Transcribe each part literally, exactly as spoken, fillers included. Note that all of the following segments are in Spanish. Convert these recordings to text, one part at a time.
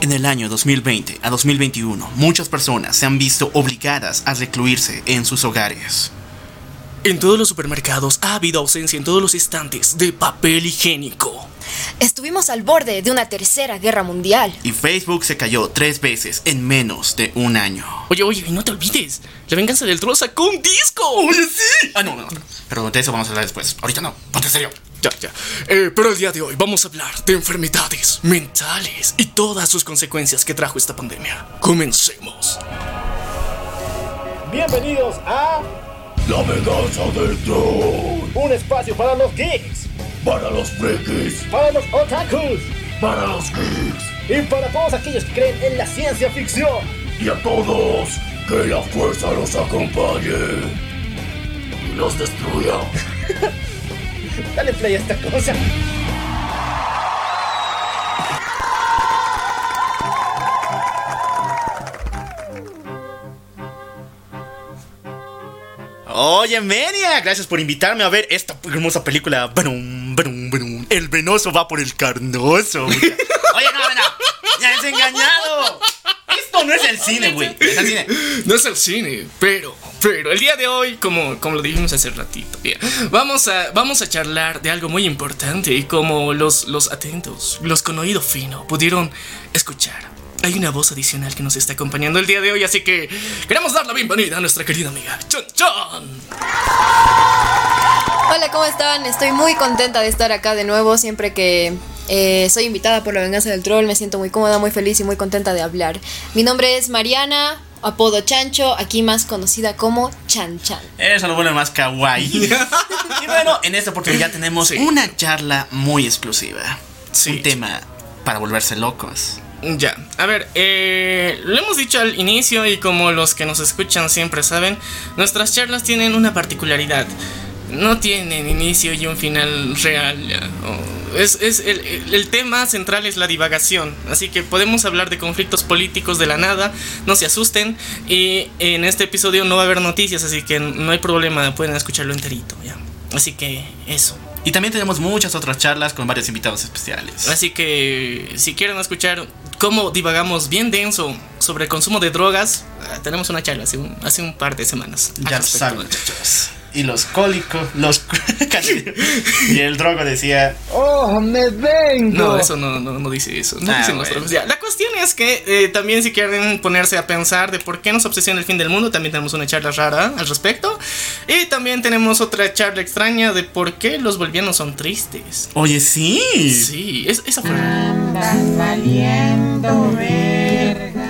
En el año dos mil veinte a dos mil veintiuno, muchas personas se han visto obligadas a recluirse en sus hogares. En todos los supermercados ha habido ausencia en todos los estantes de papel higiénico. Estuvimos al borde de una tercera guerra mundial. Y Facebook se cayó tres veces en menos de un año. Oye, oye, y no te olvides, La Venganza del Troll sacó un disco. ¡Oye, sí! Ah, no, no, no. Pero de eso vamos a hablar después. Ahorita no, ponte serio. Ya, ya. Eh, pero el día de hoy vamos a hablar de enfermedades mentales y todas sus consecuencias que trajo esta pandemia. Comencemos. Bienvenidos a La Venganza del Troll. un espacio para los geeks, Para los frikis, para los otakus para los geeks y para todos aquellos que creen en la ciencia ficción. y a todos, que la fuerza los acompañe y los destruya. Dale play a esta cosa. Oye, Menia, gracias por invitarme a ver esta hermosa película. Brum, brum, brum. El venoso va por el carnoso. Oye, no, no, ya es engañado. Esto no es el cine, güey. Es el cine. No es el cine, pero, pero el día de hoy, como, como lo dijimos hace ratito, ya, vamos a, vamos a charlar de algo muy importante y como los, los atentos, los con oído fino pudieron escuchar. Hay una voz adicional que nos está acompañando el día de hoy, así que queremos dar la bienvenida a nuestra querida amiga Chon Chon. Hola, ¿cómo están? Estoy muy contenta de estar acá de nuevo. Siempre que eh, soy invitada por La Venganza del Troll me siento muy cómoda, muy feliz y muy contenta de hablar. Mi nombre es Mariana, apodo Chancho, aquí más conocida como Chan Chan. Eso lo bueno más kawaii. Y bueno, en esta oportunidad tenemos Sí. una charla muy exclusiva. Sí. Un tema para volverse locos. Ya, a ver, eh, lo hemos dicho al inicio y como los que nos escuchan siempre saben, nuestras charlas tienen una particularidad. No tienen inicio y un final real. Ya. Oh, es, es el, el tema central es la divagación. Así que podemos hablar de conflictos políticos de la nada. No se asusten. Y en este episodio no va a haber noticias, así que no hay problema. Pueden escucharlo enterito. Ya. Así que eso. Y también tenemos muchas otras charlas con varios invitados especiales. Así que si quieren escuchar cómo divagamos bien denso sobre el consumo de drogas, tenemos una charla hace un, hace un par de semanas. Ya lo saben, muchachos. Y los cólicos, los... Y el drogo decía... ¡Oh, me vengo! No, eso no, no, no dice eso. No Ah, dice bueno. nosotros. Ya, la cuestión es que eh, también si quieren ponerse a pensar de por qué nos obsesiona el fin del mundo, también tenemos una charla rara al respecto. Y también tenemos otra charla extraña de por qué los bolivianos son tristes. Oye, sí. Sí, es, esa fue. Andan valiendo verga.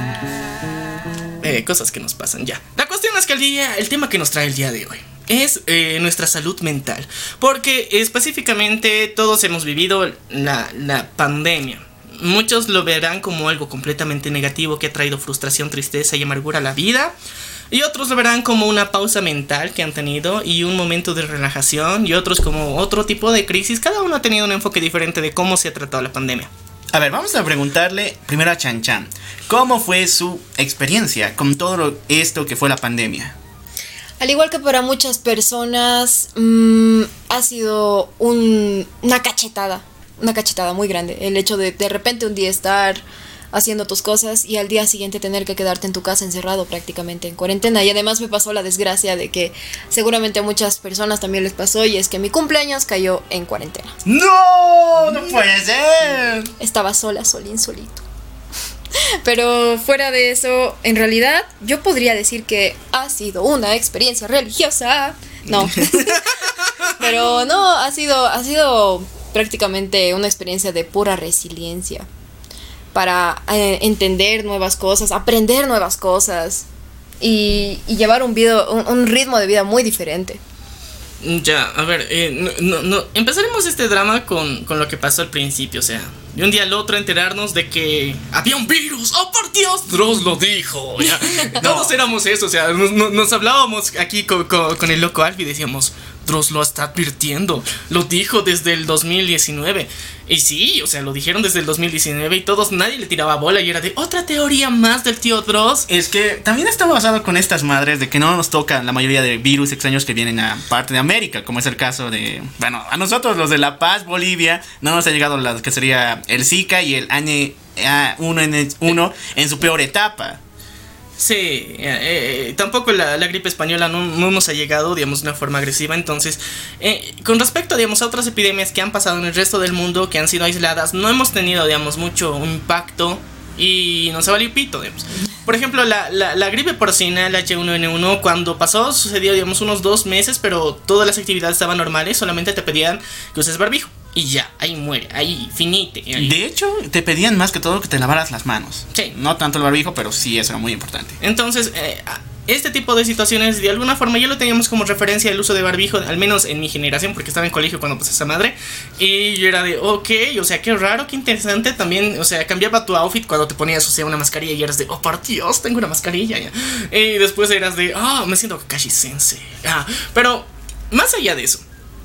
Eh, cosas que nos pasan ya. La cuestión es que el día, el tema que nos trae el día de hoy es eh, nuestra salud mental. Porque específicamente todos hemos vivido la, la pandemia. Muchos lo verán como algo completamente negativo que ha traído frustración, tristeza y amargura a la vida. Y otros lo verán como una pausa mental que han tenido y un momento de relajación. Y otros como otro tipo de crisis. Cada uno ha tenido un enfoque diferente de cómo se ha tratado la pandemia. A ver, vamos a preguntarle primero a Chan Chan. ¿Cómo fue su experiencia con todo lo- esto que fue la pandemia? Al igual que para muchas personas, mmm, ha sido un, una cachetada, una cachetada muy grande. El hecho de de repente un día estar haciendo tus cosas y al día siguiente tener que quedarte en tu casa encerrado prácticamente en cuarentena. Y además me pasó la desgracia de que seguramente a muchas personas también les pasó, y es que mi cumpleaños cayó en cuarentena. ¡No! ¡No puede ser! Estaba sola, solín, solito. Pero fuera de eso, en realidad yo podría decir que ha sido una experiencia religiosa. No. Pero no, ha sido, ha sido prácticamente una experiencia de pura resiliencia. Para eh, entender nuevas cosas, aprender nuevas cosas y, y llevar un, video, un, un ritmo de vida muy diferente. Ya, a ver, eh, no, no, no. Empezaremos este drama con, con lo que pasó al principio, o sea, de un día al otro enterarnos de que había un virus. ¡Oh, por Dios! Dross lo dijo. Ya. Todos éramos eso, o sea, nos, nos hablábamos aquí con, con, con el loco Alf y decíamos, Dross lo está advirtiendo. Lo dijo desde el dos mil diecinueve. Y sí, o sea, lo dijeron desde el dos mil diecinueve y todos, nadie le tiraba bola y era de otra teoría más del tío Dross. Es que también está basado con estas madres de que no nos tocan la mayoría de virus extraños que vienen a parte de América, como es el caso de, bueno, a nosotros los de La Paz, Bolivia, no nos ha llegado la que sería el Zika y el H uno N uno en su peor etapa. Sí, eh, eh, tampoco la, la gripe española no, no nos ha llegado, digamos, de una forma agresiva. Entonces, eh, con respecto, digamos, a otras epidemias que han pasado en el resto del mundo, que han sido aisladas, no hemos tenido, digamos, mucho impacto y nos ha valido pito, digamos. Por ejemplo, la, la, la gripe porcina, el H uno N uno, cuando pasó, sucedió, digamos, unos dos meses, pero todas las actividades estaban normales, solamente te pedían que uses barbijo. Y ya, ahí muere, ahí finite. Ahí. De hecho, te pedían más que todo que te lavaras las manos. Sí. No tanto el barbijo, pero sí, eso era muy importante. Entonces, eh, este tipo de situaciones, de alguna forma, ya lo teníamos como referencia el uso de barbijo, al menos en mi generación, porque estaba en colegio cuando pasé esa madre. Y yo era de, ok, o sea, qué raro, qué interesante. También, o sea, cambiaba tu outfit cuando te ponías, o sea, una mascarilla y eras de, oh, por Dios, tengo una mascarilla. Ya. Y después eras de, ah, oh, me siento Kakashi Sensei. Ah, pero, más allá de eso.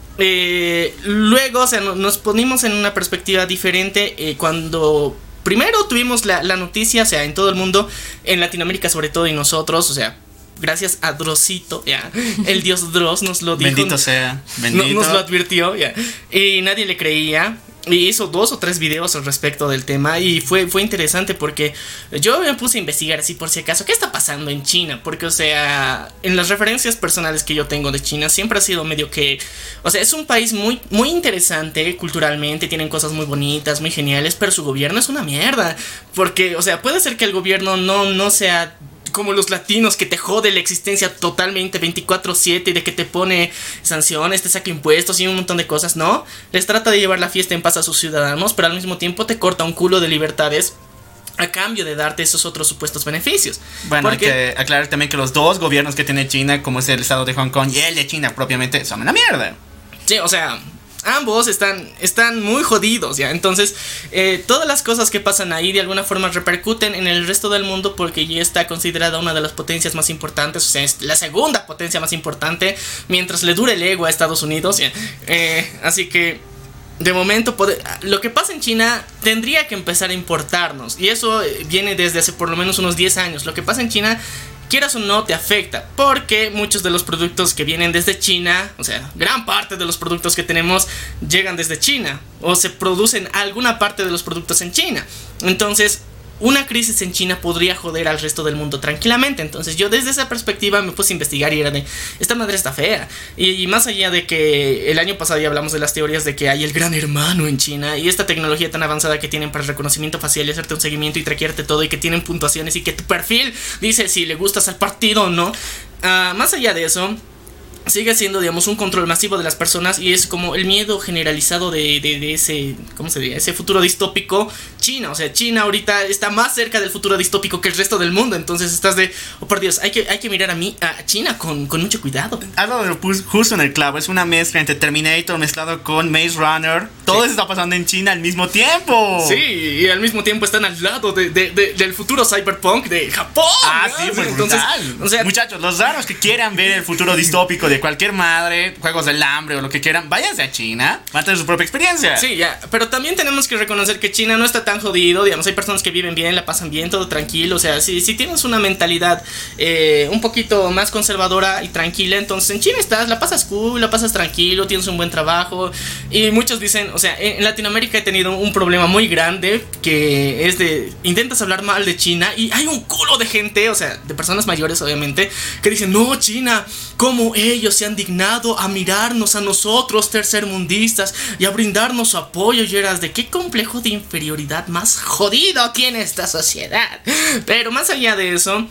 Eh, luego, o sea, no, nos ponimos en una perspectiva diferente eh, cuando primero tuvimos la, la noticia, o sea, en todo el mundo, en Latinoamérica sobre todo y nosotros, o sea, gracias a Drossito, ya, el dios Dross nos lo dijo. Bendito sea, bendito. No, nos lo advirtió, ya, y nadie le creía. Y hizo dos o tres videos al respecto del tema. Y fue, fue interesante porque yo me puse a investigar así por si acaso qué está pasando en China. Porque, o sea, en las referencias personales que yo tengo de China, siempre ha sido medio que, o sea, es un país muy, muy interesante culturalmente. Tienen cosas muy bonitas, muy geniales, pero su gobierno es una mierda. Porque, o sea, puede ser que el gobierno no, no sea como los latinos, que te jode la existencia totalmente veinticuatro siete, de que te pone sanciones, te saca impuestos y un montón de cosas, ¿no? Les trata de llevar la fiesta en paz a sus ciudadanos, pero al mismo tiempo te corta un culo de libertades a cambio de darte esos otros supuestos beneficios. Bueno, porque hay que aclarar también que los dos gobiernos que tiene China, como es el estado de Hong Kong y el de China propiamente, son una mierda. Sí, o sea, ambos están, están muy jodidos, ¿ya? Entonces, eh, todas las cosas que pasan ahí de alguna forma repercuten en el resto del mundo porque ya está considerada una de las potencias más importantes, o sea, es la segunda potencia más importante mientras le dure el ego a Estados Unidos, ¿ya? Eh, así que, de momento, poder, lo que pasa en China tendría que empezar a importarnos y eso viene desde hace por lo menos unos diez años. Lo que pasa en China, quieras o no, te afecta, porque muchos de los productos que vienen desde China, o sea, gran parte de los productos que tenemos llegan desde China, o se producen alguna parte de los productos en China. Entonces, una crisis en China podría joder al resto del mundo tranquilamente. Entonces yo desde esa perspectiva me puse a investigar y era de, esta madre está fea. Y, y más allá de que el año pasado ya hablamos de las teorías de que hay el gran hermano en China y esta tecnología tan avanzada que tienen para el reconocimiento facial y hacerte un seguimiento y traquearte todo y que tienen puntuaciones y que tu perfil dice si le gustas al partido o no. Uh, más allá de eso, sigue siendo, digamos, un control masivo de las personas y es como el miedo generalizado de, de, de ese, ¿cómo se diría? Ese futuro distópico. China, o sea, China ahorita está más cerca del futuro distópico que el resto del mundo. Entonces estás de, oh por Dios, hay que, hay que mirar a mí, a China con, con mucho cuidado. Algo de lo pus justo en el clavo, es una mezcla entre Terminator mezclado con Maze Runner. Todo eso está pasando en China al mismo tiempo. Sí, y al mismo tiempo están al lado de, de, de, del futuro cyberpunk de Japón. Ah, ¿no? Sí, pues entonces, o sea, muchachos, los raros que quieran ver el futuro distópico de cualquier madre, juegos del hambre o lo que quieran, váyanse a China, van a tener su propia experiencia. Sí, ya, pero también tenemos que reconocer que China no está tan jodido, digamos, hay personas que viven bien, la pasan bien, todo tranquilo, o sea, si, si tienes una mentalidad eh, un poquito más conservadora y tranquila, entonces en China estás, la pasas cool, la pasas tranquilo, tienes un buen trabajo, y muchos dicen, o sea, en Latinoamérica he tenido un problema muy grande, que es de, intentas hablar mal de China, y hay un culo de gente, o sea, de personas mayores obviamente, que dicen, no, China, ¿cómo ellos se han dignado a mirarnos a nosotros tercermundistas y a brindarnos su apoyo? Y eras de, qué complejo de inferioridad más jodido tiene esta sociedad. Pero más allá de eso,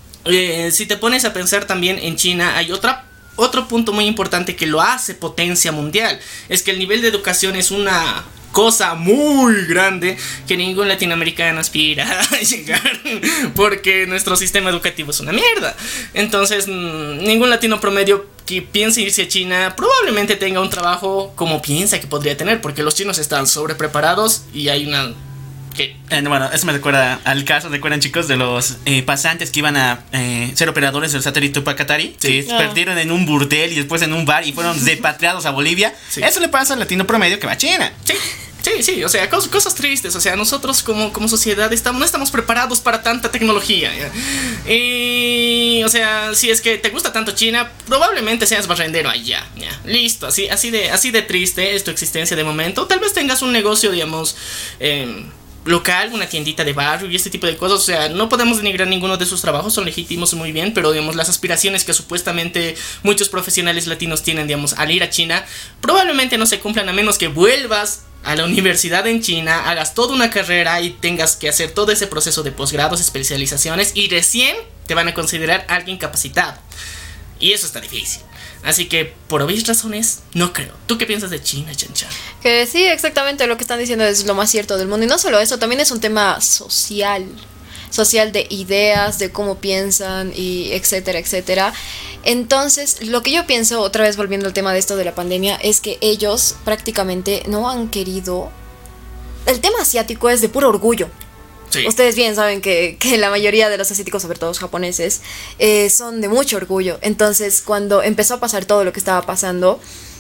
eh, si te pones a pensar también en China, hay otra otro punto muy importante que lo hace potencia mundial, es que el nivel de educación es una cosa muy grande que ningún latinoamericano aspira a llegar, porque nuestro sistema educativo es una mierda. Entonces ningún latino promedio que piense irse a China probablemente tenga un trabajo como piensa que podría tener, porque los chinos están sobrepreparados y hay una ¿Qué? Eh, bueno, eso me recuerda al caso, ¿recuerdan, chicos? De los eh, pasantes que iban a eh, ser operadores del satélite Tupac Katari, que Ah. perdieron en un burdel y después en un bar y fueron repatriados a Bolivia. Sí. Eso le pasa al latino promedio que va a China. Sí, sí, sí, o sea, cos- cosas tristes, o sea, nosotros como, como sociedad estamos, no estamos preparados para tanta tecnología. ¿ya? Y, o sea, si es que te gusta tanto China, probablemente seas barrendero allá. ¿ya? Listo, así, así, de, así de triste es tu existencia de momento. Tal vez tengas un negocio, digamos, eh, local, una tiendita de barrio y este tipo de cosas. O sea, no podemos denigrar ninguno de sus trabajos, son legítimos muy bien, pero digamos las aspiraciones que supuestamente muchos profesionales latinos tienen, digamos, al ir a China, probablemente no se cumplan a menos que vuelvas a la universidad en China, hagas toda una carrera y tengas que hacer todo ese proceso de posgrados, especializaciones, y recién te van a considerar alguien capacitado. Y eso está difícil. Así que, por obvias razones, no creo. ¿Tú qué piensas de China, Chanchan? Que sí, exactamente lo que están diciendo es lo más cierto del mundo. Y no solo eso, también es un tema social. Social de ideas, de cómo piensan y etcétera, etcétera. Entonces, lo que yo pienso, otra vez volviendo al tema de esto de la pandemia, es que ellos prácticamente no han querido... El tema asiático es de puro orgullo. Sí. Ustedes bien saben que, que la mayoría de los asiáticos, sobre todo los japoneses, eh, son de mucho orgullo. Entonces, cuando empezó a pasar todo lo que estaba pasando,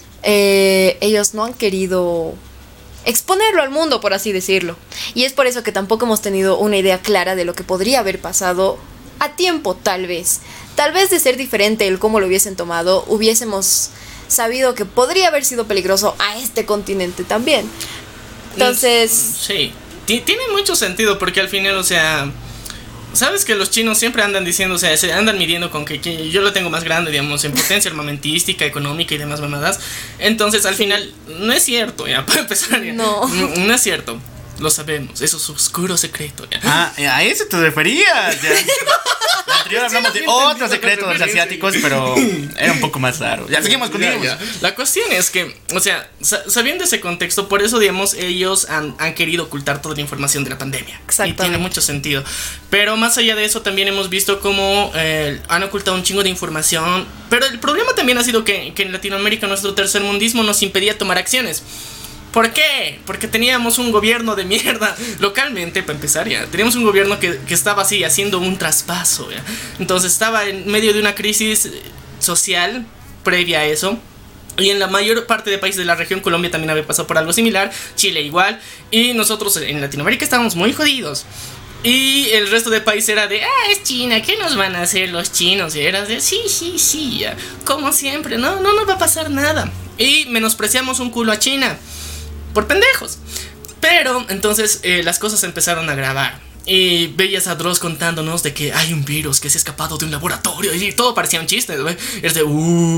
eh, ellos no han querido exponerlo al mundo, por así decirlo. Y es por eso que tampoco hemos tenido una idea clara de lo que podría haber pasado a tiempo, tal vez. Tal vez de ser diferente el cómo lo hubiesen tomado, hubiésemos sabido que podría haber sido peligroso a este continente también. Entonces... Sí, Ti- tiene mucho sentido porque al final, o sea, sabes que los chinos siempre andan diciendo, o sea, se andan midiendo con que, que yo lo tengo más grande, digamos, en potencia armamentística, económica y demás mamadas. Entonces, al final, no es cierto, ya, para empezar, ya. No. no, no es cierto. Lo sabemos, eso es oscuro secreto, ya. Ah, a eso te referías. Ya. La anterior hablamos de otro secreto de los asiáticos, pero era un poco más raro. Ya seguimos con Ya, ellos. ya. La cuestión es que, o sea, sa- sabiendo ese contexto, por eso, digamos, ellos han, han querido ocultar toda la información de la pandemia. Y Exactamente. tiene mucho sentido. Pero más allá de eso, también hemos visto cómo eh, han ocultado un chingo de información. Pero el problema también ha sido que, que en Latinoamérica nuestro tercermundismo nos impedía tomar acciones. ¿Por qué? Porque teníamos un gobierno de mierda localmente, para empezar ya. Teníamos un gobierno que, que estaba así, haciendo un traspaso, ¿ya? Entonces estaba en medio de una crisis social previa a eso. Y en la mayor parte de países de la región, Colombia también había pasado por algo similar, Chile igual. Y nosotros en Latinoamérica estábamos muy jodidos. Y el resto del país era de, ah, es China, ¿qué nos van a hacer los chinos? Y era de, sí, sí, sí, ya. Como siempre, no, no nos va a pasar nada. Y menospreciamos un culo a China. Por pendejos. Pero entonces eh, las cosas empezaron a agravar. Y veías a Dross contándonos de que hay un virus que se ha escapado de un laboratorio. Y todo parecía un chiste, ¿no? Es de uh,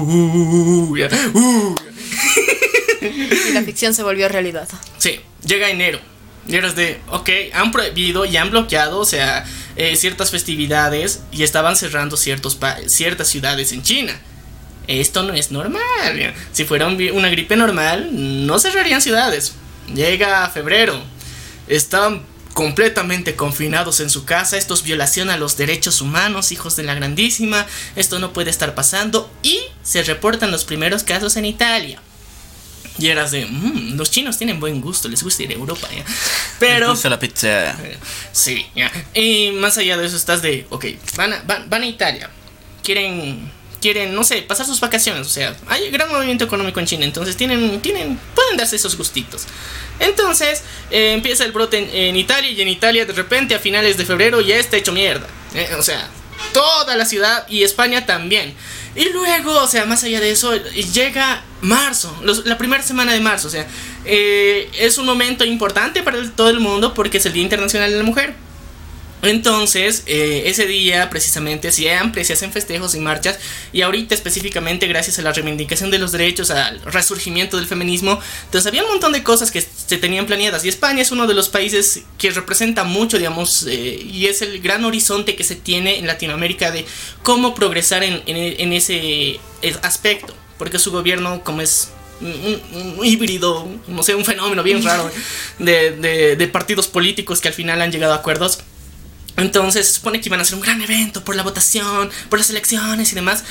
uh, uh, ya, uh. Y la ficción se volvió realidad. Sí, llega enero. Y eras de, ok, han prohibido y han bloqueado, o sea, eh, ciertas festividades. Y estaban cerrando ciertos pa- ciertas ciudades en China. Esto no es normal. Si fuera un vi- una gripe normal, no cerrarían ciudades. Llega febrero. Están completamente confinados en su casa. Esto es violación a los derechos humanos, hijos de la grandísima. Esto no puede estar pasando. Y se reportan los primeros casos en Italia. Y eras de, mmm, los chinos tienen buen gusto, les gusta ir a Europa, ¿ya? Pero... Me gusta la pizza. Sí, ya. Y más allá de eso estás de, ok, van a, van, van a Italia. Quieren... quieren, no sé, pasar sus vacaciones. O sea, hay gran movimiento económico en China. Entonces tienen, tienen, pueden darse esos gustitos. Entonces eh, empieza el brote en, en Italia. Y en Italia de repente a finales de febrero ya está hecho mierda. eh, O sea, toda la ciudad y España también. Y luego, o sea, más allá de eso, llega marzo, los, la primera semana de marzo. O sea, eh, es un momento importante para el, todo el mundo porque es el Día Internacional de la Mujer. Entonces, eh, ese día precisamente siempre se hacen festejos y marchas. Y ahorita específicamente gracias a la reivindicación de los derechos, al resurgimiento del feminismo, entonces había un montón de cosas que se tenían planeadas. Y España es uno de los países que representa mucho, digamos, eh, y es el gran horizonte que se tiene en Latinoamérica de cómo progresar en, en, en ese aspecto. Porque su gobierno, como es un, un, un híbrido, no sé, un fenómeno bien raro de, de, de partidos políticos que al final han llegado a acuerdos. Entonces se supone que iban a hacer un gran evento por la votación, por las elecciones y demás.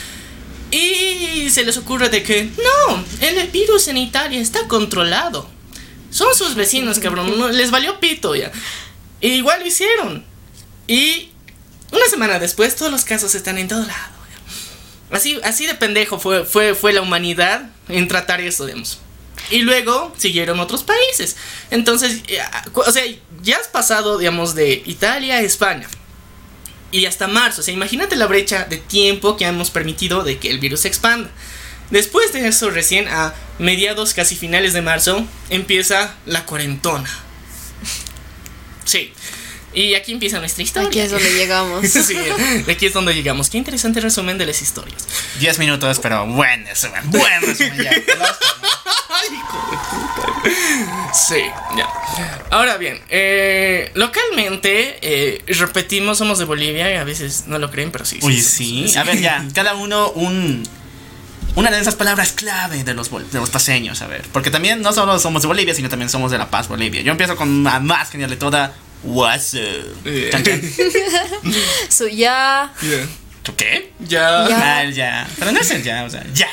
Y se les ocurre de que no, el virus en Italia está controlado. Son sus vecinos, cabrón, no, les valió pito ya. Y igual lo hicieron. Y una semana después todos los casos están en todo lado. Así, así de pendejo fue, fue, fue la humanidad en tratar esto, digamos. Y luego siguieron otros países. Entonces, o sea, ya has pasado, digamos, de Italia a España. Y hasta marzo. O sea, imagínate la brecha de tiempo que hemos permitido de que el virus se expanda. Después de eso, recién a mediados, casi finales de marzo, empieza la cuarentona. Sí. Y aquí empieza nuestra historia. Aquí es donde llegamos. Sí, aquí es donde llegamos. Qué interesante resumen de las historias. Diez minutos, pero buen resumen. Buen resumen ya. Ay, hijo de puta. Sí, ya. Ahora bien, eh, localmente, eh, repetimos, somos de Bolivia y a veces no lo creen, pero sí. Uy, sí. sí. A ver, ya. Cada uno un... Una de esas palabras clave de los, de los paseños, a ver. Porque también no solo somos de Bolivia, sino también somos de La Paz, Bolivia. Yo empiezo con la más genial de toda. What's up? Yeah. Chan, chan. So, ya. Yeah. ¿Tú qué? Ya. Ya. Ah, el ya. Pero no es el ya, o sea, ya.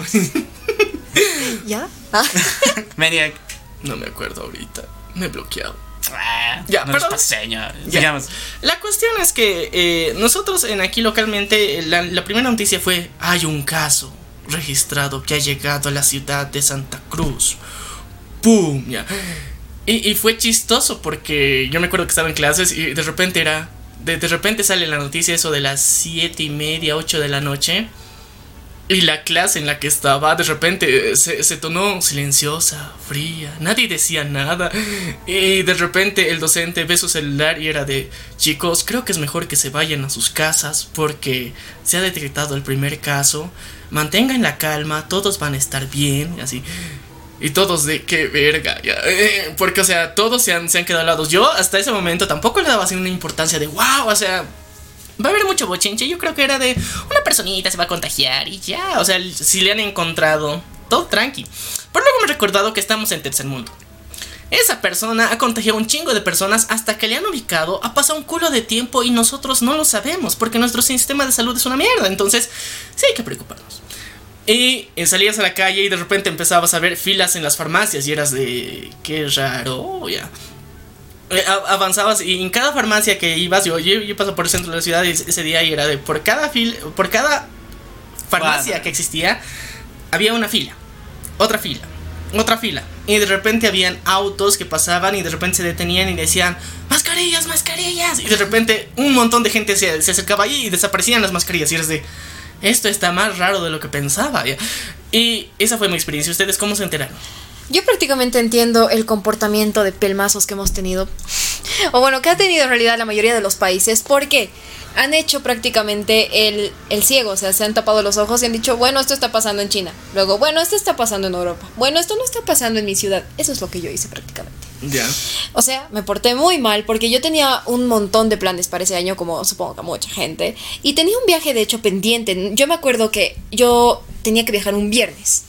¿Ya? Ah. Maniac. No me acuerdo ahorita. Me he bloqueado. Ah, Ya, no pero- es paseño. Ya. Digamos. La cuestión es que eh, nosotros en aquí localmente, la, la primera noticia fue: hay un caso registrado que ha llegado a la ciudad de Santa Cruz. ¡Pum! Ya. Y, y fue chistoso porque yo me acuerdo que estaba en clases y de repente era... De, de repente sale la noticia eso de las siete y media, ocho de la noche. Y la clase en la que estaba de repente se, se tornó silenciosa, fría. Nadie decía nada. Y de repente el docente ve su celular y era de: chicos, creo que es mejor que se vayan a sus casas porque se ha detectado el primer caso. Mantengan la calma, todos van a estar bien. Así. Y todos de qué verga, ya. Eh, porque, o sea, todos se han, se han quedado al lado. Yo hasta ese momento tampoco le daba así una importancia de wow, o sea, va a haber mucho bochinche. Yo creo que era de una personita se va a contagiar y ya. O sea, si le han encontrado, todo tranqui. Pero luego me he recordado que estamos en tercer mundo. Esa persona ha contagiado a un chingo de personas hasta que le han ubicado. Ha pasado un culo de tiempo y nosotros no lo sabemos porque nuestro sistema de salud es una mierda. Entonces, sí hay que preocuparnos. Y salías a la calle y de repente empezabas a ver filas en las farmacias y eras de... qué raro, ya. Eh, a- avanzabas y en cada farmacia que ibas, yo, yo, yo paso por el centro de la ciudad ese, ese día y era de por cada fila, por cada farmacia Bueno. que existía había una fila, otra fila, otra fila. Y de repente habían autos que pasaban y de repente se detenían y decían mascarillas, mascarillas. Y de repente un montón de gente se, se acercaba ahí y desaparecían las mascarillas y eres de... esto está más raro de lo que pensaba, ya. Y esa fue mi experiencia. ¿Ustedes cómo se enteraron? Yo prácticamente entiendo el comportamiento de pelmazos que hemos tenido. O bueno, que ha tenido en realidad la mayoría de los países. Porque han hecho prácticamente el, el ciego. O sea, se han tapado los ojos y han dicho, bueno, esto está pasando en China. Luego, bueno, esto está pasando en Europa. Bueno, esto no está pasando en mi ciudad. Eso es lo que yo hice prácticamente. Ya. O sea, me porté muy mal porque yo tenía un montón de planes para ese año, como supongo que mucha gente. Y tenía un viaje, de hecho, pendiente. Yo me acuerdo que yo tenía que viajar un viernes.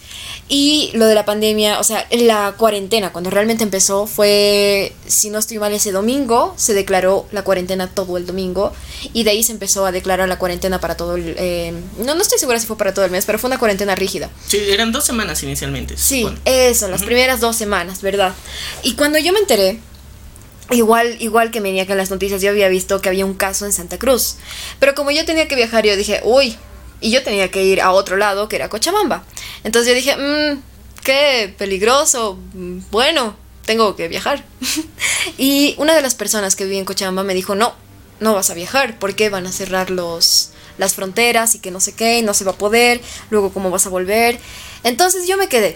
Y lo de la pandemia, o sea, la cuarentena, cuando realmente empezó, fue, si no estoy mal, ese domingo. Se declaró la cuarentena todo el domingo. Y de ahí se empezó a declarar la cuarentena para todo el... Eh, no, no estoy segura si fue para todo el mes, pero fue una cuarentena rígida. Sí, eran dos semanas inicialmente. se Sí, supone. eso, las primeras dos semanas, ¿verdad? Y cuando yo me enteré, igual, igual que venía que en las noticias, yo había visto que había un caso en Santa Cruz. Pero como yo tenía que viajar, yo dije, uy, y yo tenía que ir a otro lado, que era Cochabamba. Entonces yo dije, mmm, qué peligroso, mm, bueno, tengo que viajar. Y una de las personas que vive en Cochabamba me dijo, no, no vas a viajar, porque van a cerrar los... las fronteras y que no sé qué, y no se va a poder, luego cómo vas a volver. Entonces yo me quedé.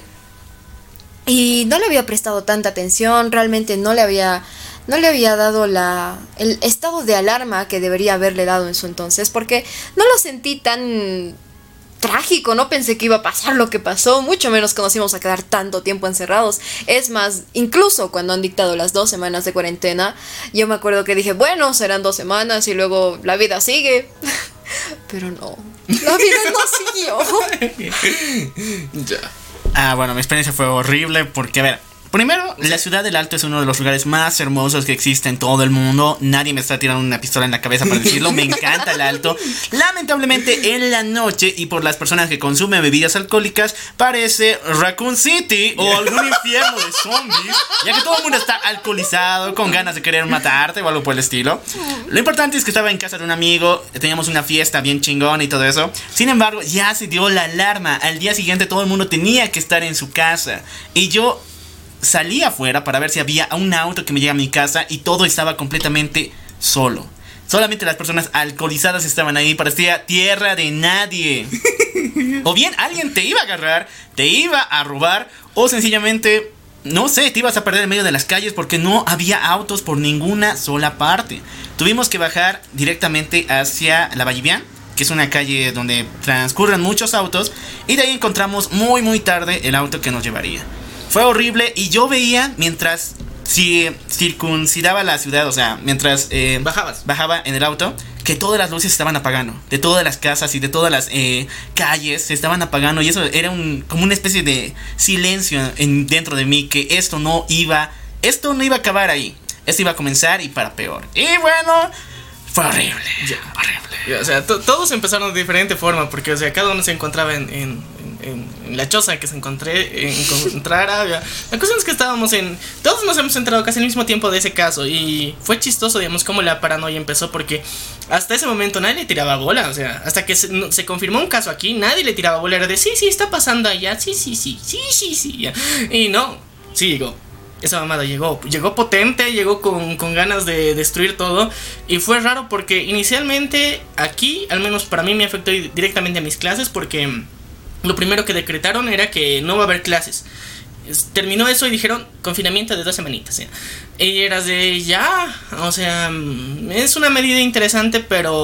Y no le había prestado tanta atención, realmente no le había, no le había dado la, el estado de alarma que debería haberle dado en su entonces, porque no lo sentí tan trágico, no pensé que iba a pasar lo que pasó, mucho menos que nos íbamos a quedar tanto tiempo encerrados. Es más, incluso cuando han dictado las dos semanas de cuarentena, yo me acuerdo que dije, bueno, serán dos semanas y luego la vida sigue. Pero no, la vida no siguió. Ya. Ah, bueno, mi experiencia fue horrible porque, a ver, Primero, la ciudad del Alto es uno de los lugares más hermosos que existe en todo el mundo. Nadie me está tirando una pistola en la cabeza para decirlo. Me encanta el Alto. Lamentablemente, en la noche y por las personas que consumen bebidas alcohólicas, parece Raccoon City o algún infierno de zombies, ya que todo el mundo está alcoholizado, con ganas de querer matarte o algo por el estilo. Lo importante es que estaba en casa de un amigo, teníamos una fiesta bien chingón y todo eso. Sin embargo, ya se dio la alarma. Al día siguiente todo el mundo tenía que estar en su casa. Y yo salí afuera para ver si había un auto que me llega a mi casa y todo estaba completamente solo. Solamente las personas alcoholizadas estaban ahí, parecía tierra de nadie. O bien alguien te iba a agarrar, te iba a robar o sencillamente, no sé, te ibas a perder en medio de las calles porque no había autos por ninguna sola parte. Tuvimos que bajar directamente hacia la Vallivian, que es una calle donde transcurren muchos autos, y de ahí encontramos muy muy tarde el auto que nos llevaría. Fue horrible y yo veía mientras si circuncidaba la ciudad, o sea, mientras eh, Bajabas. bajaba en el auto, que todas las luces se estaban apagando, de todas las casas y de todas las eh, calles se estaban apagando, y eso era un, como una especie de silencio en, dentro de mí, que esto no iba, esto no iba a acabar ahí, esto iba a comenzar y para peor. Y bueno, fue horrible, Ya. horrible. O sea, to- todos empezaron de diferente forma, porque, o sea, cada uno se encontraba en, en, en, en la choza que se encontré, encontrara. Ya. La cuestión es que estábamos en... Todos nos hemos enterado casi al mismo tiempo de ese caso, y fue chistoso, digamos, cómo la paranoia empezó, porque hasta ese momento nadie le tiraba bola, o sea, hasta que se, no, se confirmó un caso aquí, nadie le tiraba bola, era de sí, sí, está pasando allá, sí, sí, sí, sí, sí, sí, ya. Y no, sí, llegó. Esa mamada llegó, llegó potente, llegó con, con ganas de destruir todo. Y fue raro porque inicialmente aquí, al menos para mí, me afectó directamente a mis clases, porque lo primero que decretaron era que no va a haber clases. Terminó eso y dijeron confinamiento de dos semanitas, ¿ya? Y eras de ya, o sea, es una medida interesante,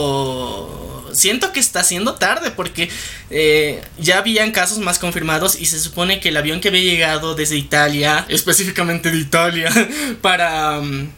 pero siento que está haciendo tarde, porque eh, ya habían casos más confirmados y se supone que el avión que había llegado desde Italia, específicamente de Italia, para,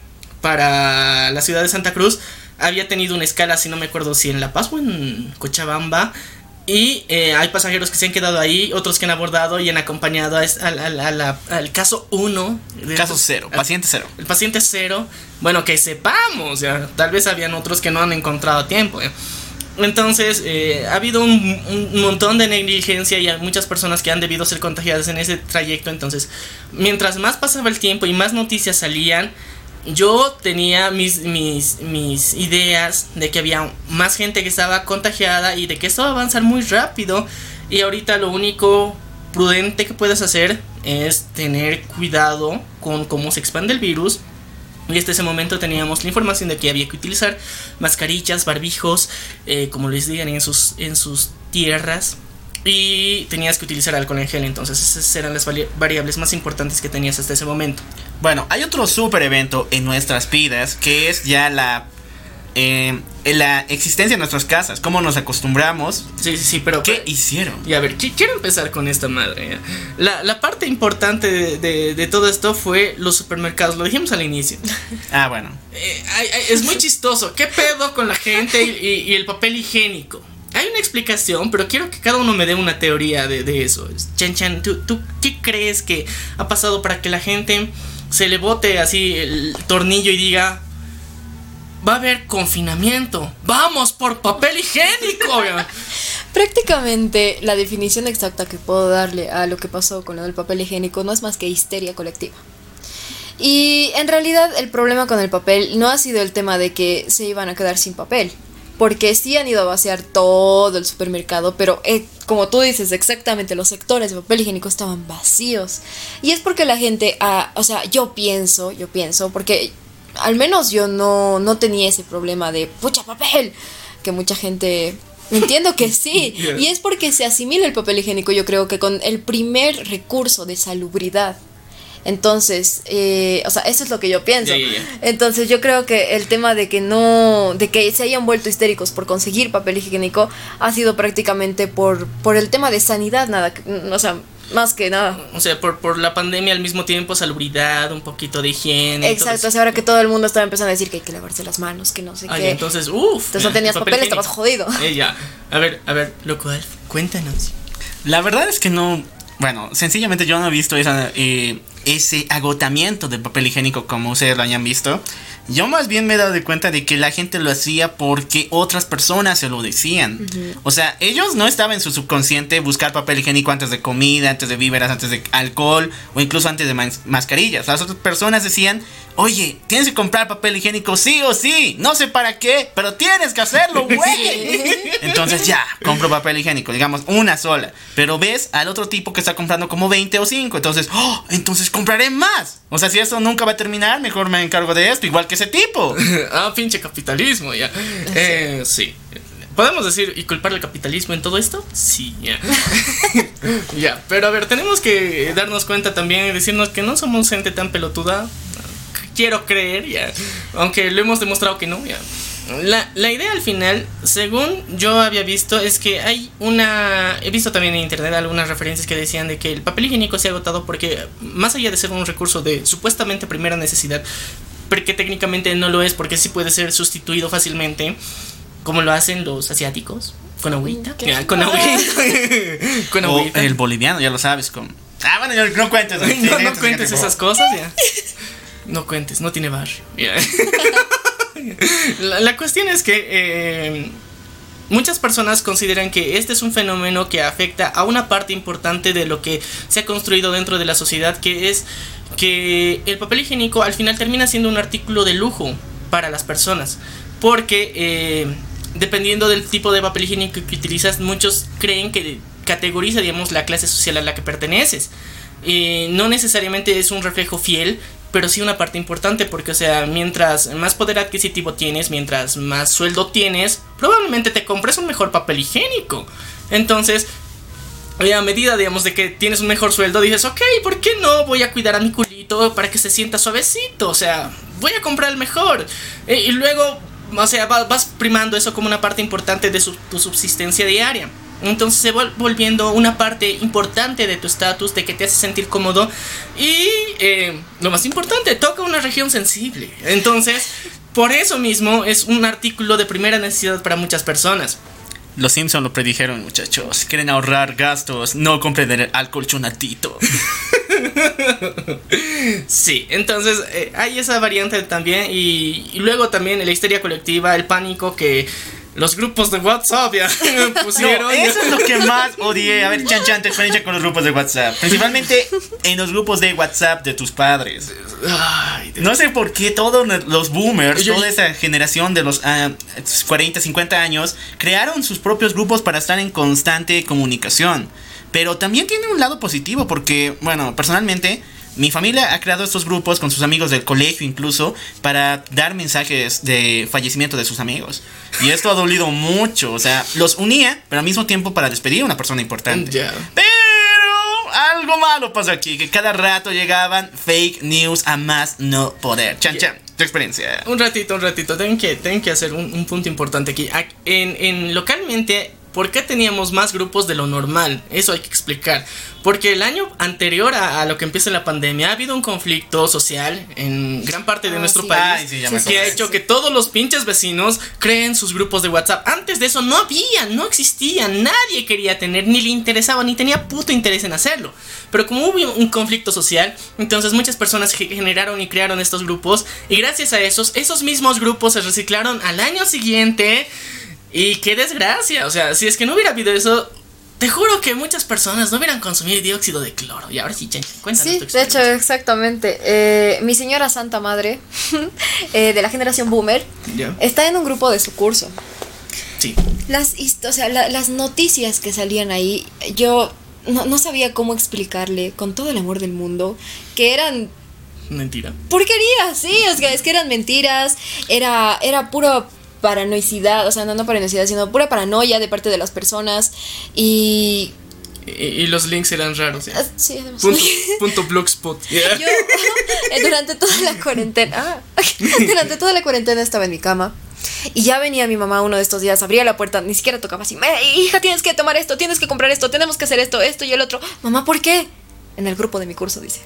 para la ciudad de Santa Cruz, había tenido una escala, si no me acuerdo si en La Paz o en Cochabamba. Y eh, hay pasajeros que se han quedado ahí, otros que han abordado y han acompañado a es- al, al, al, al- al caso uno. Caso cero, paciente cero. El paciente cero. Bueno, que sepamos, ya. Tal vez habían otros que no han encontrado a tiempo, ya. Entonces, eh, ha habido un, un montón de negligencia y hay muchas personas que han debido ser contagiadas en ese trayecto. Entonces, mientras más pasaba el tiempo y más noticias salían, yo tenía mis, mis, mis ideas de que había más gente que estaba contagiada y de que esto va a avanzar muy rápido. Y ahorita lo único prudente que puedes hacer es tener cuidado con cómo se expande el virus. Y hasta ese momento teníamos la información de que había que utilizar mascarillas, barbijos, eh, como les digan en sus, en sus tierras. Y tenías que utilizar alcohol en gel. Entonces esas eran las vari- variables más importantes que tenías hasta ese momento. Bueno, hay otro super evento en nuestras vidas, que es ya la eh, la existencia de nuestras casas, cómo nos acostumbramos. Sí, sí, sí, pero... ¿Qué hicieron? Y a ver, qui- quiero empezar con esta madre. ¿ya? La, la parte importante de, de, de todo esto fue los supermercados. Lo dijimos al inicio. Ah, bueno. Eh, ay, ay, es muy chistoso. ¿Qué pedo con la gente y, y- y el papel higiénico? Hay una explicación, pero quiero que cada uno me dé una teoría de, de eso. Chan Chan, ¿tú, ¿tú qué crees que ha pasado para que la gente se le bote así el tornillo y diga: va a haber confinamiento, vamos por papel higiénico? Prácticamente la definición exacta que puedo darle a lo que pasó con lo del papel higiénico no es más que histeria colectiva. Y en realidad el problema con el papel no ha sido el tema de que se iban a quedar sin papel, porque sí han ido a vaciar todo el supermercado, pero eh, como tú dices exactamente, los sectores de papel higiénico estaban vacíos. Y es porque la gente, ah, o sea, yo pienso, yo pienso, porque al menos yo no, no tenía ese problema de pucha papel, que mucha gente... Entiendo que sí, Yeah. y es porque se asimila el papel higiénico, yo creo que con el primer recurso de salubridad. Entonces, eh, o sea, eso es lo que yo pienso. Ya, ya, ya. Entonces yo creo que el tema de que no, de que se hayan vuelto histéricos por conseguir papel higiénico ha sido prácticamente por, por el tema de sanidad, nada, que- o sea, más que nada. O sea, por, por la pandemia al mismo tiempo, salubridad, un poquito de higiene. Exacto, o entonces- sea, ahora que todo el mundo estaba empezando a decir que hay que lavarse las manos, que no sé Ay, qué. entonces, uff. Entonces no tenías papel, estabas jodido. Eh, ya. A ver, a ver, loco Alf, cuéntanos. La verdad es que no. Bueno, sencillamente yo no he visto esa, eh, ese agotamiento del papel higiénico como ustedes lo hayan visto. Yo más bien me he dado de cuenta de que la gente lo hacía porque otras personas se lo decían. Uh-huh. O sea, ellos no estaban en su subconsciente buscar papel higiénico antes de comida, antes de víveres, antes de alcohol o incluso antes de mas- mascarillas. Las otras personas decían, oye, tienes que comprar papel higiénico sí o sí. No sé para qué, pero tienes que hacerlo, güey. Entonces ya, compro papel higiénico, digamos, una sola. Pero ves al otro tipo que está comprando como veinte o cinco. Entonces, oh, entonces compraré más. O sea, si eso nunca va a terminar, mejor me encargo de esto, igual que ese tipo. Ah, pinche capitalismo, ya. Eh, sí. ¿Podemos decir y culpar al capitalismo en todo esto? Sí, ya. Ya, pero a ver, tenemos que darnos cuenta también y decirnos que no somos gente tan pelotuda. Quiero creer, ya. Aunque lo hemos demostrado que no, ya. La, la idea al final, según yo había visto, es que hay una... He visto también en internet algunas referencias que decían de que el papel higiénico se ha agotado porque, más allá de ser un recurso de supuestamente primera necesidad, porque técnicamente no lo es, porque sí puede ser sustituido fácilmente, como lo hacen los asiáticos, con agüita. Ya, con agüita. Con o agüita. el boliviano, ya lo sabes, con... Ah, bueno, yo no cuentes. No, no, no cuentes esas cosas, ya. No cuentes, no tiene barrio. Ya. La, la cuestión es que eh, muchas personas consideran que este es un fenómeno que afecta a una parte importante de lo que se ha construido dentro de la sociedad, que es que el papel higiénico al final termina siendo un artículo de lujo para las personas, porque eh, dependiendo del tipo de papel higiénico que utilizas, muchos creen que categoriza, digamos, la clase social a la que perteneces. Eh, no necesariamente es un reflejo fiel, pero sí una parte importante, porque, o sea, mientras más poder adquisitivo tienes, mientras más sueldo tienes, probablemente te compres un mejor papel higiénico. Entonces, a medida, digamos, de que tienes un mejor sueldo, dices, ok, ¿por qué no voy a cuidar a mi culito para que se sienta suavecito? O sea, voy a comprar el mejor. Eh, y luego, o sea, vas primando eso como una parte importante de su, tu subsistencia diaria. Entonces se va volviendo una parte importante de tu estatus, de que te hace sentir cómodo. Y eh, lo más importante, toca una región sensible. Entonces, por eso mismo es un artículo de primera necesidad para muchas personas. Los Simpsons lo predijeron, muchachos. Quieren ahorrar gastos, no compren el alcolchonatito. Sí, entonces eh, hay esa variante también. Y, y luego también la histeria colectiva, el pánico que los grupos de WhatsApp ya pusieron. No, eso es lo que más odié. A ver, Chan Chan, tu experiencia con los grupos de WhatsApp. Principalmente en los grupos de WhatsApp de tus padres. Ay, no sé por qué todos los boomers, yo, toda esa generación de los uh, cuarenta, cincuenta años, crearon sus propios grupos para estar en constante comunicación. Pero también tiene un lado positivo porque, bueno, personalmente, mi familia ha creado estos grupos con sus amigos del colegio incluso para dar mensajes de fallecimiento de sus amigos. Y esto ha dolido mucho, o sea, los unía, pero al mismo tiempo para despedir a una persona importante. Yeah. Pero algo malo pasó aquí, que cada rato llegaban fake news a más no poder. Chan, yeah. Chan, tu experiencia. Un ratito, un ratito, tengo que, tengo que hacer un, un punto importante aquí. En, en localmente... ¿Por qué teníamos más grupos de lo normal? Eso hay que explicar. Porque el año anterior a, a lo que empieza la pandemia ha habido un conflicto social en gran parte de ah, nuestro sí. país. Ay, sí, sí, que ha hecho sí. que todos los pinches vecinos creen sus grupos de WhatsApp. Antes de eso no había, no existían. Nadie quería tener, ni le interesaba, ni tenía puto interés en hacerlo. Pero como hubo un conflicto social, entonces muchas personas generaron y crearon estos grupos. Y gracias a esos, esos mismos grupos se reciclaron al año siguiente. Y qué desgracia, o sea, si es que no hubiera habido eso, te juro que muchas personas no hubieran consumido dióxido de cloro. Y ahora sí, Chen, cuéntanos sí, tu experiencia. de hecho, exactamente. Eh, mi señora Santa Madre, eh, de la generación Boomer, yeah. está en un grupo de su curso. Sí. Las, o sea, la, las noticias que salían ahí, yo no, no sabía cómo explicarle, con todo el amor del mundo, que eran... Mentira. Porquerías, sí, o sea, es que eran mentiras, era, era puro... paranoicidad, o sea, no, no paranoicidad, sino pura paranoia de parte de las personas. Y... Y, y los links eran raros, ¿sí? Uh, sí, punto, punto blogspot. Yeah. Yo, durante toda la cuarentena, ah, durante toda la cuarentena estaba en mi cama. Y ya venía mi mamá uno de estos días, abría la puerta, ni siquiera tocaba así. Hija, tienes que tomar esto, tienes que comprar esto, tenemos que hacer esto, esto y el otro. Mamá, ¿por qué? En el grupo de mi curso dice.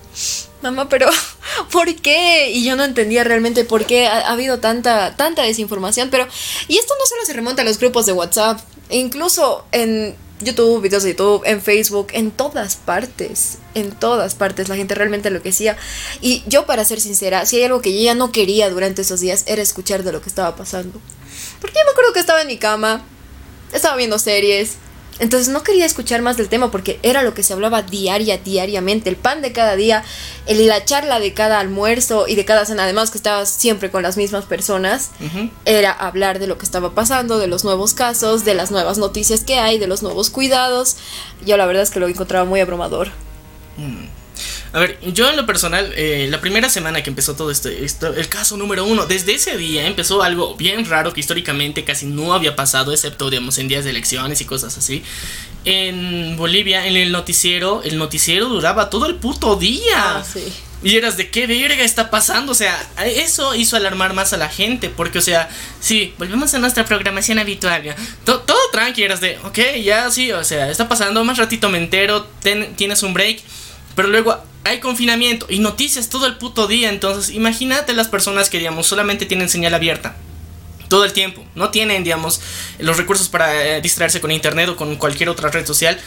Mamá, pero ¿por qué? Y yo no entendía realmente por qué ha, ha habido tanta, tanta desinformación. Pero, y esto no solo se remonta a los grupos de WhatsApp. Incluso en, YouTube, videos de YouTube, en Facebook, en todas partes, en todas partes la gente realmente enloquecía. Y yo, para ser sincera, si hay algo que yo ya no quería durante esos días era escuchar de lo que estaba pasando. Porque yo me acuerdo que estaba en mi cama, estaba viendo series, entonces no quería escuchar más del tema porque era lo que se hablaba diaria, diariamente, el pan de cada día, el, la charla de cada almuerzo y de cada cena, además que estabas siempre con las mismas personas, uh-huh. Era hablar de lo que estaba pasando, de los nuevos casos, de las nuevas noticias que hay, de los nuevos cuidados. Yo la verdad es que lo encontraba muy abrumador. Mm. A ver, yo en lo personal, eh, la primera semana que empezó todo este, esto, el caso número uno, desde ese día empezó algo bien raro que históricamente casi no había pasado, excepto, digamos, en días de elecciones y cosas así. En Bolivia, en el noticiero, el noticiero duraba todo el puto día. Ah, sí. Y eras de qué verga está pasando, o sea, eso hizo alarmar más a la gente, porque, o sea, sí, volvemos a nuestra programación habitual, ya. Todo, todo tranqui, eras de, ok, ya, sí, o sea, está pasando, más ratito me entero, ten, tienes un break. Pero luego hay confinamiento y noticias todo el puto día. Entonces imagínate las personas que, digamos, solamente tienen señal abierta todo el tiempo. No tienen, digamos, los recursos para eh, distraerse con internet o con cualquier otra red social.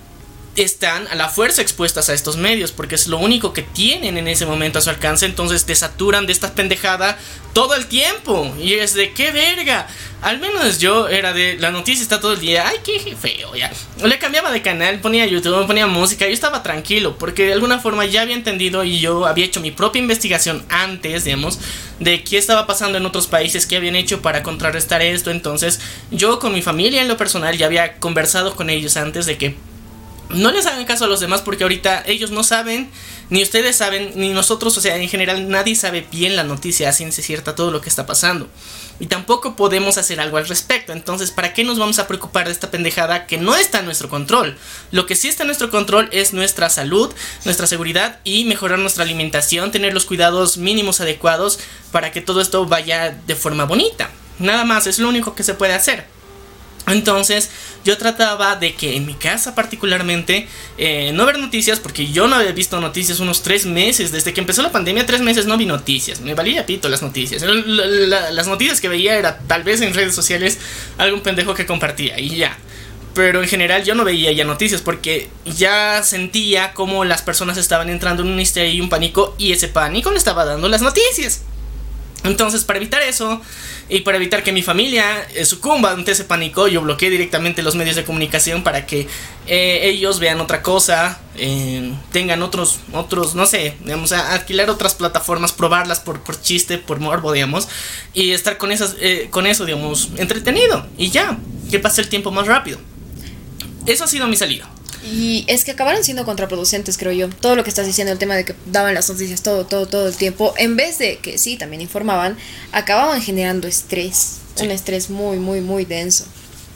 Están a la fuerza expuestas a estos medios porque es lo único que tienen en ese momento a su alcance. Entonces te saturan de esta pendejada todo el tiempo. Y es de qué verga. Al menos yo era de la noticia está todo el día. Ay, qué feo ya. Le cambiaba de canal, ponía YouTube, ponía música. Yo estaba tranquilo porque de alguna forma ya había entendido y yo había hecho mi propia investigación antes, digamos, de qué estaba pasando en otros países, qué habían hecho para contrarrestar esto. Entonces yo con mi familia en lo personal ya había conversado con ellos antes de que no les hagan caso a los demás porque ahorita ellos no saben, ni ustedes saben, ni nosotros, o sea, en general nadie sabe bien la noticia a ciencia cierta todo lo que está pasando. Y tampoco podemos hacer algo al respecto. Entonces, ¿para qué nos vamos a preocupar de esta pendejada que no está en nuestro control? Lo que sí está en nuestro control es nuestra salud, nuestra seguridad y mejorar nuestra alimentación, tener los cuidados mínimos adecuados para que todo esto vaya de forma bonita. Nada más, es lo único que se puede hacer. Entonces yo trataba de que en mi casa particularmente eh, no ver noticias, porque yo no había visto noticias unos tres meses. Desde que empezó la pandemia, tres meses no vi noticias. Me valía pito las noticias. la, la, Las noticias que veía era tal vez en redes sociales algún pendejo que compartía y ya. Pero en general yo no veía ya noticias porque ya sentía como las personas estaban entrando en una histeria y un pánico, y ese pánico le estaba dando las noticias. Entonces, para evitar eso y para evitar que mi familia eh, sucumba ante ese pánico, yo bloqueé directamente los medios de comunicación para que eh, ellos vean otra cosa, eh, tengan otros, otros, no sé, digamos, a alquilar otras plataformas, probarlas por, por chiste, por morbo, digamos, y estar con, esas, eh, con eso, digamos, entretenido, y ya, que pase el tiempo más rápido. Eso ha sido mi salida. Y es que acabaron siendo contraproducentes, creo yo. Todo lo que estás diciendo, el tema de que daban las noticias todo, todo, todo el tiempo, en vez de que sí, también informaban, acababan generando estrés. Sí. Un estrés muy, muy, muy denso.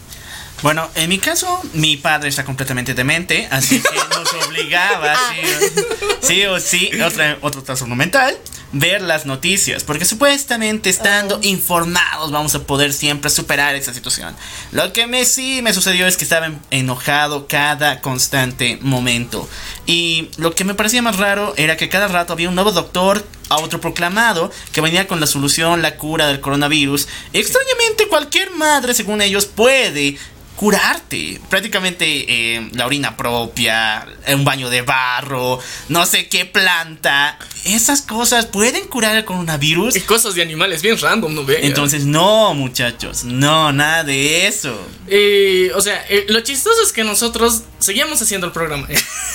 Bueno, en mi caso, mi padre está completamente demente, así que nos obligaba, ah. sí, sí o sí, otra, otro trastorno mental, ver las noticias, porque supuestamente estando oh. informados vamos a poder siempre superar esa situación. Lo que me sí me sucedió es que estaba enojado cada constante momento, y lo que me parecía más raro era que cada rato había un nuevo doctor autoproclamado que venía con la solución, la cura del coronavirus. Extrañamente cualquier madre, según ellos, puede curarte. Prácticamente eh, la orina propia, un baño de barro, no sé qué planta. Esas cosas pueden curar el coronavirus. Y cosas de animales bien random, ¿no ve? Entonces no, muchachos, no, nada de eso. Eh, o sea, eh, lo chistoso es que nosotros seguimos haciendo el programa.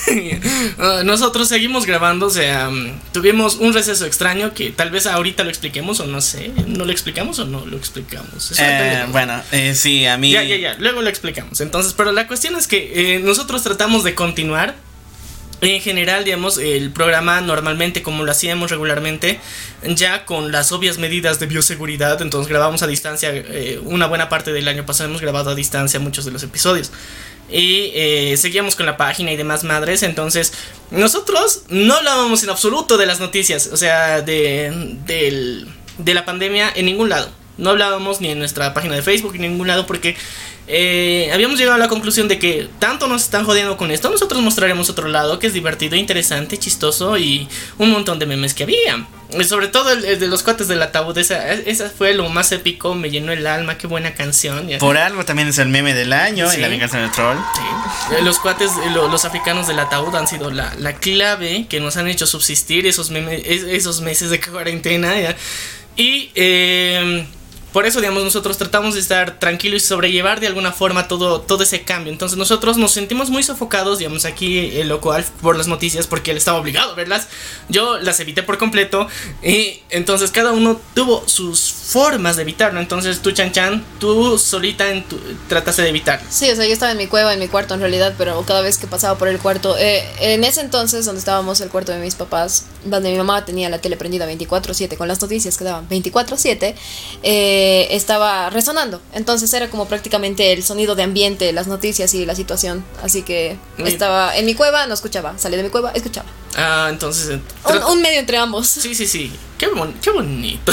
uh, nosotros seguimos grabando, o sea, um, tuvimos un receso extraño que tal vez ahorita lo expliquemos o no sé. ¿No lo explicamos o no lo explicamos? Eh, bueno, eh, sí, a mí... Ya, ya, ya, luego lo explicamos. Entonces, pero la cuestión es que eh, nosotros tratamos de continuar. En general, digamos, el programa normalmente como lo hacíamos regularmente, ya con las obvias medidas de bioseguridad. Entonces grabamos a distancia, eh, una buena parte del año pasado hemos grabado a distancia muchos de los episodios. Y eh, seguíamos con la página y demás madres. Entonces nosotros no hablábamos en absoluto de las noticias, o sea, de, de, de la pandemia en ningún lado. No hablábamos ni en nuestra página de Facebook ni en ningún lado porque eh, habíamos llegado a la conclusión de que tanto nos están jodiendo con esto, nosotros mostraremos otro lado que es divertido, interesante, chistoso y un montón de memes que había. Y sobre todo el, el de los cuates del ataúd, esa, esa fue lo más épico, me llenó el alma, qué buena canción. Ya. Por algo también es el meme del año, Sí. en La venganza del troll. Sí. Los cuates, lo- los africanos del ataúd han sido la, la clave que nos han hecho subsistir esos, memes, es- esos meses de cuarentena. ¿Ya? Y eh, por eso, digamos, nosotros tratamos de estar tranquilos y sobrellevar de alguna forma todo, todo ese cambio. Entonces nosotros nos sentimos muy sofocados, digamos, aquí el loco Alf por las noticias porque él estaba obligado a verlas. Yo las evité por completo y entonces cada uno tuvo sus formas de evitarlo. Entonces tú, Chan Chan, tú solita en tu, trataste de evitarlo. Sí, o sea, yo estaba en mi cueva, en mi cuarto en realidad, pero cada vez que pasaba por el cuarto, eh, en ese entonces donde estábamos, el cuarto de mis papás, donde mi mamá tenía la tele prendida veinticuatro siete con las noticias que daban veinticuatro siete, eh, estaba resonando. Entonces era como prácticamente el sonido de ambiente, las noticias y la situación. Así que Muy- estaba en mi cueva, no escuchaba, salí de mi cueva, escuchaba. Ah, entonces... eh, Un, tra- un medio entre ambos. Sí, sí, sí. Qué, bon- qué bonito.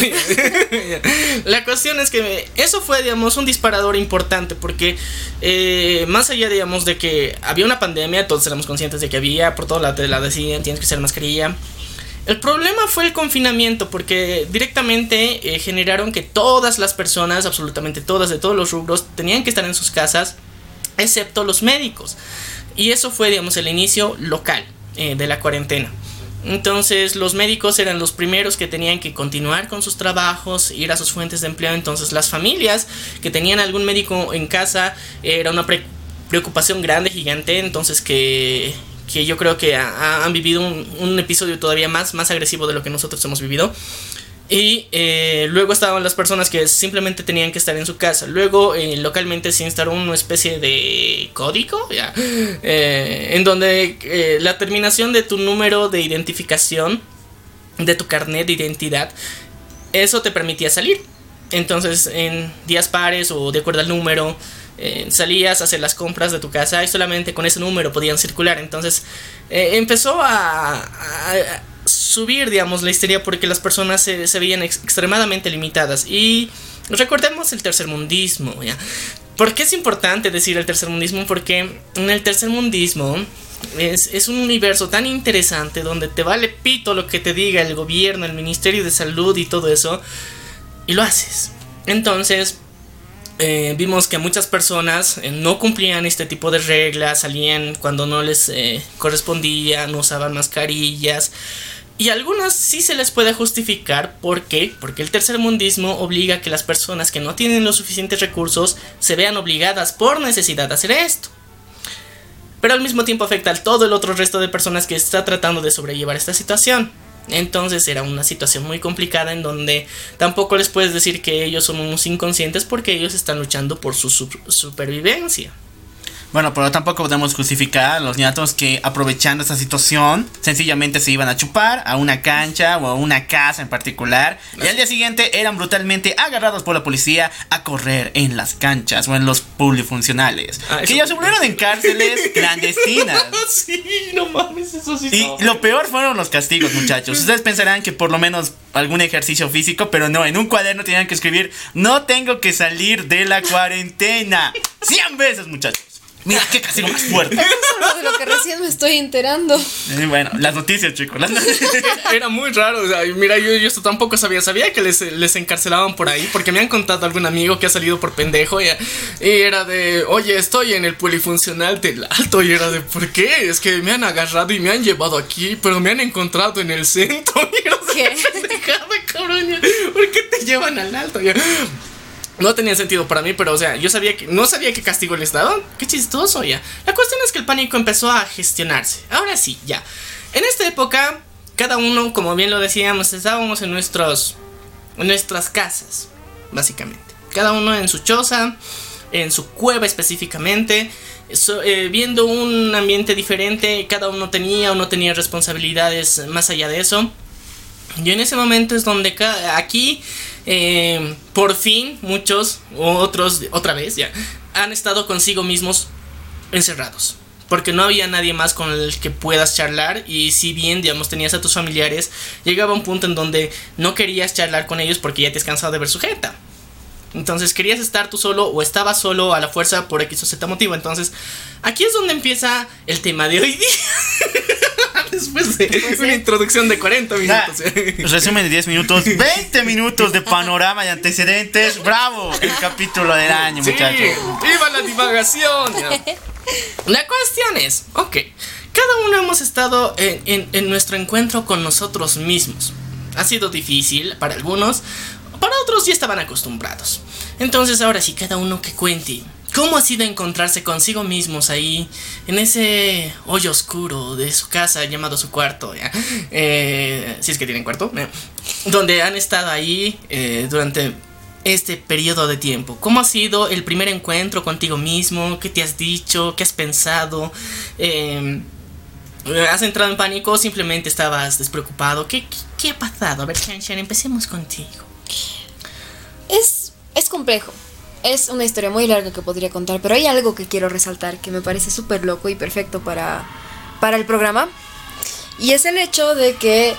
La cuestión es que eso fue, digamos, un disparador importante porque eh, más allá, digamos, de que había una pandemia, todos éramos conscientes de que había, por todos lados te la decían, tienes que usar mascarilla. El problema fue el confinamiento porque directamente eh, generaron que todas las personas, absolutamente todas, de todos los rubros, tenían que estar en sus casas, excepto los médicos. Y eso fue, digamos, el inicio local eh, de la cuarentena. Entonces los médicos eran los primeros que tenían que continuar con sus trabajos, ir a sus fuentes de empleo. Entonces las familias que tenían algún médico en casa era una pre- preocupación grande, gigante. Entonces que, que yo creo que ha- han vivido un, un episodio todavía más, más agresivo de lo que nosotros hemos vivido. Y eh, luego estaban las personas que simplemente tenían que estar en su casa. Luego eh, localmente se instaló una especie de código, ¿ya? Eh, en donde eh, la terminación de tu número de identificación, de tu carnet de identidad, eso te permitía salir. Entonces en días pares o de acuerdo al número, eh, salías a hacer las compras de tu casa y solamente con ese número podían circular. Entonces eh, empezó a... a, a subir, digamos, la histeria porque las personas se, se veían ex- extremadamente limitadas. Y recordemos el tercermundismo, ¿ya? ¿Por qué es importante decir el tercermundismo? Porque en el tercermundismo es, es un universo tan interesante donde te vale pito lo que te diga el gobierno, el Ministerio de Salud y todo eso, y lo haces. Entonces Eh, vimos que muchas personas eh, no cumplían este tipo de reglas, salían cuando no les eh, correspondía, no usaban mascarillas. Y a algunas sí se les puede justificar. ¿Por qué? Porque el tercermundismo obliga a que las personas que no tienen los suficientes recursos se vean obligadas por necesidad a hacer esto. Pero al mismo tiempo afecta a todo el otro resto de personas que está tratando de sobrellevar esta situación. Entonces era una situación muy complicada en donde tampoco les puedes decir que ellos son unos inconscientes porque ellos están luchando por su su- supervivencia. Bueno, pero tampoco podemos justificar a los ñatos que aprovechando esta situación sencillamente se iban a chupar a una cancha o a una casa en particular y al día siguiente eran brutalmente agarrados por la policía a correr en las canchas o en los polifuncionales Ah, que eso- ya se volvieron en cárceles clandestinas. Sí, no mames, eso sí. Y lo peor fueron los castigos, muchachos. Ustedes pensarán que por lo menos algún ejercicio físico, pero no, en un cuaderno tenían que escribir: no tengo que salir de la cuarentena. Cien veces, muchachos. Mira qué castigo más fuerte. Eso es algo de lo que recién me estoy enterando. Y bueno, las noticias, chicos, las noticias. Era muy raro, o sea, y mira, yo, yo esto tampoco sabía, sabía que les, les encarcelaban por ahí, porque me han contado algún amigo que ha salido por pendejo, y, y era de, oye, estoy en el polifuncional del Alto, y era de, ¿por qué? Es que me han agarrado y me han llevado aquí, pero me han encontrado en el centro, y era de, ¿Qué? pendejada, cabrón, ya, ¿por qué te llevan al Alto? Ya. No tenía sentido para mí, pero o sea, yo sabía que no sabía qué castigo les daban. Qué chistoso, ya. La cuestión es que el pánico empezó a gestionarse. Ahora sí, ya. En esta época, cada uno, como bien lo decíamos, estábamos en nuestros en nuestras casas, básicamente. Cada uno en su choza, en su cueva específicamente, so, eh, viendo un ambiente diferente. Cada uno tenía o no tenía responsabilidades más allá de eso. Y en ese momento es donde ca- aquí eh, por fin muchos otros otra vez ya han estado consigo mismos encerrados, porque no había nadie más con el que puedas charlar. Y si bien, digamos, tenías a tus familiares, llegaba un punto en donde no querías charlar con ellos porque ya te has cansado de ver su jeta. Entonces querías estar tú solo o estabas solo a la fuerza por X o Z motivo. Entonces aquí es donde empieza el tema de hoy día. Después de Pues una sí. introducción de cuarenta minutos. Resumen de diez minutos, veinte minutos de panorama y antecedentes. ¡Bravo! El capítulo del año, Sí, muchachos. ¡viva la divagación! Ya. La cuestión es, ok, cada uno hemos estado en, en, en nuestro encuentro con nosotros mismos. Ha sido difícil para algunos, para otros ya estaban acostumbrados. Entonces ahora sí, cada uno que cuente cómo ha sido encontrarse consigo mismos ahí, en ese hoyo oscuro de su casa llamado su cuarto, ¿ya? Eh, si es que tienen cuarto, ¿ya? Donde han estado ahí eh, durante este periodo de tiempo. ¿Cómo ha sido el primer encuentro contigo mismo? ¿Qué te has dicho? ¿Qué has pensado? Eh, ¿Has entrado en pánico o simplemente estabas despreocupado? ¿Qué, qué, qué ha pasado? A ver, Shanshan, empecemos contigo. Es, es complejo. Es una historia muy larga que podría contar, pero hay algo que quiero resaltar que me parece súper loco y perfecto para, para el programa. Y es el hecho de que...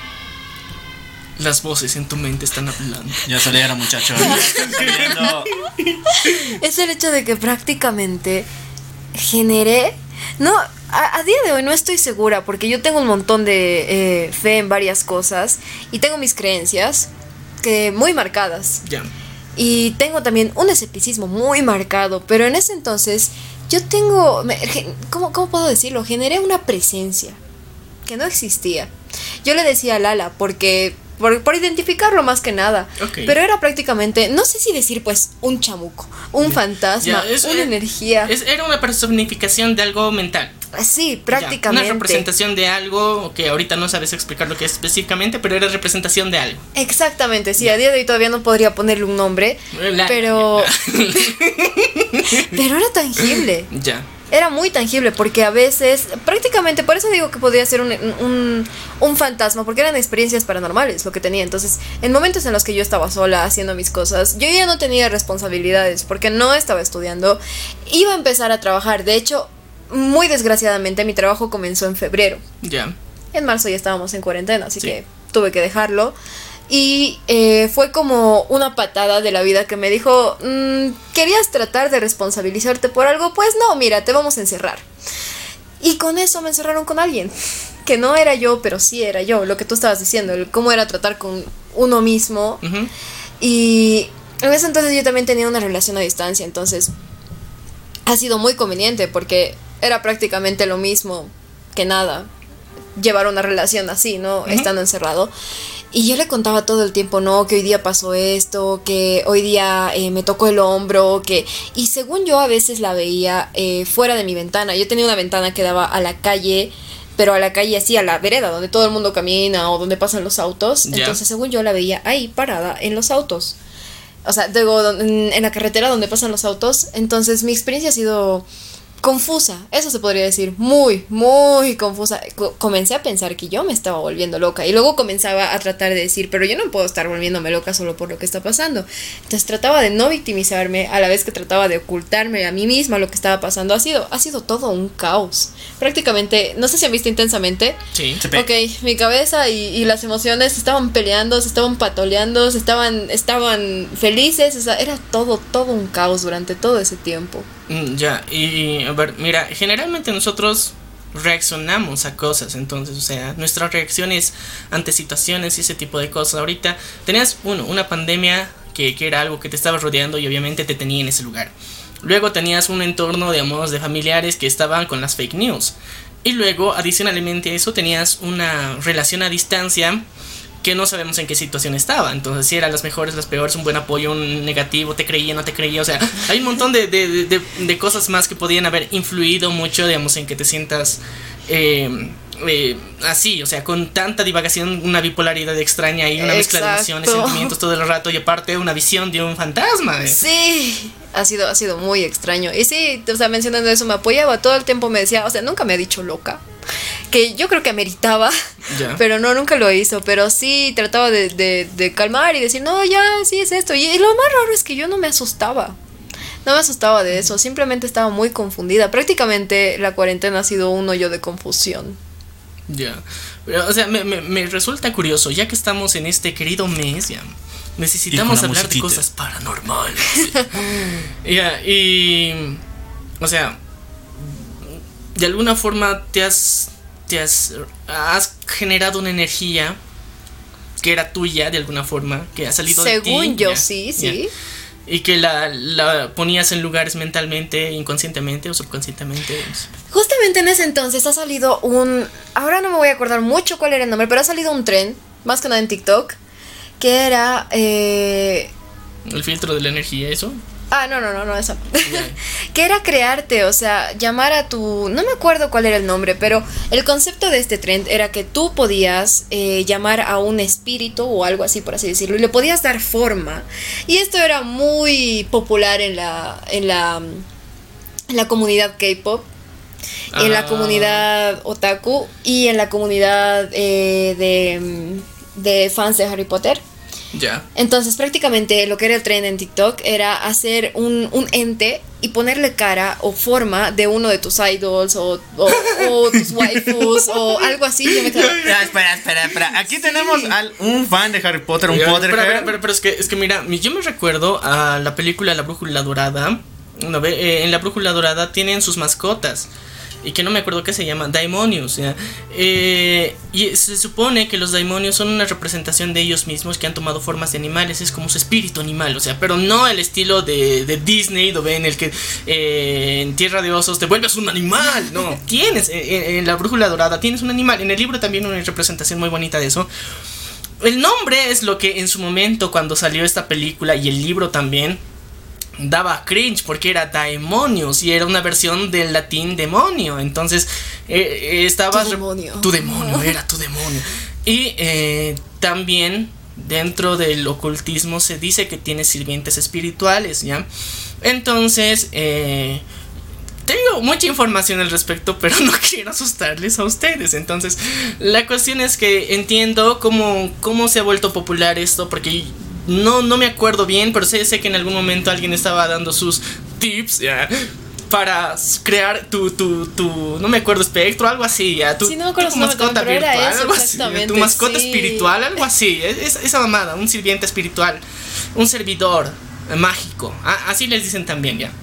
Las voces en tu mente están hablando. Ya salieron, muchachos. Ya están saliendo. Es el hecho de que prácticamente generé... No, a, a día de hoy no estoy segura porque yo tengo un montón de eh, fe en varias cosas y tengo mis creencias que muy marcadas. Ya. Y tengo también un escepticismo muy marcado, pero en ese entonces yo tengo, me- ge- ¿cómo, cómo puedo decirlo? Generé una presencia que no existía. Yo le decía a Lala porque, por, por identificarlo más que nada, Ok. pero era prácticamente, no sé si decir pues un chamuco, un fantasma, Ya, es- una es- energía. Es, era una personificación de algo mental. Sí, Ya, prácticamente. una representación de algo que ahorita no sabes explicar lo que es específicamente, pero era representación de algo. Exactamente, sí, a día de hoy todavía no podría ponerle un nombre, La- pero... pero era tangible. Ya. Era muy tangible porque a veces, prácticamente, por eso digo que podría ser un, un, un fantasma, porque eran experiencias paranormales lo que tenía. Entonces, en momentos en los que yo estaba sola haciendo mis cosas, yo ya no tenía responsabilidades porque no estaba estudiando, iba a empezar a trabajar. De hecho, muy desgraciadamente, mi trabajo comenzó en febrero. Ya. En marzo ya estábamos en cuarentena, así Sí. que tuve que dejarlo. Y eh, fue como una patada de la vida que me dijo, "Mm, ¿querías tratar de responsabilizarte por algo? Pues no, mira, te vamos a encerrar". Y con eso me encerraron con alguien, que no era yo, pero sí era yo, lo que tú estabas diciendo, el cómo era tratar con uno mismo. Ujú. Y en ese entonces yo también tenía una relación a distancia, entonces ha sido muy conveniente porque era prácticamente lo mismo que nada llevar una relación así, ¿no? Estando encerrado. Y yo le contaba todo el tiempo, no, que hoy día pasó esto, que hoy día eh, me tocó el hombro, que... Y según yo a veces la veía eh, fuera de mi ventana. Yo tenía una ventana que daba a la calle, pero a la calle así, a la vereda, donde todo el mundo camina o donde pasan los autos. Ya. Entonces según yo la veía ahí, parada, en los autos. O sea, digo, don- en en la carretera donde pasan los autos. Entonces mi experiencia ha sido confusa, eso se podría decir, muy, muy confusa. Co- comencé a pensar que yo me estaba volviendo loca y luego comenzaba a tratar de decir, pero yo no puedo estar volviéndome loca solo por lo que está pasando. Entonces trataba de no victimizarme a la vez que trataba de ocultarme a mí misma lo que estaba pasando. Ha sido, ha sido todo un caos. Prácticamente, no sé si han visto Intensamente. Sí. Se pe- Ok, mi cabeza y, y las emociones se estaban peleando, se estaban patoleando, se estaban, estaban felices, o sea, era todo, todo un caos durante todo ese tiempo. Mm, Ya, y a ver, mira, generalmente nosotros reaccionamos a cosas, entonces, o sea, nuestras reacciones ante situaciones y ese tipo de cosas. Ahorita tenías, uno, una pandemia que, que era algo que te estaba rodeando y obviamente te tenía en ese lugar. Luego tenías un entorno, digamos, de familiares que estaban con las fake news. Y luego, adicionalmente a eso, tenías una relación a distancia que no sabemos en qué situación estaba. Entonces, si eran las mejores, las peores, un buen apoyo, un negativo, te creía, no te creía. O sea, hay un montón de, de, de, de, de cosas más que podían haber influido mucho, digamos, en que te sientas eh, eh, así, o sea, con tanta divagación, una bipolaridad extraña y una mezcla de emociones, Exacto. sentimientos todo el rato, y aparte una visión de un fantasma. eh. Sí, ha sido, ha sido muy extraño. Y sí, o sea, mencionando eso, me apoyaba todo el tiempo, me decía, o sea, nunca me ha dicho loca, que yo creo que ameritaba, Ya. pero no, nunca lo hizo. Pero sí trataba de, de, de calmar y decir, no, ya, sí es esto. Y, y lo más raro es que yo no me asustaba. No me asustaba de eso, simplemente estaba muy confundida. Prácticamente la cuarentena ha sido un hoyo de confusión. Ya, pero, o sea, me, me, me resulta curioso, ya que estamos en este querido mes, ya, necesitamos una hablar de musiquita. cosas paranormales. Ya, y. O sea, de alguna forma te has. Te has. Has generado una energía que era tuya, de alguna forma, que ha salido de ti. Según yo, ya, sí, ya. sí. Y que la, la ponías en lugares mentalmente, inconscientemente o subconscientemente. Justamente en ese entonces ha salido un... Ahora no me voy a acordar mucho cuál era el nombre, pero ha salido un tren, más que nada en TikTok, que era... Eh... El filtro de la energía, eso. Ah, no, no, no, no, eso. Que era crearte, o sea, llamar a tu... No me acuerdo cuál era el nombre, pero el concepto de este trend era que tú podías eh, llamar a un espíritu o algo así, por así decirlo, y le podías dar forma. Y esto era muy popular en la, en la, en la comunidad K-pop, en la Ah. comunidad otaku y en la comunidad eh, de, de fans de Harry Potter. Ya. Entonces prácticamente lo que era el tren en TikTok era hacer un, un ente y ponerle cara o forma de uno de tus idols o, o, o tus waifus o algo así. Yo me quedaba, Ya, espera, espera, espera. Aquí tenemos a un fan de Harry Potter, un Ya, Potterhead. Pero, pero, pero, pero es que, es que mira, mi- yo me recuerdo a la película La Brújula Dorada. ¿No ve? Eh, en La Brújula Dorada tienen sus mascotas. Y que no me acuerdo qué se llama, Daimonios. ¿Ya? Eh, y se supone que los Daimonios son una representación de ellos mismos que han tomado formas de animales. Es como su espíritu animal, o sea, pero no el estilo de, de Disney, ¿no ve? En el que eh, en Tierra de Osos te vuelves un animal. No, tienes, eh, en, en La Brújula Dorada tienes un animal. En el libro también una representación muy bonita de eso. El nombre es lo que en su momento, cuando salió esta película y el libro también, daba cringe porque era Daemonios y era una versión del latín demonio. Entonces eh, eh, estabas Tu demonio. tu demonio, era tu demonio. Y eh, también dentro del ocultismo se dice que tiene sirvientes espirituales, ¿ya? Entonces eh, tengo mucha información al respecto, pero no quiero asustarles a ustedes. Entonces la cuestión es que entiendo cómo, cómo se ha vuelto popular esto, porque no, no me acuerdo bien, pero sé, sé que en algún momento alguien estaba dando sus tips, ¿ya? Para crear tu, tu, tu, no me acuerdo, espectro, algo así, ¿ya? Tu, Sí, no me acuerdo tu su nombre mascota también, pero era virtual, eso, algo así, exactamente, tu mascota sí. espiritual, algo así, es, esa mamada, un sirviente espiritual, un servidor eh, mágico, a- así les dicen también, ¿ya?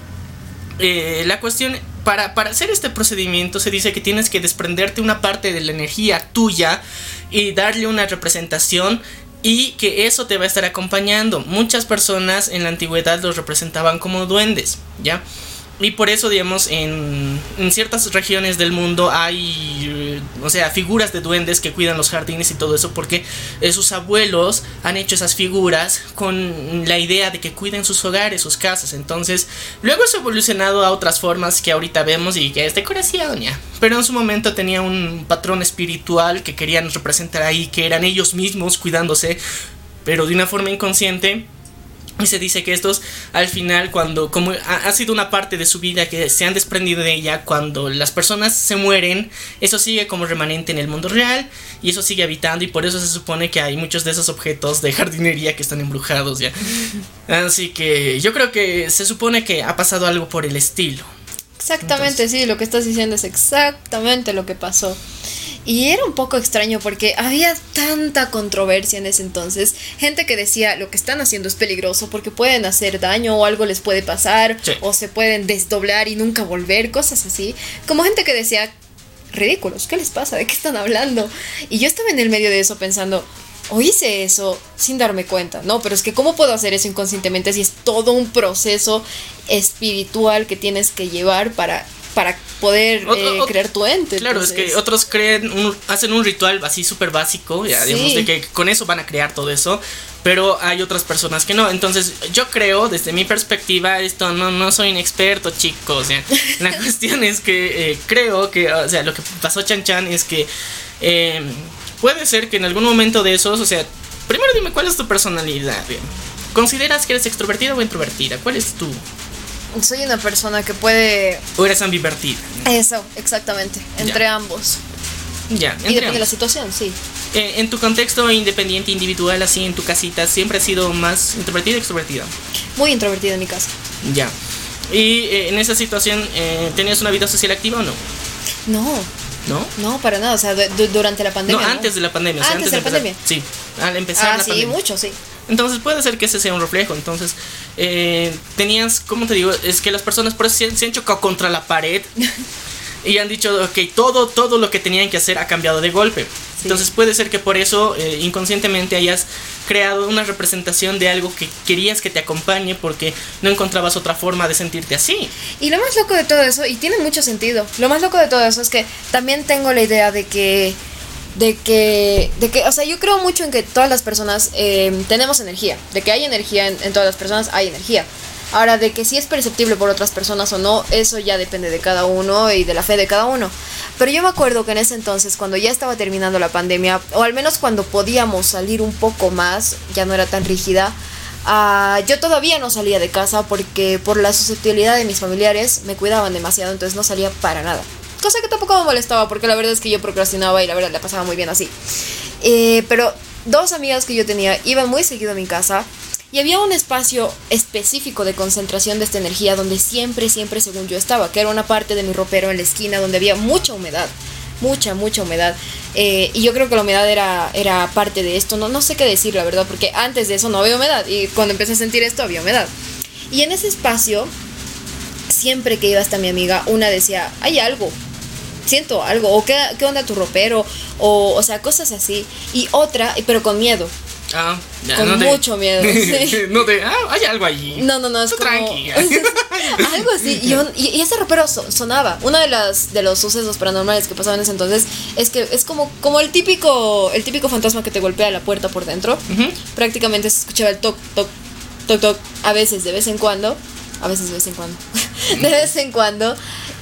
Eh, la cuestión, para, para hacer este procedimiento se dice que tienes que desprenderte una parte de la energía tuya y darle una representación, y que eso te va a estar acompañando. Muchas personas en la antigüedad los representaban como duendes, ¿ya? Y por eso, digamos, en, en ciertas regiones del mundo hay, eh, o sea, figuras de duendes que cuidan los jardines y todo eso, porque eh, sus abuelos han hecho esas figuras con la idea de que cuiden sus hogares, sus casas. Entonces, luego eso ha evolucionado a otras formas que ahorita vemos y que es decoración, ya. Pero en su momento tenía un patrón espiritual que querían representar ahí, que eran ellos mismos cuidándose, pero de una forma inconsciente. Y se dice que estos, al final, cuando como ha, ha sido una parte de su vida que se han desprendido de ella, cuando las personas se mueren, eso sigue como remanente en el mundo real y eso sigue habitando, y por eso se supone que hay muchos de esos objetos de jardinería que están embrujados, ya. Así que yo creo que se supone que ha pasado algo por el estilo. exactamente, sí, lo que estás diciendo es exactamente lo que pasó. Y era un poco extraño porque había tanta controversia en ese entonces. Gente que decía lo que están haciendo es peligroso porque pueden hacer daño o algo les puede pasar, Sí. o se pueden desdoblar y nunca volver, cosas así. Como gente que decía, ridículos, ¿qué les pasa? ¿De qué están hablando? Y yo estaba en el medio de eso pensando, o hice eso sin darme cuenta, ¿no? Pero es que ¿cómo puedo hacer eso inconscientemente si es todo un proceso espiritual que tienes que llevar para... para poder Ot- eh, ot- crear tu ente? Claro, Entonces, es que otros creen, un- hacen un ritual así súper básico, ya, Sí. digamos, de que con eso van a crear todo eso, pero hay otras personas que no. Entonces, yo creo, desde mi perspectiva, esto no, no soy un experto, chicos, ya. La cuestión es que eh, creo que, o sea, lo que pasó Chan Chan es que eh, puede ser que en algún momento de esos, o sea, primero dime cuál es tu personalidad, bien. ¿Consideras que eres extrovertida o introvertida? ¿Cuál es tu? soy una persona que puede... ¿O eres ambivertida? Eso, exactamente, entre ambos. Ya, Y entre depende de la ambos. situación, sí. Eh, en tu contexto independiente, individual, así en tu casita, ¿siempre has sido más introvertida o extrovertida? Muy introvertida en mi caso. Ya. Y eh, en esa situación, eh, ¿tenías una vida social activa o no? No, ¿No? no, para nada. O sea, du- du- durante la No, pandemia. antes de la pandemia. o sea, Antes de la empezar. pandemia. Sí, al empezar Ah, la sí, pandemia. mucho, sí. Entonces puede ser que ese sea un reflejo. Entonces eh, tenías, ¿cómo te digo? Es que las personas por eso se, se han chocado contra la pared y han dicho, ok, todo, todo lo que tenían que hacer ha cambiado de golpe. Sí. Entonces puede ser que por eso eh, inconscientemente hayas creado una representación de algo que querías que te acompañe porque no encontrabas otra forma de sentirte así. Y lo más loco de todo eso, y tiene mucho sentido, lo más loco de todo eso es que también tengo la idea de que de que, de que, o sea, yo creo mucho en que todas las personas eh, tenemos energía, de que hay energía en, en todas las personas, hay energía. Ahora, de que si es perceptible por otras personas o no, eso ya depende de cada uno y de la fe de cada uno. Pero yo me acuerdo que en ese entonces, cuando ya estaba terminando la pandemia, o al menos cuando podíamos salir un poco más, ya no era tan rígida, uh, yo todavía no salía de casa porque por la susceptibilidad de mis familiares me cuidaban demasiado, entonces no salía para nada. Cosa que tampoco me molestaba porque la verdad es que yo procrastinaba y la verdad la pasaba muy bien así. Eh, pero dos amigas que yo tenía iban muy seguido a mi casa y había un espacio específico de concentración de esta energía donde siempre, siempre según yo estaba, que era una parte de mi ropero en la esquina donde había mucha humedad, mucha, mucha humedad. Eh, y yo creo que la humedad era, era parte de esto, no, no sé qué decir la verdad, porque antes de eso no había humedad y cuando empecé a sentir esto había humedad. Y en ese espacio, siempre que iba hasta mi amiga, una decía, hay algo. Siento algo, o qué, qué onda tu ropero, o, o sea, cosas así. Y otra, pero con miedo. Ah, ya, con no te, mucho miedo. Sí. No te, ah, hay algo allí. No, no, no, es Tú como tranqui. algo así. Y, yo, y, y ese ropero so, sonaba. Uno de las de los sucesos paranormales que pasaban en ese entonces es que es como, como el típico el típico fantasma que te golpea la puerta por dentro. Uh-huh. Prácticamente se escuchaba el toc, toc, toc, toc. A veces, de vez en cuando. A veces, de vez en cuando. De vez en cuando.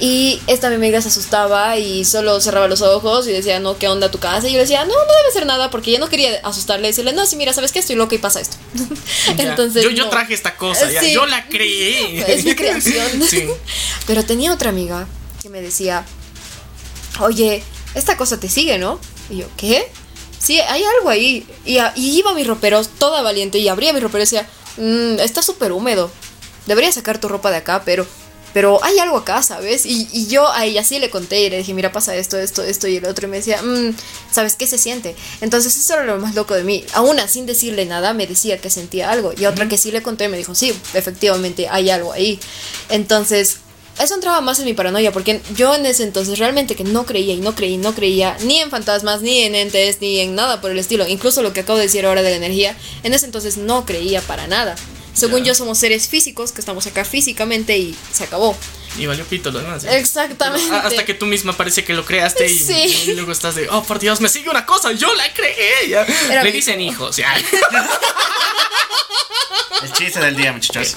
Y esta mi amiga se asustaba y solo cerraba los ojos y decía, no, ¿qué onda tu casa? Y yo le decía, no, no debe ser nada, porque ya no quería asustarle y decirle, no, sí, mira, ¿sabes qué? Estoy loca y pasa esto. Entonces, yo, yo no. traje esta cosa, ya, sí. Yo la creé. Es mi creación. Sí. Pero tenía otra amiga que me decía, oye, esta cosa te sigue, ¿no? Y yo, ¿qué? Sí, hay algo ahí. Y, y iba a mi ropero toda valiente y abría mi ropero y decía, mmm, está súper húmedo. Deberías sacar tu ropa de acá, pero... Pero hay algo acá, ¿sabes? Y, y yo a ella sí le conté y le dije, mira, pasa esto, esto, esto y el otro. Y me decía, mmm, ¿sabes qué se siente? Entonces eso era lo más loco de mí. Aún sin decirle nada, me decía que sentía algo. Y otra que sí le conté me dijo, sí, efectivamente hay algo ahí. Entonces, eso entraba más en mi paranoia. Porque yo en ese entonces realmente que no creía y no creía y no creía ni en fantasmas, ni en entes, ni en nada por el estilo. Incluso lo que acabo de decir ahora de la energía, en ese entonces no creía para nada. Según yeah. yo somos seres físicos que estamos acá físicamente y se acabó. Y valió pito lo demás. ¿Sí? Exactamente. Pero hasta que tú misma parece que lo creaste y, sí. y luego estás de, oh por Dios, me sigue una cosa, yo la creé. Ya. Le mi dicen hijo. hijos, ya. El chiste del día, muchachos.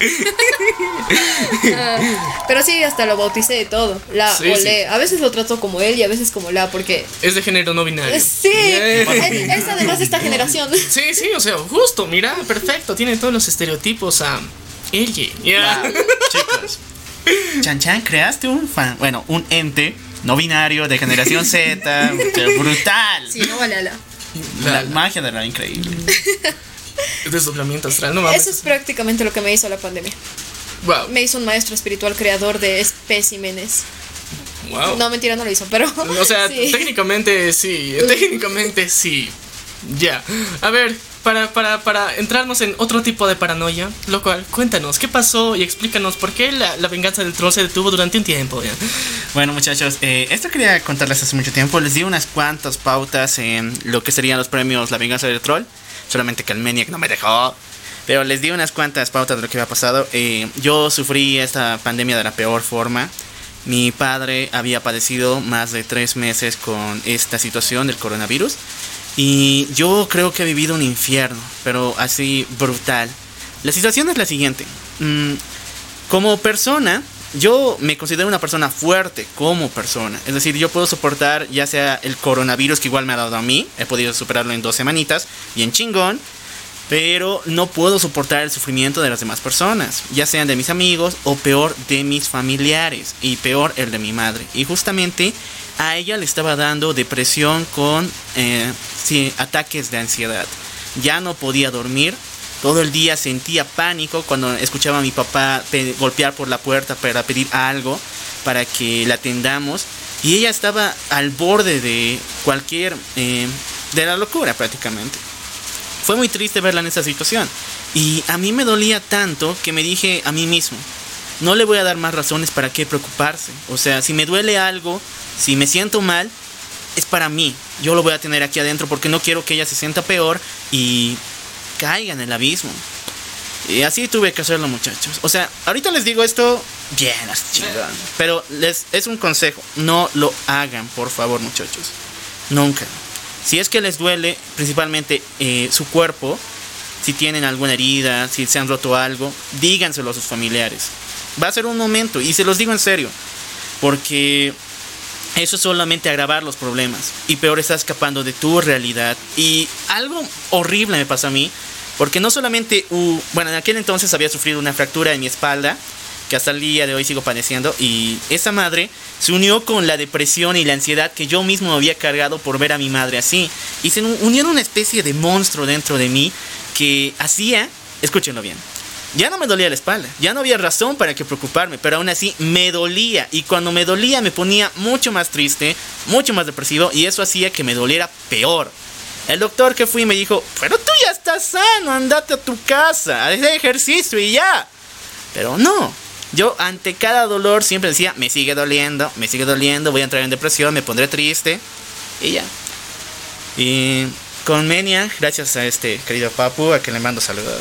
uh, pero sí, hasta lo bauticé de todo. La sí, o sí. le. A veces lo trato como él y a veces como la, porque. Es de género no binario. Sí, yeah. es, es además de esta generación. Sí, sí, o sea, justo, mira, perfecto. Tiene todos los estereotipos a ella. Yeah. Wow. Chicos. Chan Chan, creaste un fan, bueno, un ente no binario de generación Z, brutal. Sí, no vale ala. La, la magia de la increíble. Desdoblamiento astral, no mames. Eso es prácticamente lo que me hizo la pandemia. Wow. Me hizo un maestro espiritual creador de especímenes. Wow. No, mentira, no lo hizo, pero. O sea, sí. técnicamente sí. Técnicamente sí. Ya. A ver, para, para, para entrarnos en otro tipo de paranoia, lo cual, cuéntanos, ¿qué pasó? Y explícanos por qué la, la venganza del troll se detuvo durante un tiempo. ¿Ya? Bueno, muchachos, eh, esto quería contarles hace mucho tiempo. Les di unas cuantas pautas en lo que serían los premios La Venganza del Troll. Solamente que el Maniac no me dejó. Pero les di unas cuantas pautas de lo que había pasado. Eh, yo sufrí esta pandemia de la peor forma. Mi padre había padecido más de tres meses con esta situación del coronavirus. Y yo creo que he vivido un infierno, pero así brutal. La situación es la siguiente. Mm, como persona, yo me considero una persona fuerte como persona. Es decir, yo puedo soportar ya sea el coronavirus que igual me ha dado a mí. He podido superarlo en dos semanitas, bien chingón. Pero no puedo soportar el sufrimiento de las demás personas, ya sean de mis amigos o peor de mis familiares, y peor el de mi madre. Y justamente a ella le estaba dando depresión con eh, sí, ataques de ansiedad. Ya no podía dormir, todo el día sentía pánico cuando escuchaba a mi papá pe- golpear por la puerta para pedir algo para que la atendamos. Y ella estaba al borde de cualquier, eh, de la locura prácticamente. fue muy triste verla en esa situación. Y a mí me dolía tanto que me dije a mí mismo, no le voy a dar más razones para qué preocuparse. O sea, si me duele algo, si me siento mal, es para mí. Yo lo voy a tener aquí adentro porque no quiero que ella se sienta peor y caiga en el abismo. Y así tuve que hacerlo, muchachos. O sea, ahorita les digo esto bien, así chingón. Pero les es un consejo, no lo hagan, por favor, muchachos. Nunca. Si es que les duele, principalmente eh, su cuerpo, si tienen alguna herida, si se han roto algo, díganselo a sus familiares. Va a ser un momento, y se los digo en serio, porque eso es solamente agravar los problemas. Y peor, está escapando de tu realidad. Y algo horrible me pasó a mí, porque no solamente, uh, bueno, en aquel entonces había sufrido una fractura en mi espalda, que hasta el día de hoy sigo padeciendo, y esa madre se unió con la depresión y la ansiedad que yo mismo había cargado por ver a mi madre así. Y se unió en una especie de monstruo dentro de mí que hacía, escúchenlo bien, ya no me dolía la espalda, ya no había razón para que preocuparme, pero aún así me dolía. Y cuando me dolía me ponía mucho más triste, mucho más depresivo, y eso hacía que me doliera peor. El doctor que fui me dijo, pero tú ya estás sano, andate a tu casa, haz ejercicio y ya. Pero no, yo ante cada dolor siempre decía, me sigue doliendo, me sigue doliendo, voy a entrar en depresión, me pondré triste y ya. Y con Menia, gracias a este querido Papu, a que le mando saludos,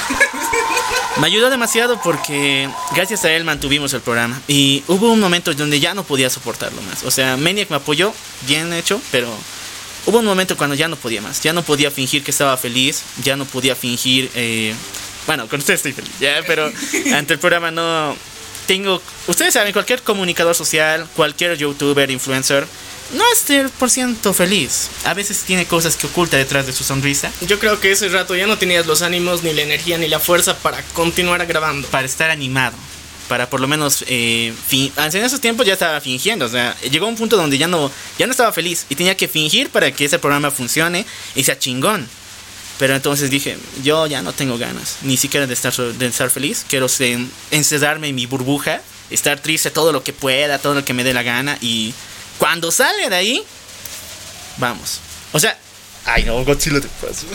me ayudó demasiado porque gracias a él mantuvimos el programa. Y hubo un momento donde ya no podía soportarlo más. O sea, Maniac me apoyó, bien hecho, pero hubo un momento cuando ya no podía más. Ya no podía fingir que estaba feliz, ya no podía fingir... Eh, bueno, con ustedes estoy feliz, ya, pero ante el programa no... Tengo... Ustedes saben, cualquier comunicador social, cualquier youtuber, influencer, no es cien por ciento feliz. A veces tiene cosas que oculta detrás de su sonrisa. Yo creo que ese rato ya no tenías los ánimos, ni la energía, ni la fuerza para continuar grabando. Para estar animado. Para por lo menos... Eh, fin... En esos tiempos ya estaba fingiendo. O sea, llegó a un punto donde ya no, ya no estaba feliz. Y tenía que fingir para que ese programa funcione y sea chingón. Pero entonces dije, yo ya no tengo ganas ni siquiera de estar, de estar feliz. Quiero se, encerrarme en mi burbuja, estar triste todo lo que pueda, todo lo que me dé la gana. Y cuando sale de ahí, vamos. O sea, ay no, Godzilla te paso.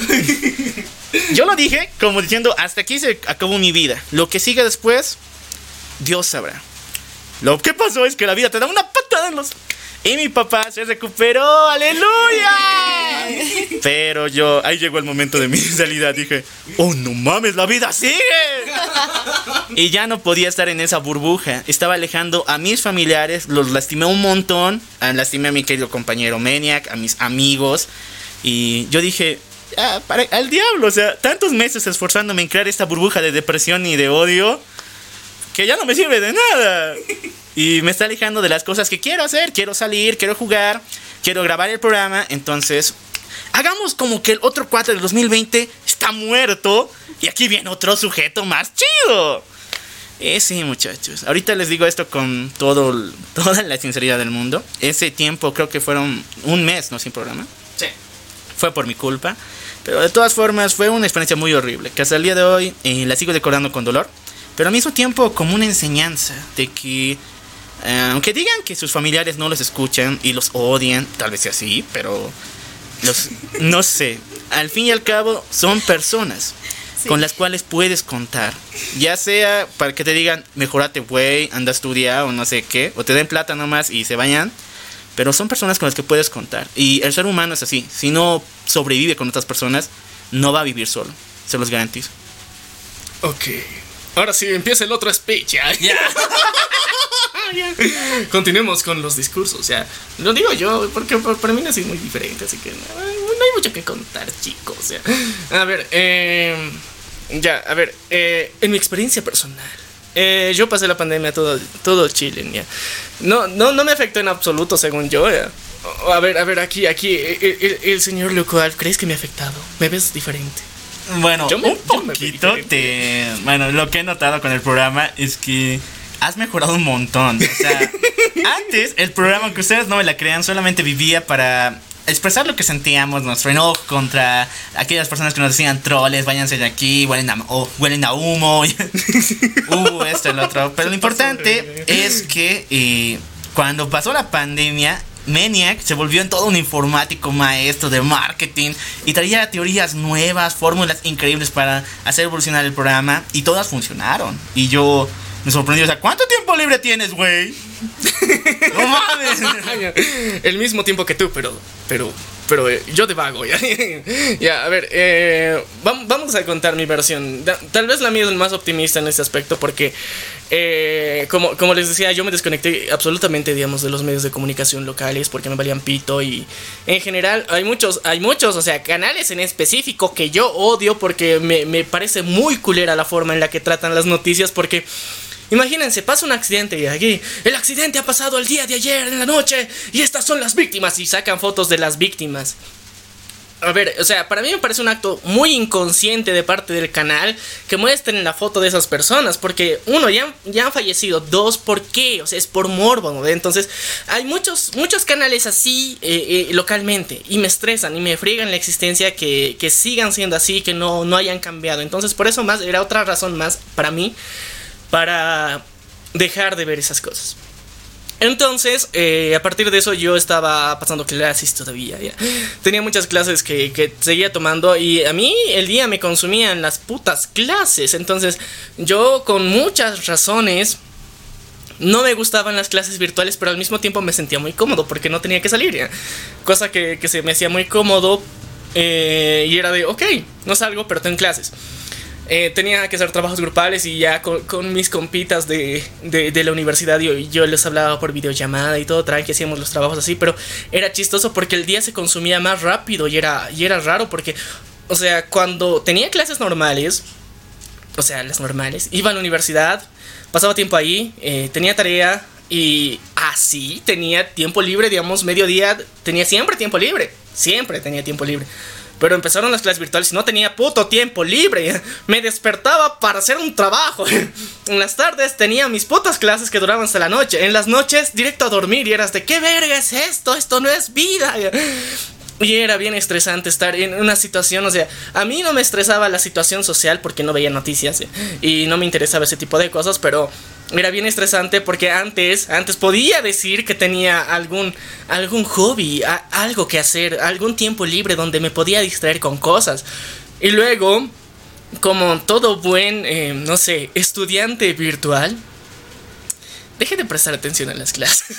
Yo lo dije como diciendo, hasta aquí se acabó mi vida. Lo que sigue después, Dios sabrá. Lo que pasó es que la vida te da una patada en los... Y mi papá se recuperó, ¡aleluya! Pero yo, ahí llegó el momento de mi salida. Dije, ¡oh, no mames, la vida sigue! Y ya no podía estar en esa burbuja. Estaba alejando a mis familiares, los lastimé un montón. Lastimé a mi querido compañero Maniac, a mis amigos. Y yo dije, ah, para, al diablo, o sea, tantos meses esforzándome en crear esta burbuja de depresión y de odio, que ya no me sirve de nada. Y me está alejando de las cosas que quiero hacer. Quiero salir, quiero jugar, quiero grabar el programa. Entonces, hagamos como que el otro cuatro del dos mil veinte está muerto. Y aquí viene otro sujeto más chido. Eh, sí, muchachos. Ahorita les digo esto con todo, toda la sinceridad del mundo. Ese tiempo creo que fueron un mes, ¿no? Sin programa. Sí. Fue por mi culpa. Pero de todas formas fue una experiencia muy horrible, que hasta el día de hoy eh, la sigo recordando con dolor. Pero al mismo tiempo como una enseñanza de que... Uh, aunque digan que sus familiares no los escuchan y los odian, tal vez sea así, pero los, no sé, al fin y al cabo son personas sí. con las cuales puedes contar. Ya sea para que te digan, mejorate güey, anda a estudiar o no sé qué, o te den plata nomás y se vayan. Pero son personas con las que puedes contar. Y el ser humano es así, si no sobrevive con otras personas, no va a vivir solo, se los garantizo. Ok, ahora sí, empieza el otro speech, ya, ya. Continuemos con los discursos, ya. Lo digo yo, porque para mí no es muy diferente, así que no, no hay mucho que contar, chicos. Ya. A ver, eh, ya, a ver, eh, en mi experiencia personal, eh, yo pasé la pandemia todo, todo chile, ya. No, no, no me afectó en absoluto, según yo, ya. A ver, a ver, aquí, aquí, el, el, el señor Locual, ¿crees que me ha afectado? ¿Me ves diferente? Bueno, me, un poquito te... Bueno, lo que he notado con el programa es que has mejorado un montón. O sea, antes el programa, aunque ustedes no me la crean, solamente vivía para expresar lo que sentíamos, nuestro enojo contra aquellas personas que nos decían troles, váyanse de aquí, huelen a, oh, huelen a humo, uh, esto, el otro. Pero lo importante es que eh, cuando pasó la pandemia, Maniac se volvió en todo un informático maestro de marketing y traía teorías nuevas, fórmulas increíbles para hacer evolucionar el programa y todas funcionaron. Y yo me sorprendí, o sea, ¿cuánto tiempo libre tienes, güey? No mames. El mismo tiempo que tú, pero pero pero eh, yo divago ya. Ya, a ver, eh, vam- vamos a contar mi versión. Da- tal vez la mía es más optimista en este aspecto porque eh, como, como les decía, yo me desconecté absolutamente, digamos, de los medios de comunicación locales porque me valían pito. Y en general hay muchos, hay muchos, o sea, canales en específico que yo odio porque me, me parece muy culera la forma en la que tratan las noticias. Porque imagínense, pasa un accidente y aquí el accidente ha pasado el día de ayer en la noche y estas son las víctimas y sacan fotos de las víctimas. A ver, o sea, para mí me parece un acto muy inconsciente de parte del canal que muestren la foto de esas personas. Porque, uno, ya, ya han fallecido. Dos, ¿por qué? O sea, es por morbo, ¿no? Entonces, hay muchos, muchos canales así eh, eh, localmente y me estresan y me friegan la existencia que, que sigan siendo así, que no, no hayan cambiado. Entonces, por eso más, era otra razón más para mí para dejar de ver esas cosas. Entonces, eh, a partir de eso yo estaba pasando clases todavía, ya. Tenía muchas clases que, que seguía tomando y a mí el día me consumían las putas clases. Entonces, yo con muchas razones no me gustaban las clases virtuales, pero al mismo tiempo me sentía muy cómodo porque no tenía que salir, ya. Cosa que, que se me hacía muy cómodo eh, y era de, ok, no salgo, pero tengo clases. Eh, tenía que hacer trabajos grupales y ya con, con mis compitas de, de, de la universidad yo, yo les hablaba por videollamada y todo, tranqui, hacíamos los trabajos así, pero era chistoso porque el día se consumía más rápido y era, y era raro porque, o sea, cuando tenía clases normales, o sea, las normales, iba a la universidad, pasaba tiempo ahí, eh, tenía tarea y así tenía tiempo libre, digamos, mediodía, tenía siempre tiempo libre, siempre tenía tiempo libre. Pero empezaron las clases virtuales y no tenía puto tiempo libre. Me despertaba para hacer un trabajo. En las tardes tenía mis putas clases que duraban hasta la noche. En las noches directo a dormir y eras de ¿qué verga es esto? Esto no es vida. Y era bien estresante estar en una situación, o sea, a mí no me estresaba la situación social porque no veía noticias, ¿eh? Y no me interesaba ese tipo de cosas, pero era bien estresante porque antes, antes podía decir que tenía algún, algún hobby, a, algo que hacer, algún tiempo libre donde me podía distraer con cosas. Y luego, como todo buen, eh, no sé, estudiante virtual, dejé de prestar atención a las clases.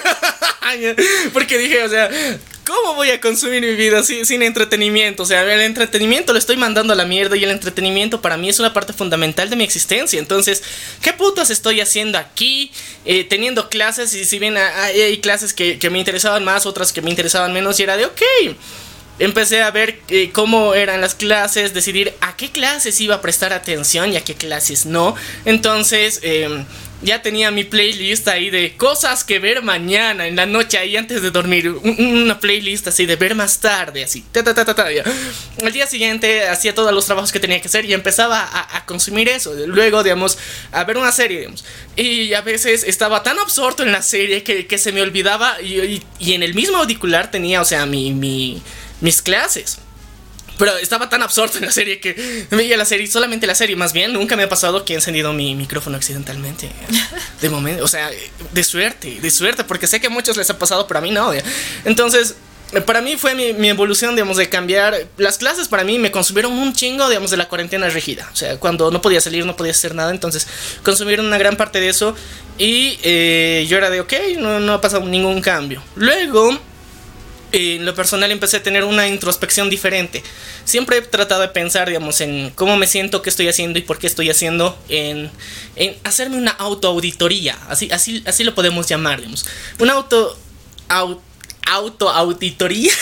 Porque dije, o sea, ¿cómo voy a consumir mi vida sin, sin entretenimiento? O sea, el entretenimiento lo estoy mandando a la mierda y el entretenimiento para mí es una parte fundamental de mi existencia. Entonces, ¿qué putas estoy haciendo aquí? Eh, teniendo clases y si bien hay, hay clases que, que me interesaban más, otras que me interesaban menos y era de ok. Empecé a ver eh, cómo eran las clases, decidir a qué clases iba a prestar atención y a qué clases no. Entonces, eh, ya tenía mi playlist ahí de cosas que ver mañana, en la noche, ahí antes de dormir. Un, una playlist así de ver más tarde, así. Ta, ta, ta, ta, ta, ya. Al día siguiente hacía todos los trabajos que tenía que hacer y empezaba a, a consumir eso. Luego, digamos, a ver una serie, digamos. Y a veces estaba tan absorto en la serie que, que se me olvidaba. Y, y, y en el mismo auricular tenía, o sea, mi... mi mis clases. Pero estaba tan absorto en la serie que veía la serie, solamente la serie, más bien. Nunca me ha pasado que he encendido mi micrófono accidentalmente. De momento, o sea, de suerte, de suerte, porque sé que a muchos les ha pasado, pero a mí no. Entonces, para mí fue mi, mi evolución, digamos, de cambiar. Las clases para mí me consumieron un chingo, digamos, de la cuarentena rígida. O sea, cuando no podía salir, no podía hacer nada. Entonces, consumieron una gran parte de eso. Y eh, yo era de, ok, no, no ha pasado ningún cambio. Luego, en lo personal empecé a tener una introspección diferente. Siempre he tratado de pensar, digamos, en cómo me siento, qué estoy haciendo y por qué estoy haciendo, en, en hacerme una autoauditoría, así, así, así lo podemos llamar, digamos. Una auto... Au, autoauditoría.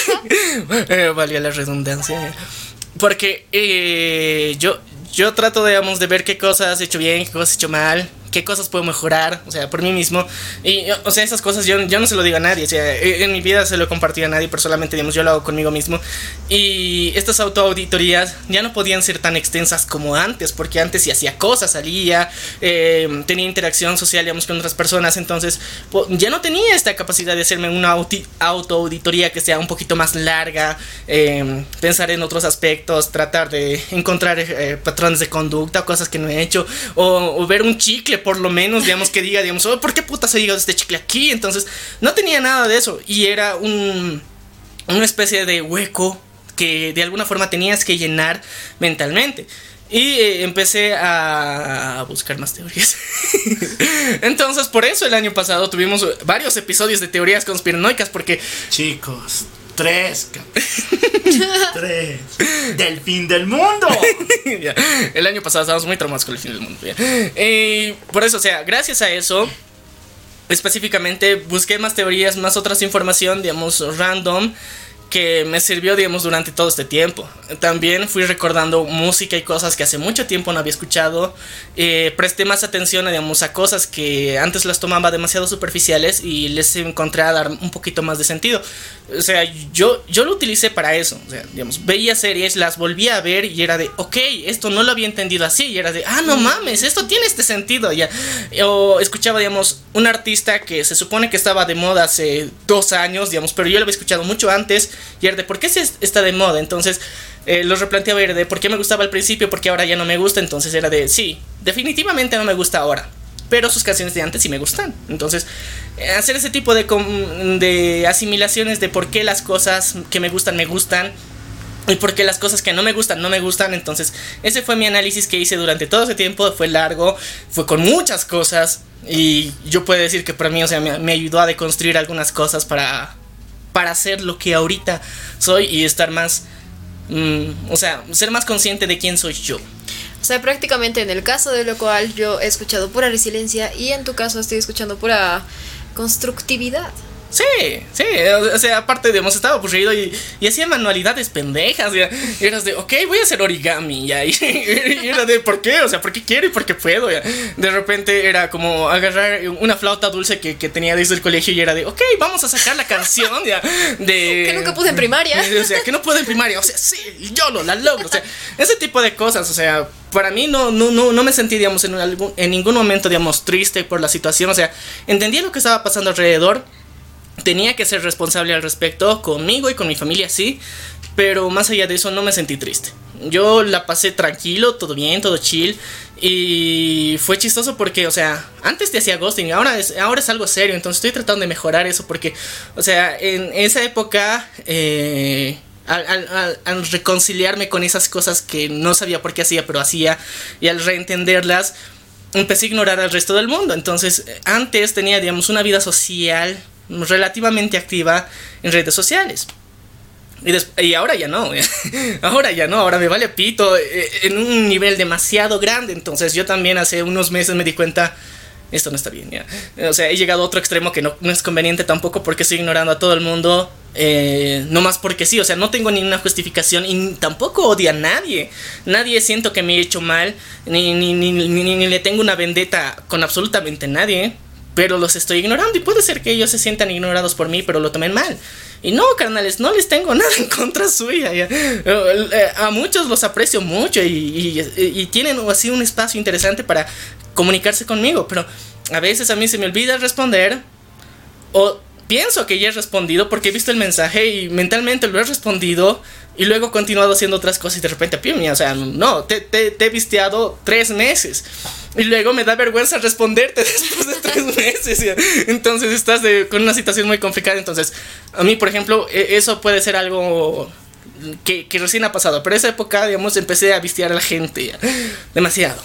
eh, valía la redundancia. Porque eh, yo, yo trato, digamos, de ver qué cosas he hecho bien, qué cosas he hecho mal, qué cosas puedo mejorar, o sea, por mí mismo. Y, o sea, esas cosas yo, yo no se lo digo a nadie, o sea, en mi vida se lo he compartido a nadie, pero solamente, digamos, yo lo hago conmigo mismo. Y estas autoauditorías ya no podían ser tan extensas como antes, porque antes sí hacía cosas, salía, eh, tenía interacción social, digamos, con otras personas. Entonces, ya no tenía esta capacidad de hacerme una auti- autoauditoría que sea un poquito más larga, eh, pensar en otros aspectos, tratar de encontrar eh, patrones de conducta, cosas que no he hecho, o, o ver un chicle chicle por lo menos, digamos, que diga, digamos, oh, ¿por qué putas ha llegado este chicle aquí? Entonces, no tenía nada de eso. Y era un, una especie de hueco que de alguna forma tenías que llenar mentalmente. Y eh, empecé a, a buscar más teorías. Entonces, por eso el año pasado tuvimos varios episodios de teorías conspiranoicas, porque... Chicos, tres, tres del fin del mundo. Ya, el año pasado estábamos muy traumados con el fin del mundo. Y por eso, o sea, gracias a eso, específicamente busqué más teorías, más otras información, digamos, random, que me sirvió, digamos, durante todo este tiempo. También fui recordando música y cosas que hace mucho tiempo no había escuchado. eh, Presté más atención, digamos, a cosas que antes las tomaba demasiado superficiales y les encontré a dar un poquito más de sentido. O sea, yo, yo lo utilicé para eso. O sea, digamos, veía series, las volvía a ver y era de, ok, esto no lo había entendido así. Y era de, ah, no mames, esto tiene este sentido ya. O escuchaba, digamos, un artista que se supone que estaba de moda hace dos años, digamos, pero yo lo había escuchado mucho antes. Y era de, ¿por qué se está de moda? Entonces eh, lo replanteaba, era de, ¿por qué me gustaba al principio? ¿Por qué ahora ya no me gusta? Entonces era de, sí, definitivamente no me gusta ahora, pero sus canciones de antes sí me gustan. Entonces eh, hacer ese tipo de, de asimilaciones de por qué las cosas que me gustan me gustan y por qué las cosas que no me gustan no me gustan. Entonces ese fue mi análisis que hice durante todo ese tiempo. Fue largo, fue con muchas cosas, y yo puedo decir que para mí, o sea, me, me ayudó a deconstruir algunas cosas para... para ser lo que ahorita soy y estar más, mmm, o sea, ser más consciente de quién soy yo. O sea, prácticamente en el caso de lo cual yo he escuchado pura resiliencia y en tu caso estoy escuchando pura constructividad. Sí, sí, o sea, aparte, digamos, estaba aburrido y, y hacía manualidades pendejas, ya, y eras de, ok, voy a hacer origami, ya, y, y era de, ¿por qué? O sea, ¿por qué quiero y por qué puedo? Ya. De repente era como agarrar una flauta dulce que, que tenía desde el colegio y era de, ok, vamos a sacar la canción, ya, de... Que nunca pude en primaria. O sea, que no pude en primaria, o sea, sí, yo lo, la logro, o sea, ese tipo de cosas, o sea, para mí no, no, no, no me sentí, digamos, en, algún, en ningún momento, digamos, triste por la situación, o sea, entendía lo que estaba pasando alrededor. Tenía que ser responsable al respecto, conmigo y con mi familia, sí, pero más allá de eso no me sentí triste. Yo la pasé tranquilo, todo bien, todo chill. Y fue chistoso porque, o sea, antes te hacía ghosting, ahora es, ahora es algo serio. Entonces estoy tratando de mejorar eso porque, o sea, en esa época, eh, al, al, al reconciliarme con esas cosas que no sabía por qué hacía, pero hacía, y al reentenderlas, empecé a ignorar al resto del mundo. Entonces antes tenía, digamos, una vida social relativamente activa en redes sociales. Y, des- y ahora ya no. Ahora ya no. Ahora me vale pito eh, en un nivel demasiado grande. Entonces yo también hace unos meses me di cuenta, esto no está bien, ya. O sea, he llegado a otro extremo que no, no es conveniente tampoco, porque estoy ignorando a todo el mundo, eh, no más porque sí. O sea, no tengo ninguna justificación y tampoco odio a nadie. Nadie siento que me he hecho mal, ni, ni, ni, ni, ni, ni le tengo una vendetta con absolutamente nadie. Pero los estoy ignorando y puede ser que ellos se sientan ignorados por mí, pero lo tomen mal. Y no, carnales, no les tengo nada en contra suya, ya. A muchos los aprecio mucho y, y, y tienen así un espacio interesante para comunicarse conmigo. Pero a veces a mí se me olvida responder, o pienso que ya he respondido porque he visto el mensaje y mentalmente lo he respondido, y luego he continuado haciendo otras cosas y de repente, pimia, o sea, no, te, te, te he visteado tres meses. Y luego me da vergüenza responderte después de tres meses. ¿Ya? Entonces estás de, con una situación muy complicada. Entonces, a mí, por ejemplo, eso puede ser algo que, que recién ha pasado. Pero esa época, digamos, empecé a vistear a la gente, ¿ya? Demasiado.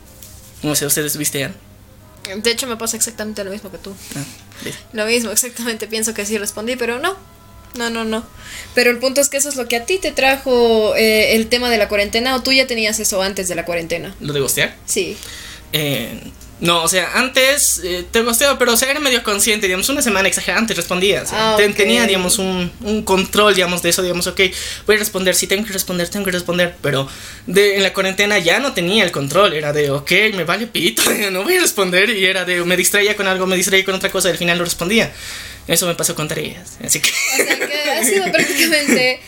No sé, ¿ustedes vistean? De hecho, me pasa exactamente lo mismo que tú. Ah, ¿ves? Lo mismo, exactamente. Pienso que sí respondí, pero no. No, no, no. Pero el punto es que eso es lo que a ti te trajo eh, el tema de la cuarentena, o tú ya tenías eso antes de la cuarentena. ¿Lo de gostear? Sí. Eh, no, o sea, antes eh, te gosteaba, pero o sea, era medio consciente, digamos, una semana exagerada antes respondía, o sea, Ah, ten- ok. tenía, digamos, un, un control, digamos, de eso, digamos, ok, voy a responder, si tengo que responder, tengo que responder, pero de, en la cuarentena ya no tenía el control, era de, ok, me vale pito, no voy a responder, y era de, me distraía con algo, me distraía con otra cosa, y al final lo respondía. Eso me pasó con tareas, así que... O sea, que ha sido prácticamente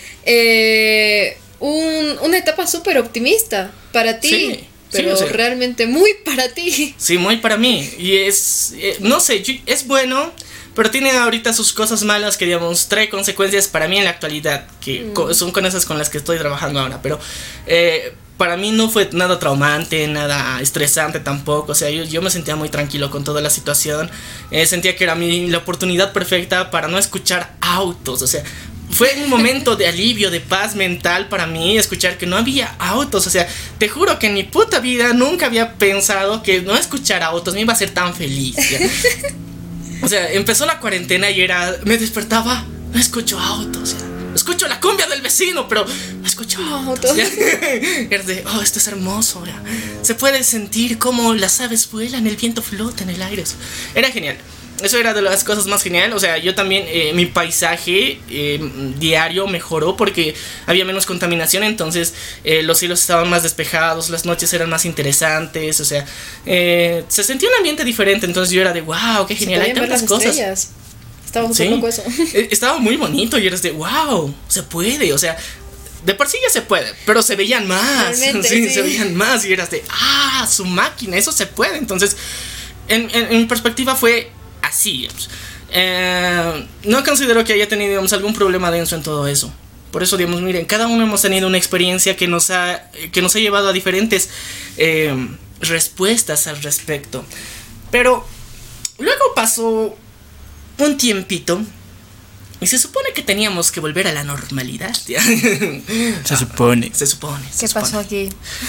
eh, un, una etapa súper optimista para ti. Sí. Pero Sí, o sea, realmente muy para ti. sí, muy para mí. Y es, eh, no sé, yo- es bueno, pero tiene ahorita sus cosas malas que, digamos, trae consecuencias para mí en la actualidad, que co- son con esas con las que estoy trabajando ahora. Pero, eh, para mí no fue nada traumante, nada estresante tampoco. O sea, yo, yo me sentía muy tranquilo con toda la situación. Eh, sentía que era mi, la oportunidad perfecta para no escuchar autos. O sea, fue un momento de alivio, de paz mental para mí escuchar que no había autos. O sea, te juro que en mi puta vida nunca había pensado que no escuchar autos me iba a hacer tan feliz, ¿ya? O sea, empezó la cuarentena y era... Me despertaba, no escucho autos, ¿ya? Escucho la cumbia del vecino, pero no escucho autos, ¿ya? Era de, oh, esto es hermoso, ¿ya? Se puede sentir cómo las aves vuelan, el viento flota en el aire. Era genial. Eso era de las cosas más genial. O sea, yo también, eh, mi paisaje eh, diario mejoró porque había menos contaminación. Entonces eh, los cielos estaban más despejados, las noches eran más interesantes. O sea, eh, se sentía un ambiente diferente. Entonces yo era de, wow, qué genial, hay tantas cosas. Estrellas. Estaba muy sí, loco eso. Estaba muy bonito y eras de, wow, se puede. O sea, de por sí ya se puede, pero se veían más. Sí, sí, se veían más y eras de, ah, su máquina, eso se puede. Entonces, en, en, en mi perspectiva fue así, digamos. Eh, no considero que haya tenido, digamos, algún problema denso en todo eso. Por eso, digamos, miren, cada uno hemos tenido una experiencia que nos ha, que nos ha llevado a diferentes eh, respuestas al respecto. Pero luego pasó un tiempito y se supone que teníamos que volver a la normalidad, ¿ya? Se supone. Se supone. Se ¿Qué supone. pasó aquí?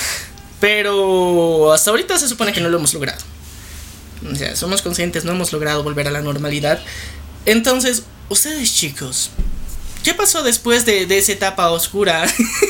Pero hasta ahorita se supone que no lo hemos logrado. O sea, somos conscientes, no hemos logrado volver a la normalidad. Entonces, ustedes, chicos, ¿qué pasó después de, de esa etapa oscura?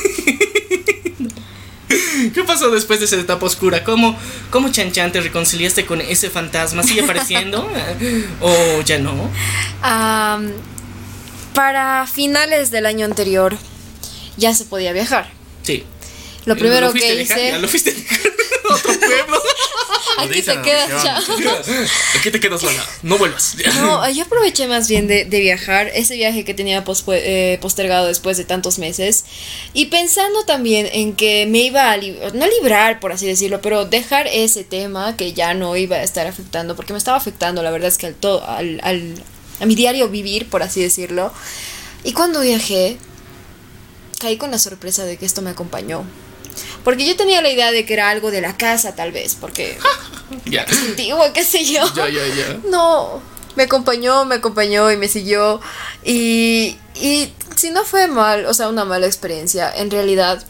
¿Qué pasó después de esa etapa oscura? ¿Cómo, cómo Chan Chan te reconciliaste con ese fantasma? ¿Sigue apareciendo? ¿O ya no? Um, para finales del año anterior ya se podía viajar. Sí. Lo primero ¿Lo fuiste que a dejar? hice... ¿Ya lo fuiste a dejar a otro pueblo? Aquí te quedas ya. Aquí te quedas sola, no vuelvas. No, yo aproveché más bien de, de viajar, ese viaje que tenía pospue- eh, postergado después de tantos meses, y pensando también en que me iba a, li- no librar, por así decirlo, pero dejar ese tema que ya no iba a estar afectando, porque me estaba afectando, la verdad es que al todo, al, al, a mi diario vivir, por así decirlo. Y cuando viajé, caí con la sorpresa de que esto me acompañó. Porque yo tenía la idea de que era algo de la casa, tal vez, porque Ya. es antiguo, qué sé yo. Ya, ya, ya. No, me acompañó, me acompañó y me siguió. Y, y si no fue mal, o sea, una mala experiencia, en realidad,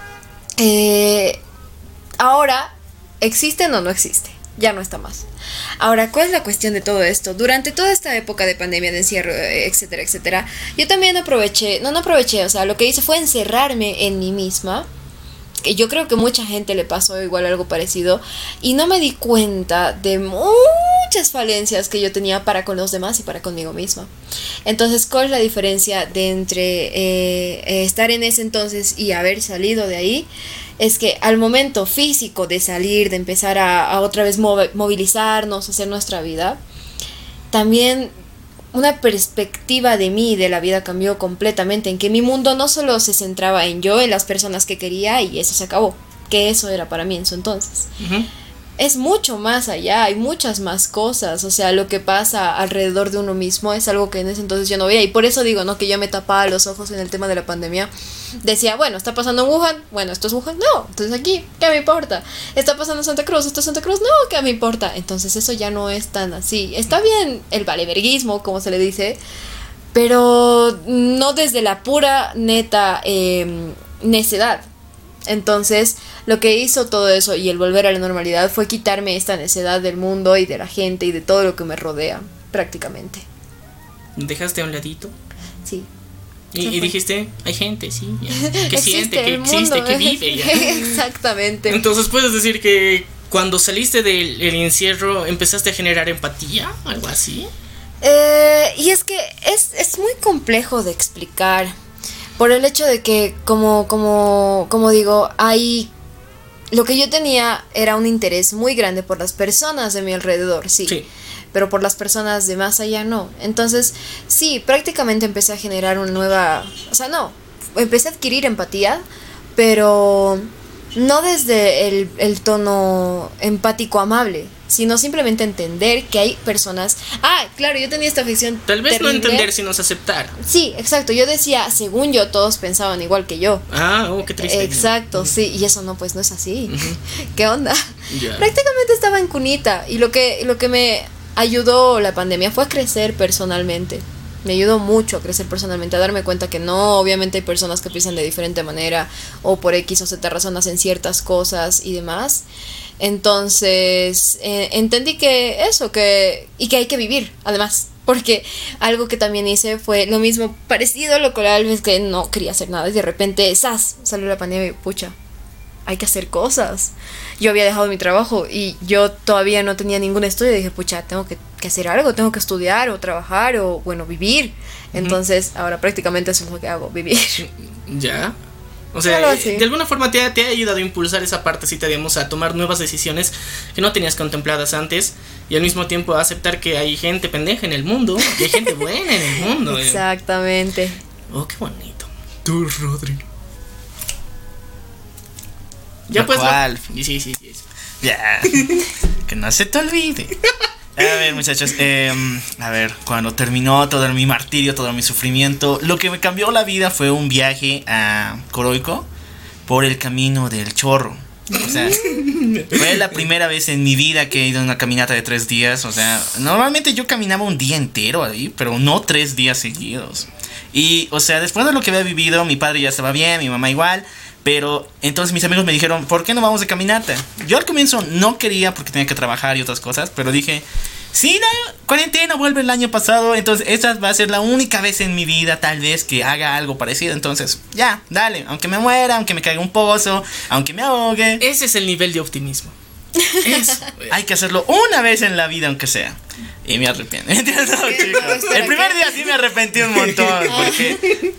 eh, ahora, ¿existe o no existe? Ya no está más. Ahora, ¿cuál es la cuestión de todo esto? Durante toda esta época de pandemia, de encierro, etcétera, etcétera, yo también aproveché, no, no aproveché, o sea, lo que hice fue encerrarme en mí misma. Que yo creo que mucha gente le pasó igual algo parecido, y no me di cuenta de muchas falencias que yo tenía para con los demás y para conmigo misma. Entonces, ¿cuál es la diferencia de entre eh, estar en ese entonces y haber salido de ahí? Es que al momento físico de salir, de empezar a, a otra vez mov- movilizarnos, hacer nuestra vida, también una perspectiva de mí y de la vida cambió completamente, en que mi mundo no solo se centraba en yo, en las personas que quería, y eso se acabó, que eso era para mí en su entonces. Uh-huh. Es mucho más allá, hay muchas más cosas, o sea, lo que pasa alrededor de uno mismo es algo que en ese entonces yo no veía, y por eso digo, ¿no? Que yo me tapaba los ojos en el tema de la pandemia. Decía, bueno, está pasando en Wuhan, bueno, esto es Wuhan, no, entonces aquí, ¿qué me importa? Está pasando en Santa Cruz, esto es Santa Cruz, no, ¿qué me importa? Entonces eso ya no es tan así. Está bien el valeverguismo, como se le dice, pero no desde la pura, neta, eh, necedad. Entonces, lo que hizo todo eso y el volver a la normalidad fue quitarme esta necedad del mundo y de la gente y de todo lo que me rodea, prácticamente. ¿Dejaste a un ladito? Sí. Y, y dijiste, hay gente, sí, ya, que Existe siente, que el existe, mundo. que vive. Ya. Exactamente. Entonces, ¿puedes decir que cuando saliste del el encierro empezaste a generar empatía? ¿Algo así? Eh, y es que es, es muy complejo de explicar. Por el hecho de que, como, como, como digo, hay... Lo que yo tenía era un interés muy grande por las personas de mi alrededor, sí. Sí. Pero por las personas de más allá no. Entonces, sí, prácticamente empecé a generar una nueva... O sea, no, empecé a adquirir empatía, pero no desde el, el tono empático amable, sino simplemente entender que hay personas... Ah, claro, yo tenía esta ficción Tal vez terrible. no entender, sino aceptar. Sí, exacto, yo decía, según yo, todos pensaban igual que yo. Ah, oh, qué triste. Exacto, sí, y eso no, pues no es así. ¿Qué onda? Ya. Prácticamente estaba en cunita y lo que, lo que me ayudó la pandemia fue a crecer personalmente. Me ayudó mucho a crecer personalmente, a darme cuenta que no, obviamente hay personas que piensan de diferente manera o por X o Z razones en ciertas cosas y demás. Entonces, eh, entendí que eso, que y que hay que vivir, además. Porque algo que también hice fue lo mismo, parecido a lo cual es que no quería hacer nada. Y de repente, ¡zas! Salió la pandemia y pucha, hay que hacer cosas. Yo había dejado mi trabajo y yo todavía no tenía ningún estudio. Y dije, pucha, tengo que, que hacer algo, tengo que estudiar o trabajar o, bueno, vivir. Entonces, ahora prácticamente eso es lo que hago, vivir. Ya. O sea, Claro, sí. de alguna forma te ha, te ha ayudado a impulsar esa partecita, digamos, a tomar nuevas decisiones que no tenías contempladas antes y al mismo tiempo a aceptar que hay gente pendeja en el mundo y hay gente buena en el mundo. Exactamente. Eh. Oh, qué bonito. Tú, Rodri. Ya Lo pues. cual. Sí, sí, sí. sí. Ya. Que no se te olvide. A ver, muchachos, eh, a ver, cuando terminó todo mi martirio, todo mi sufrimiento, lo que me cambió la vida fue un viaje a Coroico por el camino del Chorro. O sea, fue la primera vez en mi vida que he ido a una caminata de tres días. O sea, normalmente yo caminaba un día entero ahí, pero no tres días seguidos. Y, o sea, después de lo que había vivido, mi padre ya estaba bien, mi mamá igual. Pero entonces mis amigos me dijeron, ¿por qué no vamos de caminata? Yo al comienzo no quería porque tenía que trabajar y otras cosas, pero dije, sí, la cuarentena vuelve el año pasado, entonces esta va a ser la única vez en mi vida tal vez que haga algo parecido. Entonces, ya, dale, aunque me muera, aunque me caiga un pozo, aunque me ahogue. Ese es el nivel de optimismo. Eso. Hay que hacerlo una vez en la vida, aunque sea. Y me arrepiento. No, chicos. El primer día sí me arrepentí un montón, porque...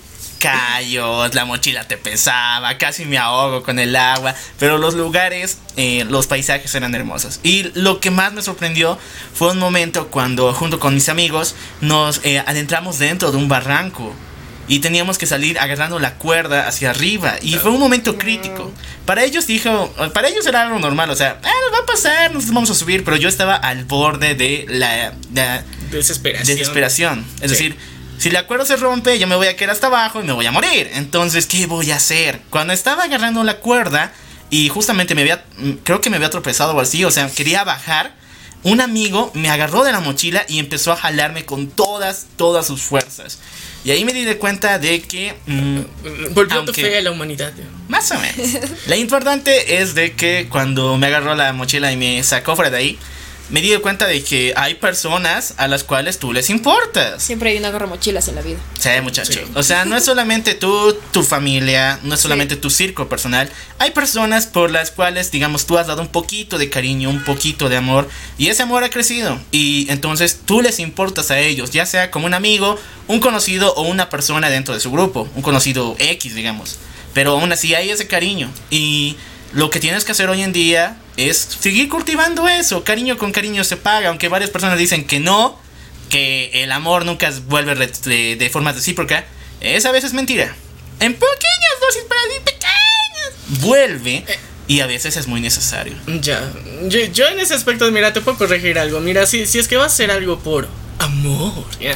callos, la mochila te pesaba, casi me ahogo con el agua, pero los lugares, eh, los paisajes eran hermosos. Y lo que más me sorprendió fue un momento cuando junto con mis amigos nos eh, adentramos dentro de un barranco y teníamos que salir agarrando la cuerda hacia arriba y fue un momento crítico. Para ellos dijo, para ellos era algo normal, o sea, ah, nos va a pasar, nos vamos a subir, pero yo estaba al borde de la, la Desesperación. desesperación, es Sí. decir, si la cuerda se rompe, yo me voy a quedar hasta abajo y me voy a morir. Entonces, ¿qué voy a hacer? Cuando estaba agarrando la cuerda y justamente me había, creo que me había tropezado o así, o sea, quería bajar, un amigo me agarró de la mochila y empezó a jalarme con todas, todas sus fuerzas. Y ahí me di de cuenta de que... Mmm, Volvió aunque- tu fe a la humanidad. más o menos. La importante es de que cuando me agarró la mochila y me sacó fuera de ahí, me di de cuenta de que hay personas a las cuales tú les importas. Siempre hay una agarra mochilas en la vida. Sí, muchacho. Sí. O sea, no es solamente tú, tu familia, no es solamente tu círculo personal. Hay personas por las cuales, digamos, tú has dado un poquito de cariño, un poquito de amor, y ese amor ha crecido. Y entonces tú les importas a ellos, ya sea como un amigo, un conocido o una persona dentro de su grupo, un conocido X, digamos. Pero aún así hay ese cariño. Y lo que tienes que hacer hoy en día es seguir cultivando eso. Cariño con cariño se paga, aunque varias personas dicen que no, que el amor nunca vuelve re- de, de forma recíproca. Esa vez es mentira. En pequeñas dosis, pero así pequeñas, vuelve y a veces es muy necesario. Ya, yo, yo en ese aspecto, mira, te puedo corregir algo. Mira, si, si es que vas a hacer algo por amor, ya,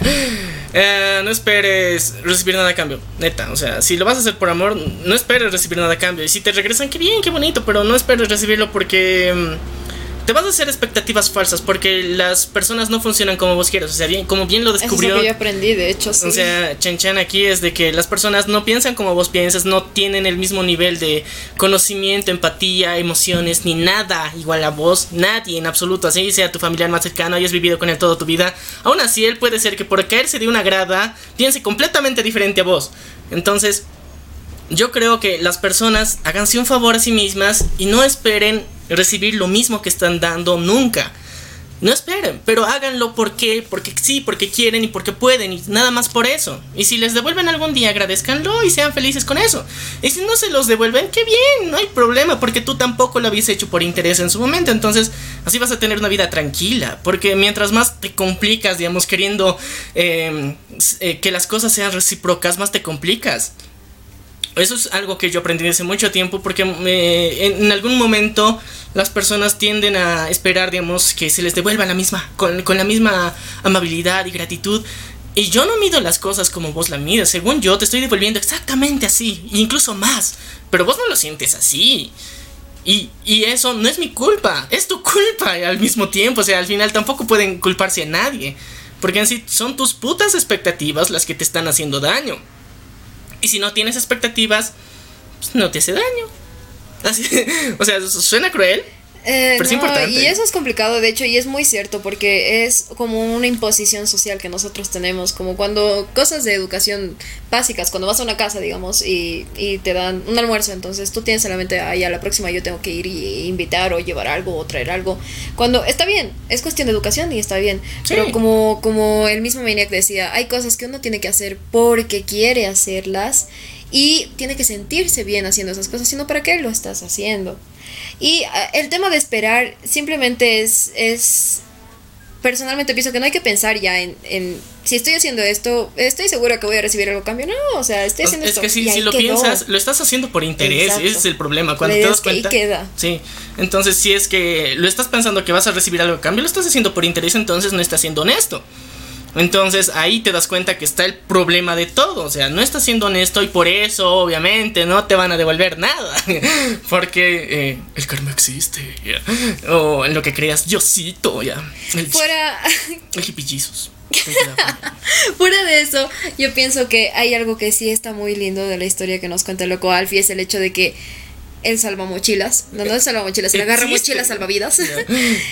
eh, no esperes recibir nada a cambio, neta. O sea, si lo vas a hacer por amor, no esperes recibir nada a cambio. Y si te regresan, qué bien, qué bonito, pero no esperes recibirlo porque mm, te vas a hacer expectativas falsas, porque las personas no funcionan como vos quieras. O sea, bien, como bien lo Eso es descubrió. lo que yo aprendí, de hecho, sí. O sea, Chen Chen aquí es de que las personas no piensan como vos piensas, no tienen el mismo nivel de conocimiento, empatía, emociones, ni nada igual a vos, nadie en absoluto, así sea tu familiar más cercano, hayas vivido con él toda tu vida, aún así él puede ser que por caerse de una grada piense completamente diferente a vos. Entonces, yo creo que las personas háganse un favor a sí mismas y no esperen recibir lo mismo que están dando nunca. No esperen, pero háganlo porque, porque sí, porque quieren y porque pueden, y nada más por eso. Y si les devuelven algún día, agradezcanlo y sean felices con eso. Y si no se los devuelven, qué bien, no hay problema, porque tú tampoco lo habías hecho por interés en su momento. Entonces, así vas a tener una vida tranquila, porque mientras más te complicas, digamos, queriendo eh, eh, que las cosas sean recíprocas, más te complicas. Eso es algo que yo aprendí hace mucho tiempo porque me, en, en algún momento las personas tienden a esperar, digamos, que se les devuelva la misma, con, con la misma amabilidad y gratitud. Y yo no mido las cosas como vos la mides. Según yo, te estoy devolviendo exactamente así, incluso más. Pero vos no lo sientes así. Y, y eso no es mi culpa, es tu culpa al mismo tiempo. O sea, al final tampoco pueden culparse a nadie, porque en sí son tus putas expectativas las que te están haciendo daño. Y si no tienes expectativas, pues no te hace daño. Así, o sea, suena cruel, Eh, pero es no, importante. y eso es complicado, de hecho, y es muy cierto, porque es como una imposición social que nosotros tenemos, como cuando cosas de educación básicas, cuando vas a una casa, digamos, y, y te dan un almuerzo, entonces tú tienes en la mente, ah, ya la próxima yo tengo que ir y invitar o llevar algo o traer algo, cuando está bien, es cuestión de educación y está bien, Sí. pero como, como el mismo Maniac decía, hay cosas que uno tiene que hacer porque quiere hacerlas y tiene que sentirse bien haciendo esas cosas, sino para qué lo estás haciendo. Y ah, el tema de esperar simplemente es, es personalmente pienso que no hay que pensar ya en, en si estoy haciendo esto, estoy segura que voy a recibir algo a cambio. No, o sea, estoy haciendo Es esto. que si, y si ahí lo quedó. piensas, lo estás haciendo por interés. Exacto. Ese es el problema. Cuando La te idea das es que ahí cuenta. queda. Sí. Entonces, si es que lo estás pensando que vas a recibir algo a cambio, lo estás haciendo por interés, entonces no estás siendo honesto. Entonces ahí te das cuenta que está el problema de todo. O sea, no estás siendo honesto y por eso, obviamente, no te van a devolver nada. Porque eh, el karma existe, ¿ya? O en lo que creas, Diosito, ya. El, Fuera, el hippie Jesus. Ten cuidado. fuera de eso, yo pienso que hay algo que sí está muy lindo de la historia que nos cuenta el loco Alfie, es el hecho de que él salva mochilas. No, no es salva mochilas, él agarra Existe. mochilas salvavidas. Ya.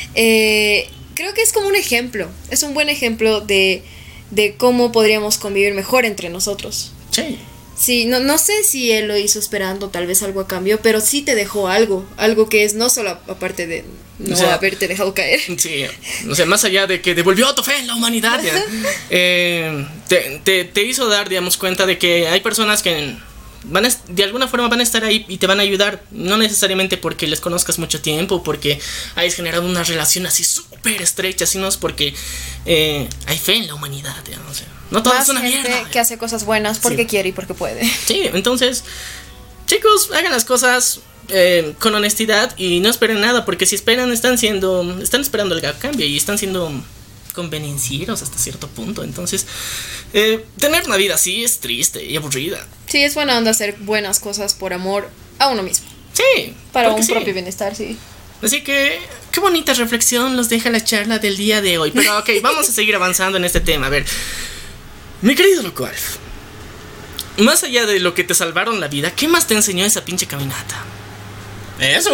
eh, creo que es como un ejemplo, es un buen ejemplo de, de cómo podríamos convivir mejor entre nosotros. Sí. Sí, no, no sé si él lo hizo esperando tal vez algo a cambio, pero sí te dejó algo, algo que es no solo aparte de no O sea, haberte dejado caer. Sí, o sea, más allá de que devolvió tu fe en la humanidad, ya, eh, te, te, te hizo dar, digamos, cuenta de que hay personas que van a, de alguna forma van a estar ahí y te van a ayudar, no necesariamente porque les conozcas mucho tiempo, porque hayas generado una relación así súper estrecha, sino es porque eh, hay fe en la humanidad, ya, o sea, no todo Más es una gente mierda. que hace cosas buenas porque Sí. quiere y porque puede. Sí, entonces, chicos, hagan las cosas eh, con honestidad y no esperen nada, porque si esperan están siendo, están esperando el cambio y están siendo convenencieros hasta cierto punto. Entonces, eh, tener una vida así es triste y aburrida. Sí, es buena onda hacer buenas cosas por amor a uno mismo, Sí, para porque un sí. propio bienestar, sí. Así que, qué bonita reflexión nos deja la charla del día de hoy. Pero ok, vamos a seguir avanzando en este tema. A ver, mi querido Loco Alf, más allá de lo que te salvaron la vida, ¿qué más te enseñó esa pinche caminata? Eso.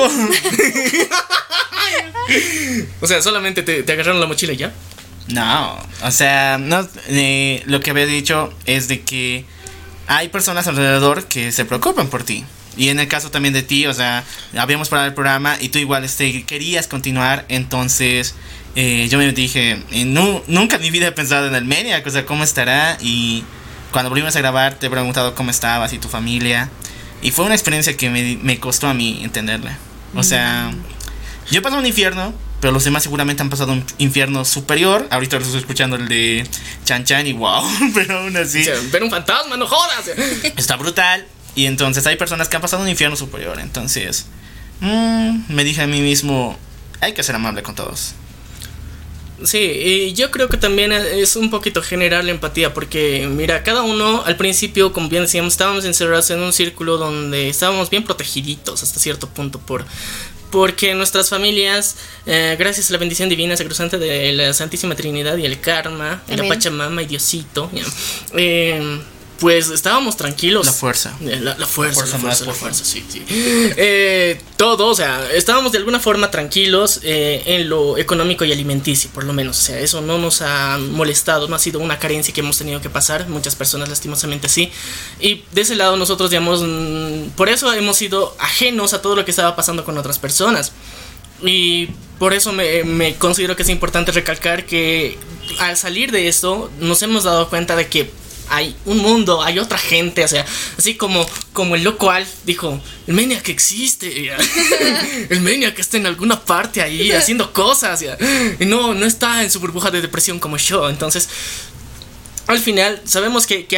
O sea, solamente te, te agarraron la mochila y ya. No, o sea, no, eh, lo que había dicho es de que hay personas alrededor que se preocupan por ti. Y en el caso también de ti, o sea, habíamos parado el programa y tú igual este, querías continuar. Entonces eh, yo me dije, eh, no, nunca en mi vida he pensado en el Maniac, o sea, cómo estará. Y cuando volvimos a grabar te he preguntado cómo estabas y tu familia. Y fue una experiencia que me, me costó a mí entenderla. O sea, yo he pasado un infierno, pero los demás seguramente han pasado un infierno superior. Ahorita estoy escuchando el de Chan Chan y wow, pero aún así O sea, ver un fantasma, no jodas. está brutal. Y entonces hay personas que han pasado un infierno superior. Entonces mmm, me dije a mí mismo, hay que ser amable con todos. Sí, y yo creo que también es un poquito generar la empatía, porque mira, cada uno al principio, como bien decíamos, estábamos encerrados en un círculo donde estábamos bien protegiditos hasta cierto punto por... Porque nuestras familias, eh, gracias a la bendición divina sacrosanta de la Santísima Trinidad y el karma, y la Amén. Pachamama y Diosito, ya, eh, pues estábamos tranquilos. La fuerza. Eh, La, la fuerza, La fuerza la fuerza, más, la por fuerza, sí, sí. Eh, todo, o sea, estábamos de alguna forma tranquilos eh, en lo económico y alimenticio, por lo menos. O sea, eso no nos ha molestado, no ha sido una carencia que hemos tenido que pasar. Muchas personas, lastimosamente, sí. Y de ese lado, nosotros, digamos, mm, por eso hemos sido ajenos a todo lo que estaba pasando con otras personas. Y por eso me, me considero que es importante recalcar que al salir de esto, nos hemos dado cuenta de que hay un mundo, hay otra gente, o sea, así como, como el Loco Alf dijo, el Maniac existe, ya. El Maniac está en alguna parte ahí haciendo cosas, ya. Y no, no está en su burbuja de depresión como yo. Entonces, al final sabemos que, que hay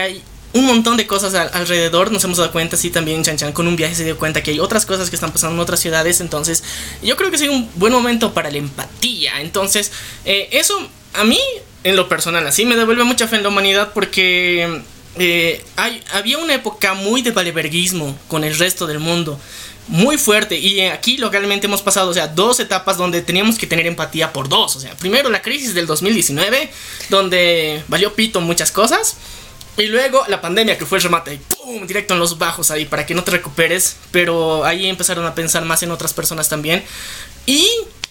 un montón de cosas al- alrededor. Nos hemos dado cuenta, sí, también Chan Chan con un viaje se dio cuenta que hay otras cosas que están pasando en otras ciudades. Entonces yo creo que es un buen momento para la empatía. Entonces eh, eso a mí en lo personal así me devuelve mucha fe en la humanidad, porque eh, hay, había una época muy de valeverguismo con el resto del mundo, muy fuerte, y aquí localmente hemos pasado, o sea, dos etapas donde teníamos que tener empatía por dos. O sea, primero la crisis del dos mil diecinueve, donde valió pito muchas cosas, y luego la pandemia, que fue el remate, y ¡pum!, directo en los bajos ahí, para que no te recuperes. Pero ahí empezaron a pensar más en otras personas también. Y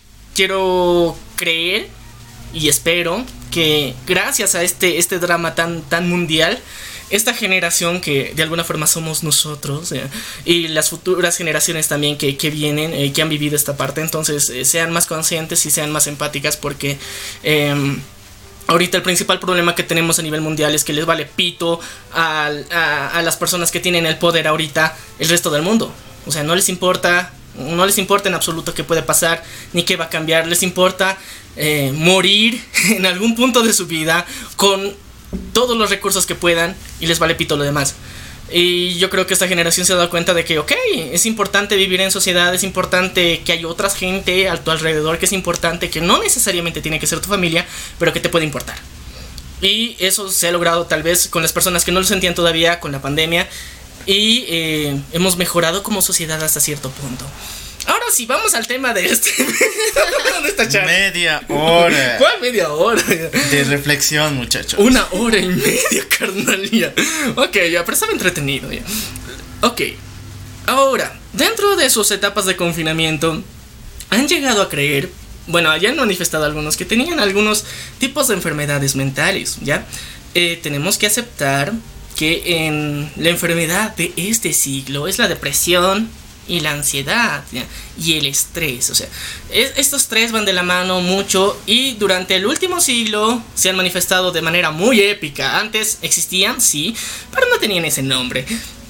quiero creer y espero que gracias a este, este drama tan, tan mundial, esta generación que de alguna forma somos nosotros, eh, y las futuras generaciones también que, que vienen, eh, que han vivido esta parte, entonces eh, sean más conscientes y sean más empáticas, porque eh, ahorita el principal problema que tenemos a nivel mundial es que les vale pito a, a, a las personas que tienen el poder ahorita el resto del mundo. O sea, no les importa, no les importa en absoluto qué puede pasar ni qué va a cambiar. Les importa eh, morir en algún punto de su vida con todos los recursos que puedan, y les vale pito lo demás. Y yo creo que esta generación se ha dado cuenta de que, ok, es importante vivir en sociedad, es importante que hay otra gente a tu alrededor, que es importante, que no necesariamente tiene que ser tu familia, pero que te puede importar. Y eso se ha logrado tal vez con las personas que no lo sentían todavía con la pandemia, y eh, hemos mejorado como sociedad hasta cierto punto. Ahora sí, vamos al tema de este. ¿Dónde está Charlie? Media hora ¿Cuál media hora? de reflexión, muchachos. Una hora y media, carnal, ya. Ok, ya, pero estaba entretenido, ya. Ok, ahora, dentro de sus etapas de confinamiento, han llegado a creer, bueno, ya han manifestado algunos que tenían algunos tipos de enfermedades mentales, ¿ya? Eh, tenemos que aceptar que en la enfermedad de este siglo es la depresión y la ansiedad, ¿ya? Y el estrés. O sea, es, estos tres van de la mano mucho, y durante el último siglo se han manifestado de manera muy épica. Antes existían, sí, pero no tenían ese nombre,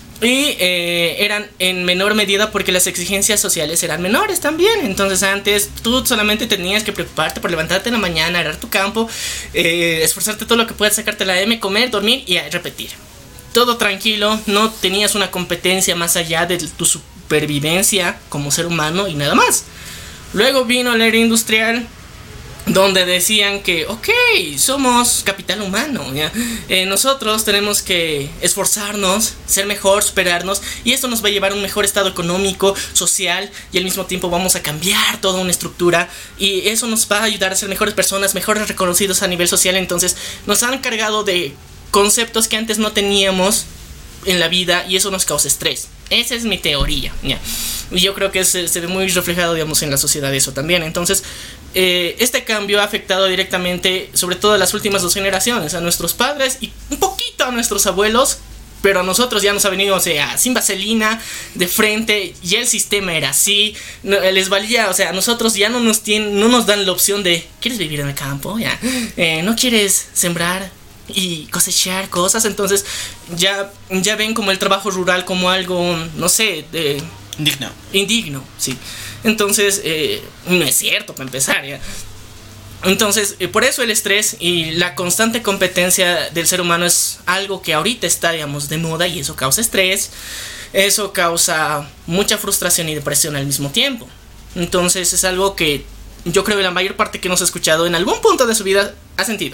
y eh, eran en menor medida porque las exigencias sociales eran menores también. Entonces antes tú solamente tenías que preocuparte por levantarte en la mañana, arar tu campo, eh, esforzarte todo lo que puedas, sacarte la M, comer, dormir y a repetir. Todo tranquilo, no tenías una competencia más allá de tu supervivencia como ser humano y nada más. Luego vino la era industrial, donde decían que, ok, somos capital humano, ¿ya? Eh, nosotros tenemos que esforzarnos, ser mejor, superarnos, y esto nos va a llevar a un mejor estado económico, social, y al mismo tiempo vamos a cambiar toda una estructura, y eso nos va a ayudar a ser mejores personas, mejores reconocidos a nivel social. Entonces nos han cargado de conceptos que antes no teníamos en la vida, y eso nos causa estrés. Esa es mi teoría, ¿ya? Y yo creo que se, se ve muy reflejado, digamos, en la sociedad eso también. Entonces, eh, este cambio ha afectado directamente, sobre todo a las últimas dos generaciones, a nuestros padres y un poquito a nuestros abuelos. Pero a nosotros ya nos ha venido, o sea, sin vaselina, de frente. Ya el sistema era así, no, les valía, o sea, a nosotros ya no nos tienen, no nos dan la opción de, ¿quieres vivir en el campo? Ya, eh, ¿no quieres sembrar y cosechar cosas? Entonces ya, ya ven como el trabajo rural como algo, no sé, de Indigno. indigno, sí. Entonces, eh, no es cierto, para empezar, ¿ya? Entonces, eh, por eso el estrés y la constante competencia del ser humano es algo que ahorita está, digamos, de moda, y eso causa estrés, eso causa mucha frustración y depresión al mismo tiempo. Entonces es algo que yo creo que la mayor parte que nos ha escuchado en algún punto de su vida ha sentido.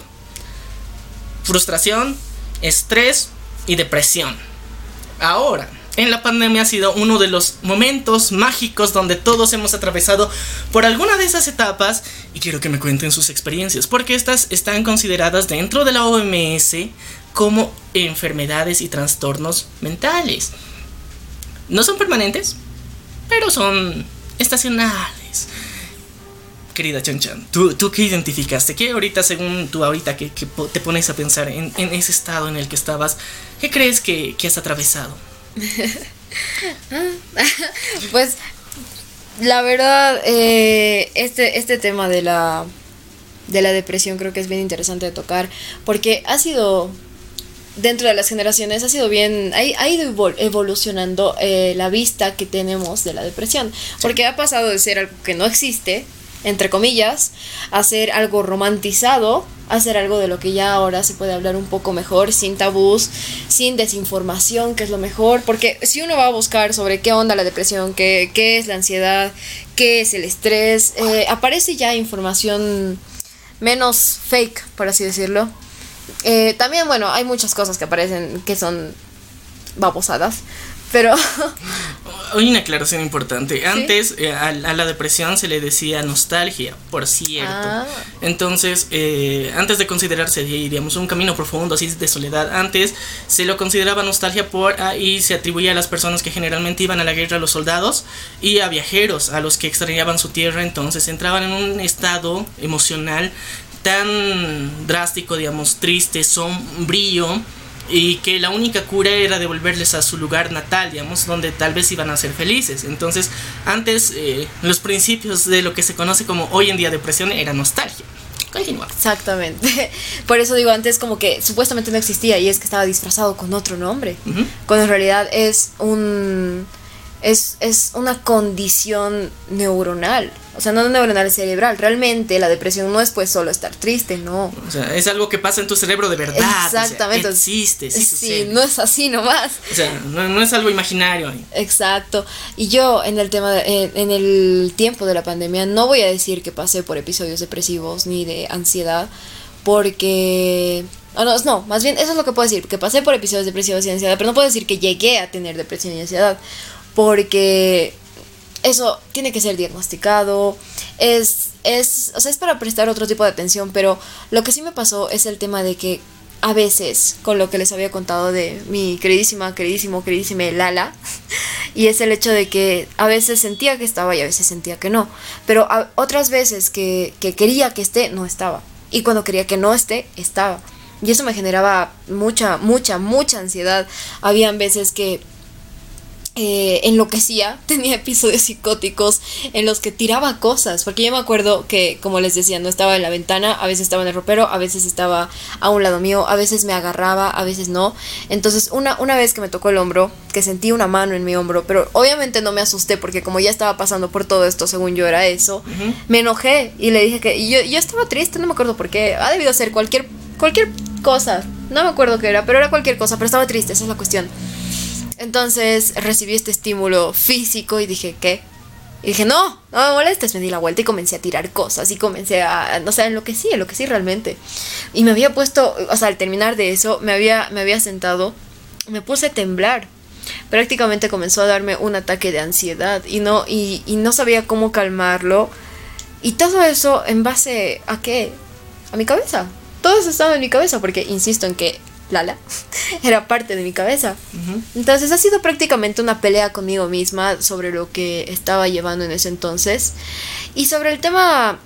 Frustración, estrés y depresión. Ahora, en la pandemia ha sido uno de los momentos mágicos donde todos hemos atravesado por alguna de esas etapas, y quiero que me cuenten sus experiencias, porque estas están consideradas dentro de la O M S como enfermedades y trastornos mentales. No son permanentes, pero son estacionales. Querida Chan Chan, ¿tú, ¿tú qué identificaste? ¿Qué ahorita, según tú ahorita que, que te pones a pensar en, en ese estado en el que estabas, qué crees que, que has atravesado? Pues la verdad, eh, este, este tema de la, de la depresión creo que es bien interesante de tocar, porque ha sido, dentro de las generaciones, ha sido bien, ha, ha ido evol- evolucionando eh, la vista que tenemos de la depresión, porque ha pasado de ser algo que no existe entre comillas, hacer algo romantizado, hacer algo de lo que ya ahora se puede hablar un poco mejor, sin tabús, sin desinformación, que es lo mejor, porque si uno va a buscar sobre qué onda la depresión, qué, qué es la ansiedad, qué es el estrés, eh, aparece ya información menos fake, por así decirlo. Eh, también, bueno, hay muchas cosas que aparecen que son babosadas, pero... Hay una aclaración importante. Antes eh, a, a la depresión se le decía nostalgia, por cierto. Ah. Entonces, eh, antes de considerarse, diríamos, un camino profundo así de soledad, antes se lo consideraba nostalgia por ah, y se atribuía a las personas que generalmente iban a la guerra, a los soldados, y a viajeros, a los que extrañaban su tierra. Entonces entraban en un estado emocional tan drástico, digamos, triste, sombrío, y que la única cura era devolverles a su lugar natal, digamos, donde tal vez iban a ser felices. Entonces, antes, eh, los principios de lo que se conoce como hoy en día depresión era nostalgia. Continúa. Exactamente. Por eso digo, antes como que supuestamente no existía y es que estaba disfrazado con otro nombre. Uh-huh. Cuando en realidad es un... Es, es una condición neuronal. O sea, no neuronal, cerebral. Realmente la depresión no es pues solo estar triste, no. O sea, es algo que pasa en tu cerebro de verdad. Exactamente. O sea, existe, sí, sí, sucede. no es así nomás. O sea, no, no es algo imaginario. Exacto. Y yo en el tema, de, en, en el tiempo de la pandemia, no voy a decir que pasé por episodios depresivos ni de ansiedad, porque... Oh, no, no, más bien eso es lo que puedo decir, que pasé por episodios depresivos y ansiedad, pero no puedo decir que llegué a tener depresión y ansiedad, porque eso tiene que ser diagnosticado, es, es, o sea, es para prestar otro tipo de atención, pero lo que sí me pasó es el tema de que a veces, con lo que les había contado de mi queridísima, queridísimo, queridísima Lala, y es el hecho de que a veces sentía que estaba y a veces sentía que no, pero a, otras veces que, que quería que esté, no estaba, y cuando quería que no esté, estaba, y eso me generaba mucha, mucha, mucha ansiedad. Habían veces que Eh, enloquecía, tenía episodios psicóticos en los que tiraba cosas, porque yo me acuerdo que, como les decía, no estaba en la ventana, a veces estaba en el ropero, a veces estaba a un lado mío, a veces me agarraba, a veces no. Entonces una, una vez que me tocó el hombro, que sentí una mano en mi hombro, pero obviamente no me asusté porque como ya estaba pasando por todo esto, según yo era eso, uh-huh. Me enojé y le dije que y yo, yo estaba triste, no me acuerdo por qué, ha debido ser cualquier, cualquier cosa, no me acuerdo qué era, pero era cualquier cosa, pero estaba triste, esa es la cuestión. Entonces recibí este estímulo físico y dije, ¿qué? Y dije, no, no me molestes, me di la vuelta y comencé a tirar cosas y comencé a, no sé, enloquecí, enloquecí realmente. Y me había puesto, o sea, al terminar de eso, me había, me había sentado, me puse a temblar. Prácticamente comenzó a darme un ataque de ansiedad y no, y, y no sabía cómo calmarlo. Y todo eso en base a ¿qué? A mi cabeza. Todo eso estaba en mi cabeza porque insisto en que Lala era parte de mi cabeza. Uh-huh. Entonces ha sido prácticamente una pelea conmigo misma sobre lo que estaba llevando en ese entonces. Y sobre el tema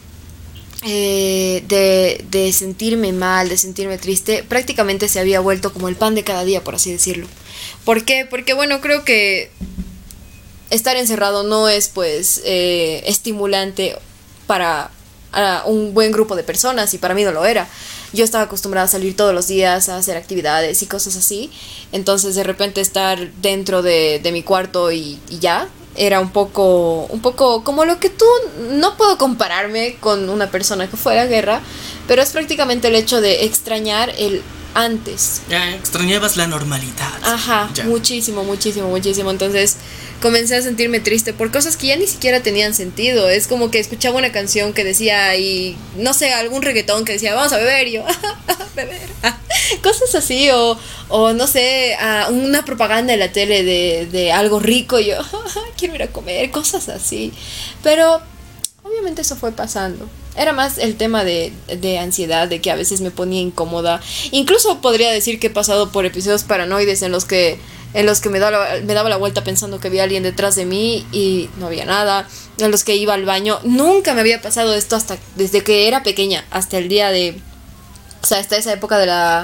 eh, de, de sentirme mal, de sentirme triste, prácticamente se había vuelto como el pan de cada día, por así decirlo. ¿Por qué? Porque bueno, creo que estar encerrado no es pues eh, estimulante para a un buen grupo de personas y para mí no lo era. Yo estaba acostumbrada a salir todos los días a hacer actividades y cosas así, entonces de repente estar dentro de, de mi cuarto y, y ya era un poco un poco como lo que tú, no puedo compararme con una persona que fue a la guerra, pero es prácticamente el hecho de extrañar el antes. Ya extrañabas la normalidad. Ajá, ya. muchísimo, muchísimo, muchísimo. Entonces comencé a sentirme triste por cosas que ya ni siquiera tenían sentido. Es como que escuchaba una canción que decía, y no sé, algún reggaetón que decía, vamos a beber, y yo, beber. Cosas así, o, o no sé, una propaganda en la tele de, de algo rico, y yo, quiero ir a comer, cosas así. Pero obviamente eso fue pasando. Era más el tema de, de ansiedad, de que a veces me ponía incómoda. Incluso podría decir que he pasado por episodios paranoides en los que en los que me daba, me daba la vuelta pensando que había alguien detrás de mí y no había nada. En los que iba al baño. Nunca me había pasado esto hasta desde que era pequeña, hasta el día de... O sea, hasta esa época de la,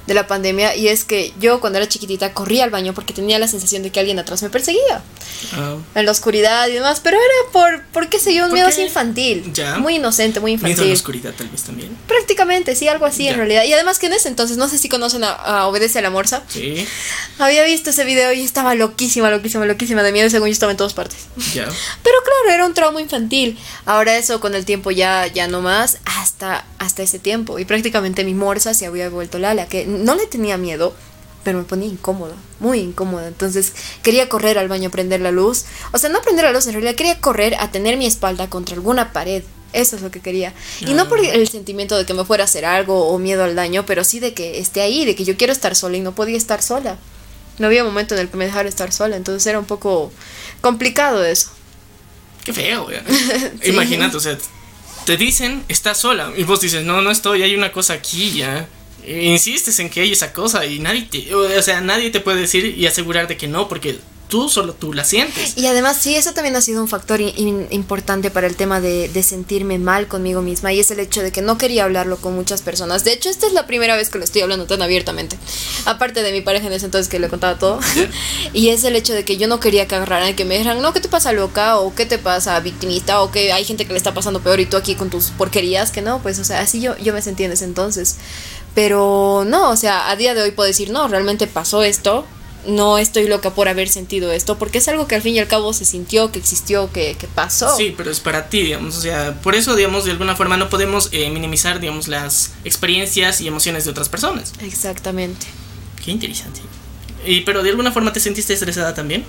de la pandemia, y es que yo cuando era chiquitita corría al baño porque tenía la sensación de que alguien atrás me perseguía. Ah. En la oscuridad y demás, pero era por, por qué sé yo, un ¿Por miedo qué? así infantil. Ya. Muy inocente, muy Miedo a la infantil. oscuridad tal vez también. Prácticamente, sí, algo así Ya. en realidad. Y además que en ese entonces, no sé si conocen a, a Obedece a la Morsa. Sí, Había visto ese video y estaba loquísima, loquísima, loquísima de miedo, y según yo estaba en todas partes. ya. Pero claro, era un trauma infantil. Ahora eso con el tiempo ya, ya no más, hasta, hasta ese tiempo. Y prácticamente mi morsa se había vuelto Lala, que no le tenía miedo, pero me ponía incómoda, muy incómoda. Entonces quería correr al baño a prender la luz. O sea, no prender la luz, en realidad quería correr a tener mi espalda contra alguna pared. Eso es lo que quería. Y no por el sentimiento de que me fuera a hacer algo o miedo al daño, pero sí de que esté ahí, de que yo quiero estar sola y no podía estar sola. No había momento en el que me dejara estar sola, entonces era un poco complicado eso. Qué feo, güey. Sí. Imagínate, o sea, te dicen, estás sola. Y vos dices, no, no estoy, hay una cosa aquí ya. E insistes en que hay esa cosa y nadie te, o sea, nadie te puede decir y asegurar de que no, porque tú solo tú la sientes. Y además sí, eso también ha sido un factor in- in- importante para el tema de, de sentirme mal conmigo misma, y es el hecho de que no quería hablarlo con muchas personas. De hecho, esta es la primera vez que lo estoy hablando tan abiertamente, aparte de mi pareja en ese entonces que le contaba todo. Y es el hecho de que yo no quería que agarraran y que me dijeran, no, ¿qué te pasa, loca? O ¿qué te pasa, victimista? O que hay gente que le está pasando peor y tú aquí con tus porquerías. Que no, pues o sea, así yo, yo me sentí en ese entonces. Pero no, o sea, a día de hoy puedo decir, no, realmente pasó esto. No estoy loca por haber sentido esto, porque es algo que al fin y al cabo se sintió, que existió, que, que pasó. Sí, pero es para ti, digamos, o sea, por eso, digamos, de alguna forma no podemos eh, minimizar, digamos, las experiencias y emociones de otras personas. Exactamente. Qué interesante. Y, pero de alguna forma te sentiste estresada también.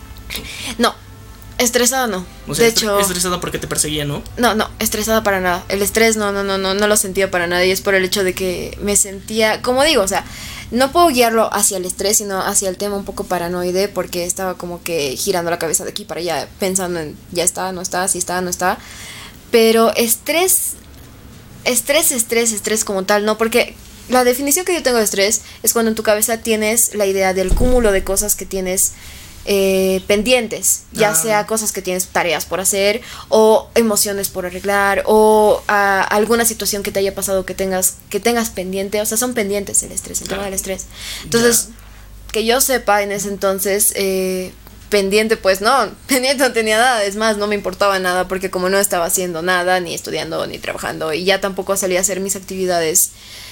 No, estresada no. O sea, de estre- hecho, estresada porque te perseguía, ¿no? no, no, estresada para nada. El estrés no, no, no, no, no lo sentía para nada, y es por el hecho de que me sentía, como digo, o sea, no puedo guiarlo hacia el estrés, sino hacia el tema un poco paranoide, porque estaba como que girando la cabeza de aquí para allá, pensando en ya está, no está, si está, no está. Pero estrés, estrés, estrés, estrés como tal, no, porque la definición que yo tengo de estrés es cuando en tu cabeza tienes la idea del cúmulo de cosas que tienes eh, pendientes, ya Ah. sea cosas que tienes, tareas por hacer, o emociones por arreglar, o ah, alguna situación que te haya pasado que tengas que tengas pendiente. O sea, son pendientes el estrés, el tema Claro. del estrés. Entonces, que yo sepa en ese entonces, eh, pendiente, pues no, pendiente no tenía nada. Es más, no me importaba nada, porque como no estaba haciendo nada, ni estudiando, ni trabajando, y ya tampoco salía a hacer mis actividades,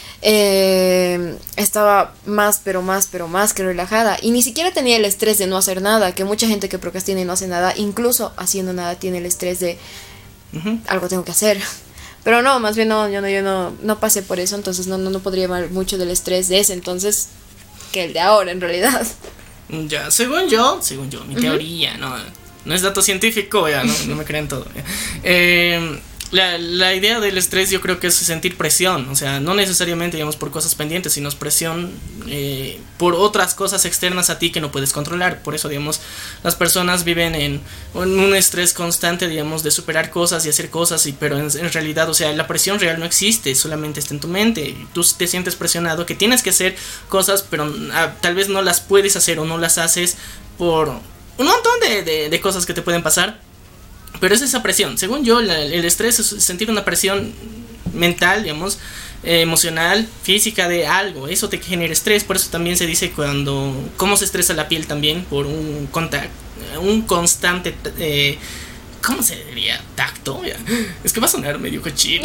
eh, estaba más, pero más, pero más que relajada. Y ni siquiera tenía el estrés de no hacer nada, que mucha gente que procrastina y no hace nada, incluso haciendo nada, tiene el estrés de Ujú. algo tengo que hacer. Pero no, más bien no, yo no, yo no, no pasé por eso, entonces no, no, no podría llamar mucho del estrés de ese entonces que el de ahora en realidad. Ya, según yo, según yo, mi teoría, no, no es dato científico, ya, no, no me crean todo. Ya. Eh, la, la idea del estrés yo creo que es sentir presión, o sea, no necesariamente, digamos, por cosas pendientes, sino es presión eh, por otras cosas externas a ti que no puedes controlar. Por eso, digamos, las personas viven en, en un estrés constante, digamos, de superar cosas y hacer cosas, y, pero en, en realidad, o sea, la presión real no existe, solamente está en tu mente. Tú te sientes presionado que tienes que hacer cosas, pero ah, tal vez no las puedes hacer o no las haces por un montón de, de, de cosas que te pueden pasar. Pero es esa presión. Según yo, la, el estrés es sentir una presión mental, digamos, eh, emocional, física de algo. Eso te genera estrés. Por eso también se dice cuando cómo se estresa la piel también por un contacto, un constante eh, ¿cómo se diría? Tacto. Ya. Es que va a sonar medio cochino.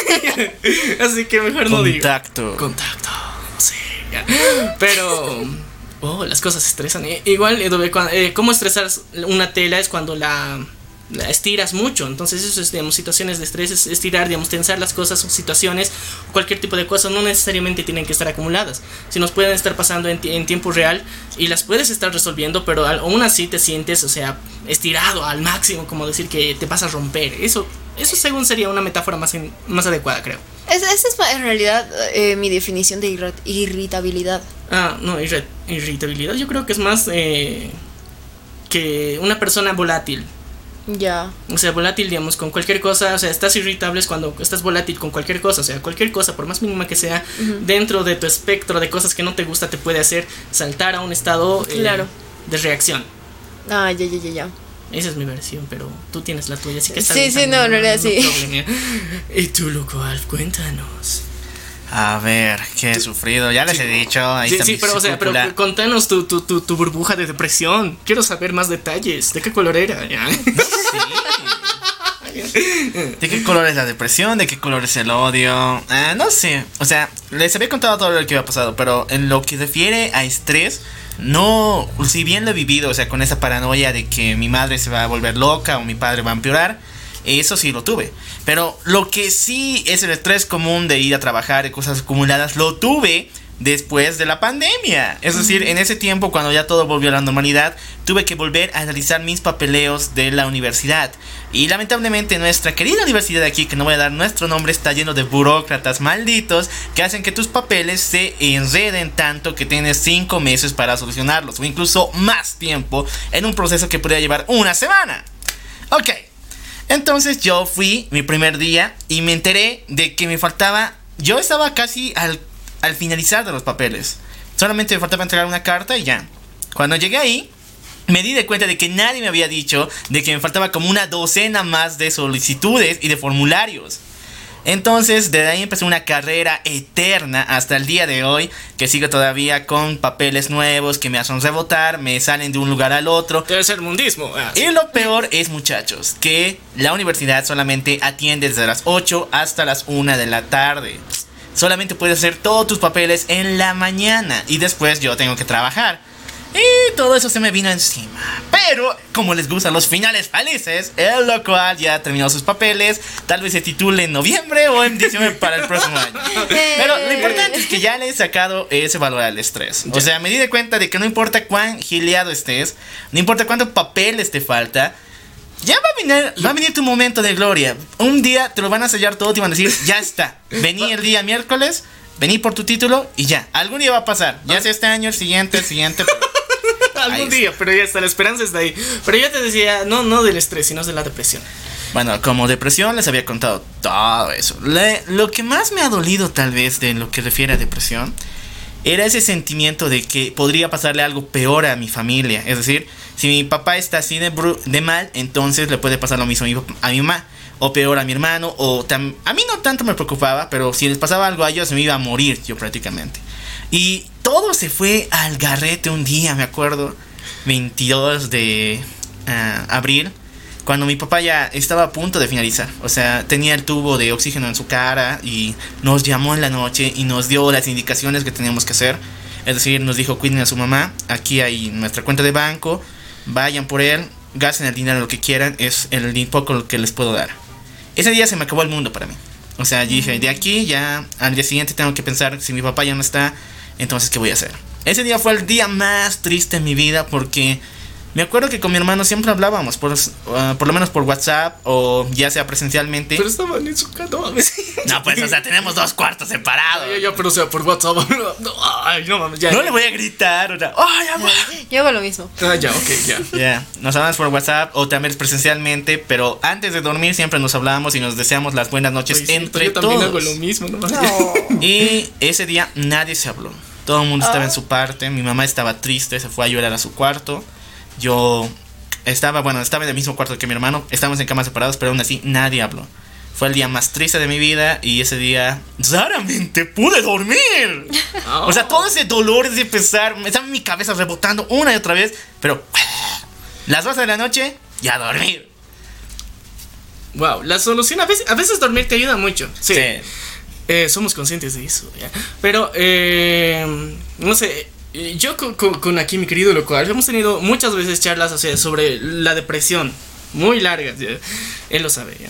Así que mejor no digo. Contacto. Contacto. No sé. Ya. Pero oh, las cosas estresan. Eh, igual, eh, eh, cómo estresar una tela es cuando la la estiras mucho. Entonces eso es, digamos, situaciones de estrés, es estirar, digamos, tensar las cosas o situaciones, cualquier tipo de cosas no necesariamente tienen que estar acumuladas, si nos pueden estar pasando en, en tiempo real y las puedes estar resolviendo, pero aún así te sientes, o sea, estirado al máximo, como decir que te vas a romper. Eso, eso según sería una metáfora más, en, más adecuada, creo. Es, esa es en realidad eh, mi definición de irra- irritabilidad. Ah, no, irri- irritabilidad yo creo que es más eh, que una persona volátil. Ya. O sea, volátil, digamos, con cualquier cosa. O sea, estás irritable cuando estás volátil con cualquier cosa. O sea, cualquier cosa, por más mínima que sea, uh-huh. dentro de tu espectro de cosas que no te gusta, te puede hacer saltar a un estado eh, claro. de reacción. Ah, ya, ya, ya, ya. Esa es mi versión, pero tú tienes la tuya, así que está sí, bien, sí, no, en realidad no sí. problema. Y tú, loco, Alf, cuéntanos. A ver, qué he sufrido. Ya les Sí. he dicho. Ahí Sí, está sí, mi pero o sea, pero cúpula. contanos tu, tu, tu, tu burbuja de depresión. Quiero saber más detalles. ¿De qué color era? ¿Ya? ¿De qué color es la depresión? ¿De qué color es el odio? Ah, no sé. O sea, les había contado todo lo que había pasado, pero en lo que refiere a estrés, no. Si bien lo he vivido, o sea, con esa paranoia de que mi madre se va a volver loca o mi padre va a empeorar, eso sí lo tuve. Pero lo que sí es el estrés común de ir a trabajar y cosas acumuladas, lo tuve después de la pandemia. Es decir, en ese tiempo, cuando ya todo volvió a la normalidad, tuve que volver a realizar mis papeleos de la universidad. Y lamentablemente nuestra querida universidad de aquí, que no voy a dar nuestro nombre, está lleno de burócratas malditos que hacen que tus papeles se enreden tanto que tienes cinco meses para solucionarlos, o incluso más tiempo en un proceso que podría llevar una semana. Ok, entonces yo fui mi primer día y me enteré de que me faltaba. Yo estaba casi al Al finalizar de los papeles. Solamente me faltaba entregar una carta y ya. Cuando llegué ahí, me di de cuenta de que nadie me había dicho de que me faltaba como una docena más de solicitudes y de formularios. Entonces, desde ahí empecé una carrera eterna hasta el día de hoy, que sigo todavía con papeles nuevos que me hacen rebotar, me salen de un lugar al otro. Tercer mundismo. Ah, sí. Y lo peor es, muchachos, que la universidad solamente atiende desde las ocho hasta las una de la tarde. Solamente puedes hacer todos tus papeles en la mañana y después yo tengo que trabajar. Y todo eso se me vino encima. Pero, como les gustan los finales felices, el local ya terminó sus papeles. Tal vez se titule en noviembre o en diciembre para el próximo año. Pero lo importante es que ya le he sacado ese valor al estrés. O sea, me di de cuenta de que no importa cuán gileado estés, no importa cuánto papeles te falta, ya va a venir, va a venir tu momento de gloria. Un día te lo van a sellar todo, te van a decir, ya está. Vení el día miércoles, vení por tu título y ya. Algún día va a pasar. Ya sea este año, el siguiente, el siguiente. Pero Algún ahí día, pero ya está, la esperanza está ahí. Pero yo te decía, no, no del estrés, sino de la depresión. bueno, como depresión les había contado todo eso. Le- lo que más me ha dolido tal vez de lo que refiere a depresión era ese sentimiento de que podría pasarle algo peor a mi familia. Es decir, si mi papá está así de, bru- de mal, entonces le puede pasar lo mismo a mi, pap- a mi mamá. O peor a mi hermano. O tam- a mí no tanto me preocupaba, pero si les pasaba algo a ellos me iba a morir yo prácticamente. Y todo se fue al garrete un día, me acuerdo. veintidós de ah, abril. Cuando mi papá ya estaba a punto de finalizar. O sea, tenía el tubo de oxígeno en su cara y nos llamó en la noche y nos dio las indicaciones que teníamos que hacer. Es decir, nos dijo, cuiden a su mamá, aquí hay nuestra cuenta de banco, vayan por él, gasten el dinero lo que quieran, es el di- poco que les puedo dar. Ese día se me acabó el mundo para mí. O sea, dije, de aquí ya al día siguiente tengo que pensar, si mi papá ya no está, entonces ¿qué voy a hacer? Ese día fue el día más triste en mi vida porque me acuerdo que con mi hermano siempre hablábamos, por, uh, por lo menos por WhatsApp o ya sea presencialmente. Pero estaban en su casa, no mames. No, pues, o sea, tenemos dos cuartos separados. Ya, ya, pero o sea, por WhatsApp. No, ay, no mames, ya. No ya. le voy a gritar, o sea, ¡ay, amor! Yo hago lo mismo. Ah, ya, ok, ya. Ya, nos hablamos por WhatsApp o también presencialmente, pero antes de dormir siempre nos hablamos y nos deseamos las buenas noches Oye, sí, entre yo también todos. hago lo mismo, ¿no? No. Y ese día nadie se habló. Todo el mundo estaba en su parte. Mi mamá estaba triste, se fue a llorar a su cuarto. Yo estaba, bueno, estaba en el mismo cuarto que mi hermano. Estábamos en camas separados, pero aún así nadie habló. Fue el día más triste de mi vida y ese día raramente pude dormir. Oh. O sea, todo ese dolor, ese pesar, me estaba en mi cabeza rebotando una y otra vez. Pero las doce de la noche, ya a dormir. Wow, la solución a veces, a veces dormir te ayuda mucho. Sí. Sí. Eh, somos conscientes de eso, ¿ya? Pero, eh, no sé, yo con, con, con aquí mi querido local hemos tenido muchas veces charlas, o sea, sobre la depresión, muy largas, ¿ya? Él lo sabe, ¿ya?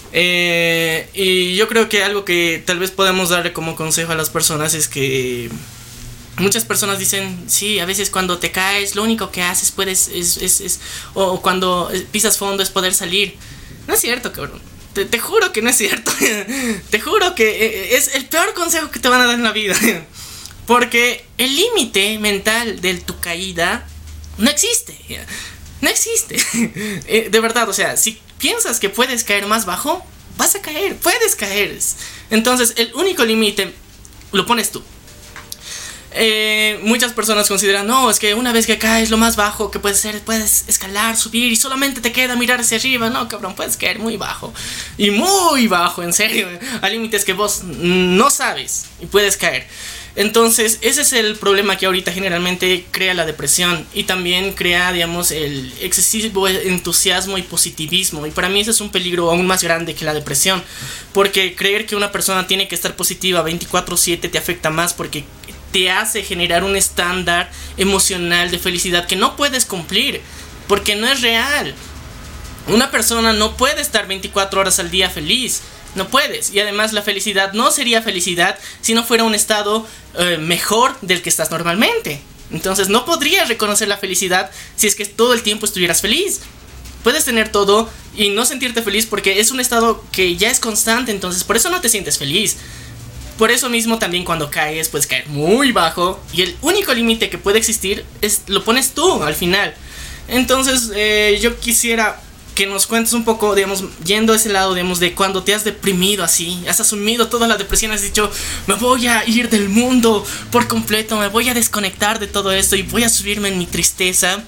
Eh, y yo creo que algo que tal vez podemos darle como consejo a las personas es que muchas personas dicen, sí, a veces cuando te caes lo único que haces puedes es, es, es o cuando pisas fondo es poder salir. No es cierto, cabrón. Te, te juro que no es cierto. Te juro que es el peor consejo que te van a dar en la vida. Porque el límite mental de tu caída no existe. No existe. De verdad, o sea, si piensas que puedes caer más bajo, vas a caer, puedes caer. Entonces, el único límite lo pones tú. Eh, muchas personas consideran, no, es que una vez que caes lo más bajo que puedes hacer, puedes escalar, subir y solamente te queda mirar hacia arriba. No, cabrón, puedes caer muy bajo. Y muy bajo, en serio. Hay límites que vos no sabes y puedes caer. Entonces, ese es el problema que ahorita generalmente crea la depresión. Y también crea, digamos, el excesivo entusiasmo y positivismo. Y para mí ese es un peligro aún más grande que la depresión. Porque creer que una persona tiene que estar positiva veinticuatro siete te afecta más, porque te hace generar un estándar emocional de felicidad que no puedes cumplir, porque no es real. Una persona no puede estar veinticuatro horas al día feliz, no puedes. Y además la felicidad no sería felicidad si no fuera un estado eh, mejor del que estás normalmente. Entonces no podrías reconocer la felicidad si es que todo el tiempo estuvieras feliz. Puedes tener todo y no sentirte feliz porque es un estado que ya es constante, entonces por eso no te sientes feliz. Por eso mismo también cuando caes puedes caer muy bajo y el único límite que puede existir es lo pones tú al final. Entonces eh, yo quisiera que nos cuentes un poco, digamos, yendo a ese lado, digamos, de cuando te has deprimido así, has asumido toda la depresión, has dicho, me voy a ir del mundo por completo, me voy a desconectar de todo esto y voy a subirme en mi tristeza.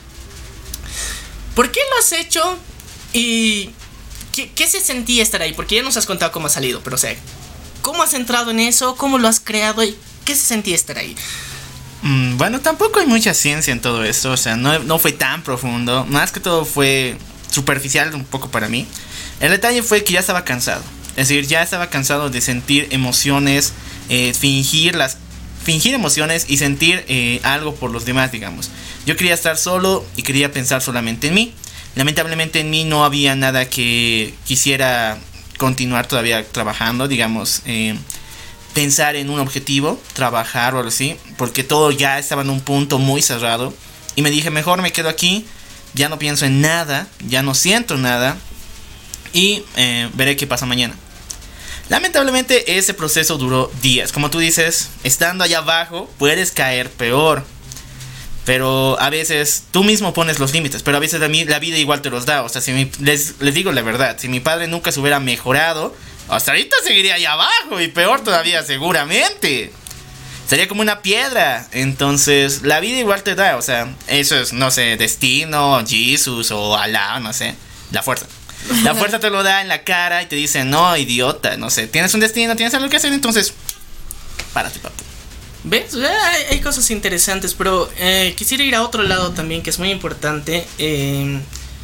¿Por qué lo has hecho? ¿Y qué, qué se sentía estar ahí? Porque ya nos has contado cómo has salido, pero o sea, ¿cómo has entrado en eso? ¿Cómo lo has creado? ¿Y qué se sentía estar ahí? Mm, bueno, tampoco hay mucha ciencia en todo esto. O sea, no, no fue tan profundo. Más que todo fue superficial un poco para mí. El detalle fue que ya estaba cansado. Es decir, ya estaba cansado de sentir emociones, eh, fingir las, fingir emociones y sentir eh, algo por los demás, digamos. Yo quería estar solo y quería pensar solamente en mí. Lamentablemente en mí no había nada que quisiera continuar todavía trabajando, digamos, eh, pensar en un objetivo, trabajar o algo así, porque todo ya estaba en un punto muy cerrado. Y me dije, mejor me quedo aquí, ya no pienso en nada, ya no siento nada y eh, veré qué pasa mañana. Lamentablemente ese proceso duró días. Como tú dices, estando allá abajo puedes caer peor, pero a veces tú mismo pones los límites, pero a veces a mí la vida igual te los da. O sea, si mi, les, les digo la verdad, si mi padre nunca se hubiera mejorado, hasta ahorita seguiría allá abajo y peor todavía seguramente. Sería como una piedra. Entonces la vida igual te da. O sea, eso es, no sé, destino, Jesus o Alá, no sé, la fuerza. La fuerza te lo da en la cara y te dice, no, idiota, no sé, tienes un destino, tienes algo que hacer, entonces párate, papu. ¿Ves? Hay, hay cosas interesantes, pero eh, quisiera ir a otro lado también que es muy importante. Eh,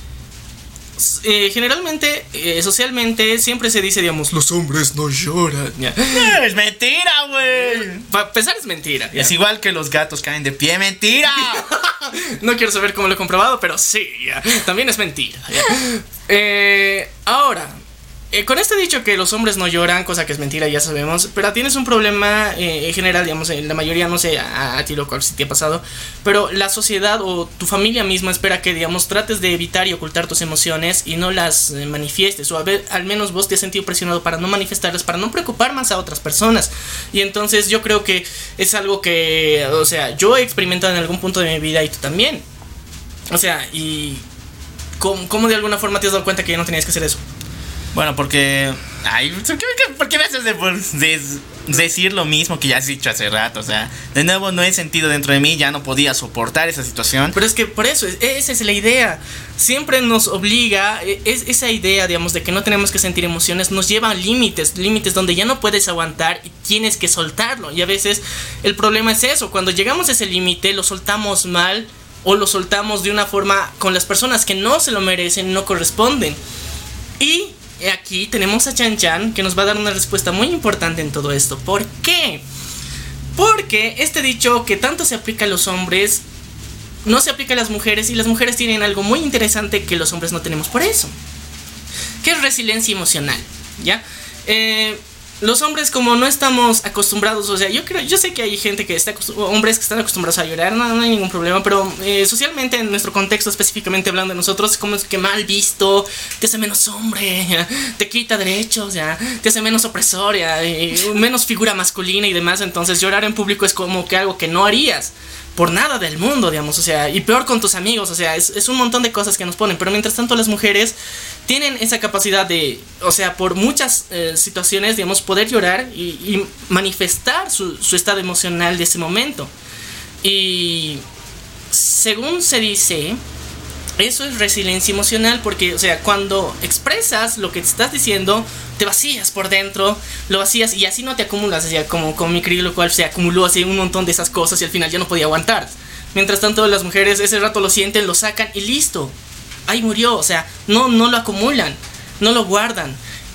eh, generalmente, eh, socialmente, siempre se dice, digamos, los hombres no lloran. Ya. Es mentira, güey. Para empezar es mentira. Ya. Es igual que los gatos caen de pie, mentira. No quiero saber cómo lo he comprobado, pero sí, ya. También es mentira. Ya. Eh, ahora, eh, con este dicho que los hombres no lloran, cosa que es mentira, ya sabemos, pero tienes un problema eh, en general, digamos, en la mayoría, no sé, a, a ti lo cual sí te ha pasado, pero la sociedad o tu familia misma espera que, digamos, trates de evitar y ocultar tus emociones y no las eh, manifiestes, o a ver, al menos vos te has sentido presionado para no manifestarlas, para no preocupar más a otras personas. Y entonces yo creo que es algo que, o sea, yo he experimentado en algún punto de mi vida y tú también. O sea, y ¿cómo, cómo de alguna forma te has dado cuenta que ya no tenías que hacer eso? Bueno, porque... Ay, ¿por qué me haces de, de, decir lo mismo que ya has dicho hace rato? O sea, de nuevo no he sentido dentro de mí, ya no podía soportar esa situación. Pero es que por eso, esa es la idea. Siempre nos obliga, es, esa idea, digamos, de que no tenemos que sentir emociones, nos lleva a límites, límites donde ya no puedes aguantar y tienes que soltarlo. Y a veces el problema es eso, cuando llegamos a ese límite lo soltamos mal o lo soltamos de una forma con las personas que no se lo merecen, no corresponden. Y aquí tenemos a Chan Chan, que nos va a dar una respuesta muy importante en todo esto. ¿Por qué? Porque este dicho que tanto se aplica a los hombres no se aplica a las mujeres, y las mujeres tienen algo muy interesante que los hombres no tenemos por eso, que es resiliencia emocional, ¿ya? Eh... Los hombres, como no estamos acostumbrados, o sea, yo creo, yo sé que hay gente que está hombres que están acostumbrados a llorar, no, no hay ningún problema, pero eh, socialmente en nuestro contexto, específicamente hablando de nosotros, como es que mal visto, te hace menos hombre, ya, te quita derechos, ya, te hace menos opresor, ya, y menos figura masculina y demás. Entonces llorar en público es como que algo que no harías por nada del mundo, digamos, o sea, y peor con tus amigos, o sea, es, es un montón de cosas que nos ponen. Pero mientras tanto las mujeres tienen esa capacidad de, o sea, por muchas eh, situaciones, digamos, poder llorar y, y manifestar su, su estado emocional de ese momento. Y según se dice, eso es resiliencia emocional, porque, o sea, cuando expresas lo que te estás diciendo, te vacías por dentro, lo vacías y así no te acumulas, o sea, como con mi querido, lo cual se acumuló así un montón de esas cosas y al final ya no podía aguantar. Mientras tanto, las mujeres ese rato lo sienten, lo sacan y listo. Ahí murió, o sea, no, no lo acumulan, no lo guardan.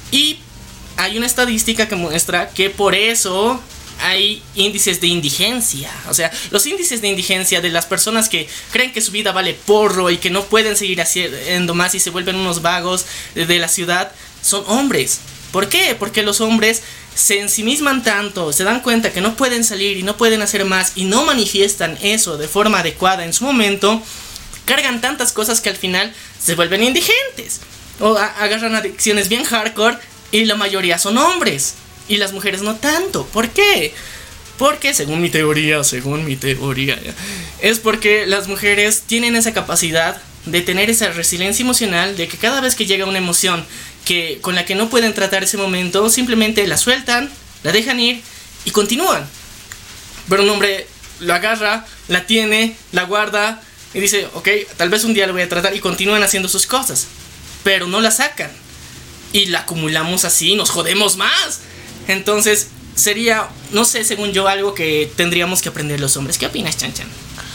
Y hay una estadística que muestra que por eso hay índices de indigencia. O sea, los índices de indigencia de las personas que creen que su vida vale porro y que no pueden seguir haciendo más y se vuelven unos vagos de la ciudad, son hombres. ¿Por qué? Porque los hombres se ensimisman tanto, se dan cuenta que no pueden salir y no pueden hacer más y no manifiestan eso de forma adecuada en su momento, cargan tantas cosas que al final se vuelven indigentes o a- agarran adicciones bien hardcore y la mayoría son hombres y las mujeres no tanto. ¿Por qué? Porque según mi teoría, según mi teoría, es porque las mujeres tienen esa capacidad de tener esa resiliencia emocional, de que cada vez que llega una emoción que, con la que no pueden tratar ese momento, simplemente la sueltan, la dejan ir y continúan. Pero un hombre lo agarra, la tiene, la guarda y dice, ok, tal vez un día lo voy a tratar, y continúan haciendo sus cosas, pero no la sacan y la acumulamos así, nos jodemos más. Entonces sería, no sé, según yo, algo que tendríamos que aprender los hombres. ¿Qué opinas, Chan Chan?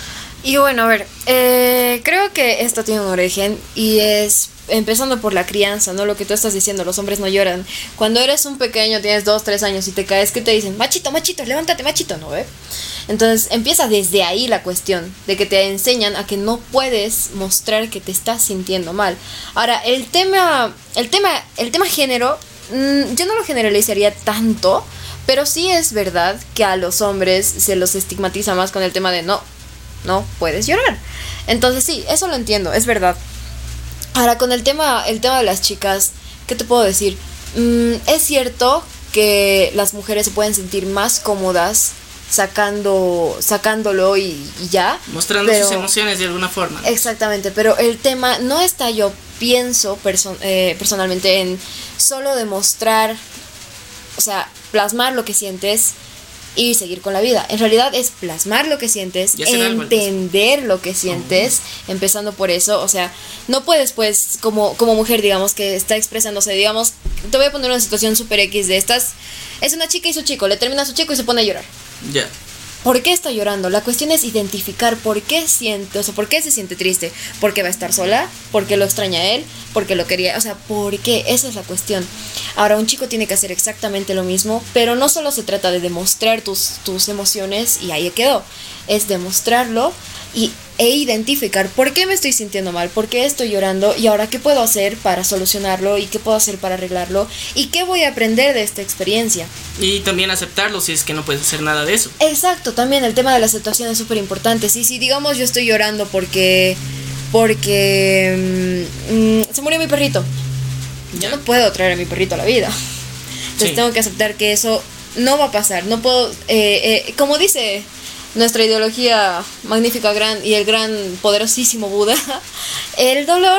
Y bueno, a ver, eh, creo que esto tiene un origen y es empezando por la crianza, ¿no? Lo que tú estás diciendo, los hombres no lloran. Cuando eres un pequeño, tienes dos, tres años y te caes, ¿qué te dicen? Machito, machito, levántate, machito, ¿no ve? Entonces empieza desde ahí la cuestión, de que te enseñan a que no puedes mostrar que te estás sintiendo mal. Ahora, el tema, el tema, el tema género, mmm, yo no lo generalizaría tanto, pero sí es verdad que a los hombres se los estigmatiza más con el tema de no, no puedes llorar. Entonces sí, eso lo entiendo, es verdad. Ahora, con el tema, el tema de las chicas, ¿qué te puedo decir? Mm, es cierto que las mujeres se pueden sentir más cómodas sacando, sacándolo y, y ya. Mostrando pero, sus emociones de alguna forma. Exactamente, pero el tema no está, yo pienso perso- eh, personalmente, en solo demostrar, o sea, plasmar lo que sientes y seguir con la vida. En realidad es plasmar lo que sientes, entender lo que sientes, oh. empezando por eso. O sea, no puedes, pues, como, como mujer, digamos, que está expresándose, digamos, te voy a poner una situación super X de estas. Es una chica y su chico, le termina a su chico y se pone a llorar. Ya. Yeah. ¿Por qué está llorando? La cuestión es identificar por qué siente, o sea, por qué se siente triste. ¿Porque va a estar sola? ¿Porque lo extraña a él? ¿Porque lo quería? O sea, ¿por qué? Esa es la cuestión. Ahora, un chico tiene que hacer exactamente lo mismo, pero no solo se trata de demostrar tus, tus emociones y ahí quedó. Es demostrarlo y, e identificar por qué me estoy sintiendo mal, por qué estoy llorando y ahora qué puedo hacer para solucionarlo y qué puedo hacer para arreglarlo y qué voy a aprender de esta experiencia. Y también aceptarlo si es que no puedes hacer nada de eso. Exacto, también el tema de la aceptación es súper importante. Sí, si digamos yo estoy llorando porque porque mmm, se murió mi perrito, yo no puedo traer a mi perrito a la vida. Entonces sí. tengo que aceptar que eso no va a pasar. No puedo, eh, eh, como dice nuestra ideología magnífica gran y el gran poderosísimo Buda, el dolor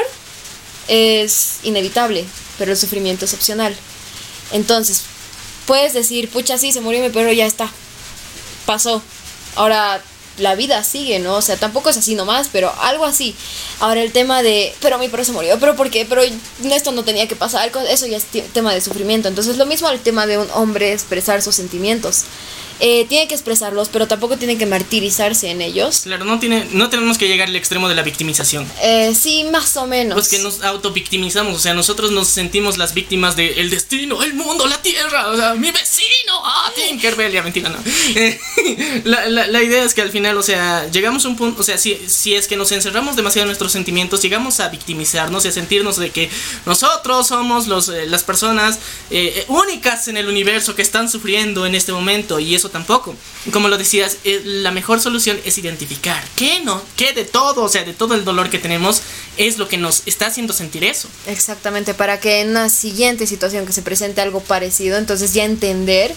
es inevitable, pero el sufrimiento es opcional. Entonces puedes decir, pucha, sí, se murió mi perro, ya está, pasó, ahora la vida sigue, ¿no? O sea, tampoco es así nomás, pero algo así. Ahora el tema de, pero mi perro se murió, pero ¿por qué? Pero esto no tenía que pasar, eso ya es t- tema de sufrimiento. Entonces lo mismo el tema de un hombre expresar sus sentimientos. Eh, tiene que expresarlos, pero tampoco tiene que martirizarse en ellos. Claro, no tiene, no tenemos que llegar al extremo de la victimización. Eh, sí, más o menos. Pues que nos autovictimizamos, o sea, nosotros nos sentimos las víctimas del destino, el mundo, la tierra, o sea, mi vecino, ah, Tinkerbell, ya mentira, no. la, la, la idea es que al final, o sea, llegamos a un punto, o sea, si, si es que nos encerramos demasiado en nuestros sentimientos, llegamos a victimizarnos y a sentirnos de que nosotros somos los, eh, las personas eh, únicas en el universo que están sufriendo en este momento, y eso tampoco. Como lo decías, eh, la mejor solución es identificar qué no, qué de todo, o sea, de todo el dolor que tenemos es lo que nos está haciendo sentir eso. Exactamente, para que en una siguiente situación que se presente algo parecido, entonces ya entender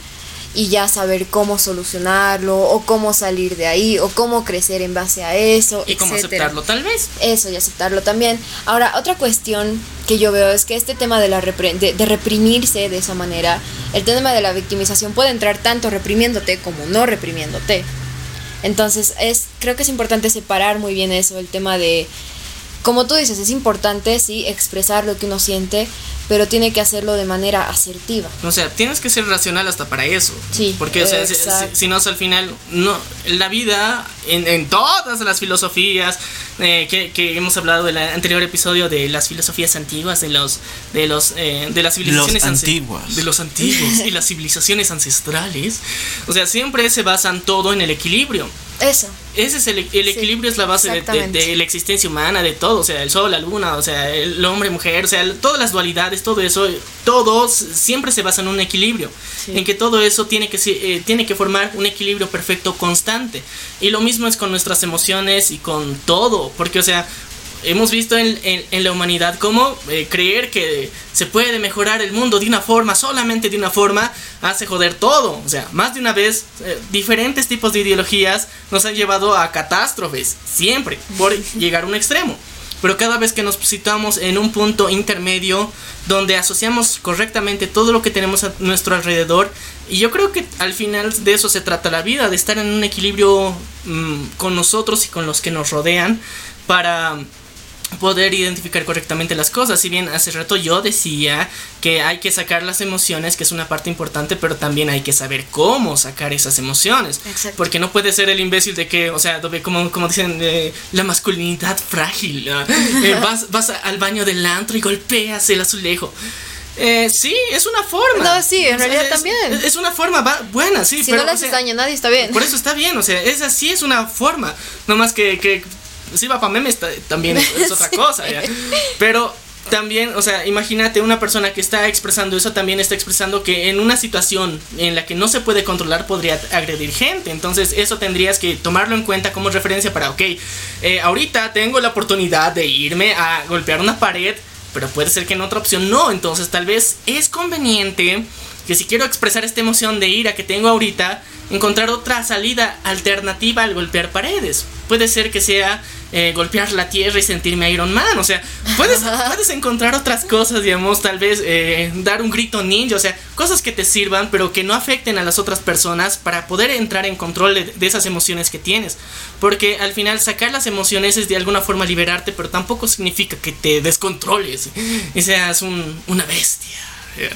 y ya saber cómo solucionarlo o cómo salir de ahí o cómo crecer en base a eso, Y cómo etcétera. aceptarlo tal vez. Eso, y aceptarlo también. Ahora, otra cuestión que yo veo es que este tema de, la repre- de, de reprimirse de esa manera, el tema de la victimización puede entrar tanto reprimiéndote como no reprimiéndote. Entonces, es, creo que es importante separar muy bien eso, el tema de, como tú dices, es importante, sí, expresar lo que uno siente, pero tiene que hacerlo de manera asertiva. O sea, tienes que ser racional hasta para eso. Sí, Porque, o sea, si, exacto. si- si no, al final, no, la vida, en, en todas las filosofías eh, que, que hemos hablado en el anterior episodio de las filosofías antiguas, de los, de los, eh, de las civilizaciones Los ance- antiguos. de los antiguos y las civilizaciones ancestrales, o sea, siempre se basan todo en el equilibrio. Eso. Ese es el, el equilibrio, es la base de, de, exactamente. de la existencia humana, de todo, o sea, el sol, la luna, o sea, el hombre, mujer, o sea, el- todas las dualidades, todo eso, todo s- siempre se basa en un equilibrio, Sí. en que todo eso tiene que, se- eh, tiene que formar un equilibrio perfecto constante. Y lo mismo es con nuestras emociones y con todo, porque, o sea, hemos visto en, en, en la humanidad cómo eh, creer que se puede mejorar el mundo de una forma, solamente de una forma, hace joder todo. O sea, más de una vez, eh, diferentes tipos de ideologías nos han llevado a catástrofes, siempre, por llegar a un extremo. Pero cada vez que nos situamos en un punto intermedio, donde asociamos correctamente todo lo que tenemos a nuestro alrededor, y yo creo que al final de eso se trata la vida, de estar en un equilibrio mmm, con nosotros y con los que nos rodean, para poder identificar correctamente las cosas. Si bien hace rato yo decía que hay que sacar las emociones, que es una parte importante, pero también hay que saber cómo sacar esas emociones. Exacto. Porque no puede ser el imbécil de que, o sea, como, como dicen, eh, la masculinidad frágil. ¿no? Eh, vas, vas al baño del antro y golpeas el azulejo. Eh, sí, es una forma. No, sí, en realidad es, también. Es, es una forma va, buena, sí. Si pero, no le o haces sea, daño a nadie, está bien. por eso está bien, o sea, esa sí es una forma. No más que, que si va para memes ta- también es, es otra cosa, ¿ya? Pero también, o sea, imagínate una persona que está expresando eso, también está expresando que en una situación en la que no se puede controlar podría agredir gente. Entonces eso tendrías que tomarlo en cuenta como referencia para, ok, eh, ahorita tengo la oportunidad de irme a golpear una pared, pero puede ser que en otra opción no. Entonces tal vez es conveniente que si quiero expresar esta emoción de ira que tengo ahorita, encontrar otra salida alternativa al golpear paredes. Puede ser que sea eh, golpear la tierra y sentirme Iron Man. O sea, puedes, puedes encontrar otras cosas, digamos, tal vez eh, dar un grito ninja. O sea, cosas que te sirvan, pero que no afecten a las otras personas, para poder entrar en control de, de esas emociones que tienes. Porque al final sacar las emociones es de alguna forma liberarte, pero tampoco significa que te descontroles y seas un, una bestia. Yeah.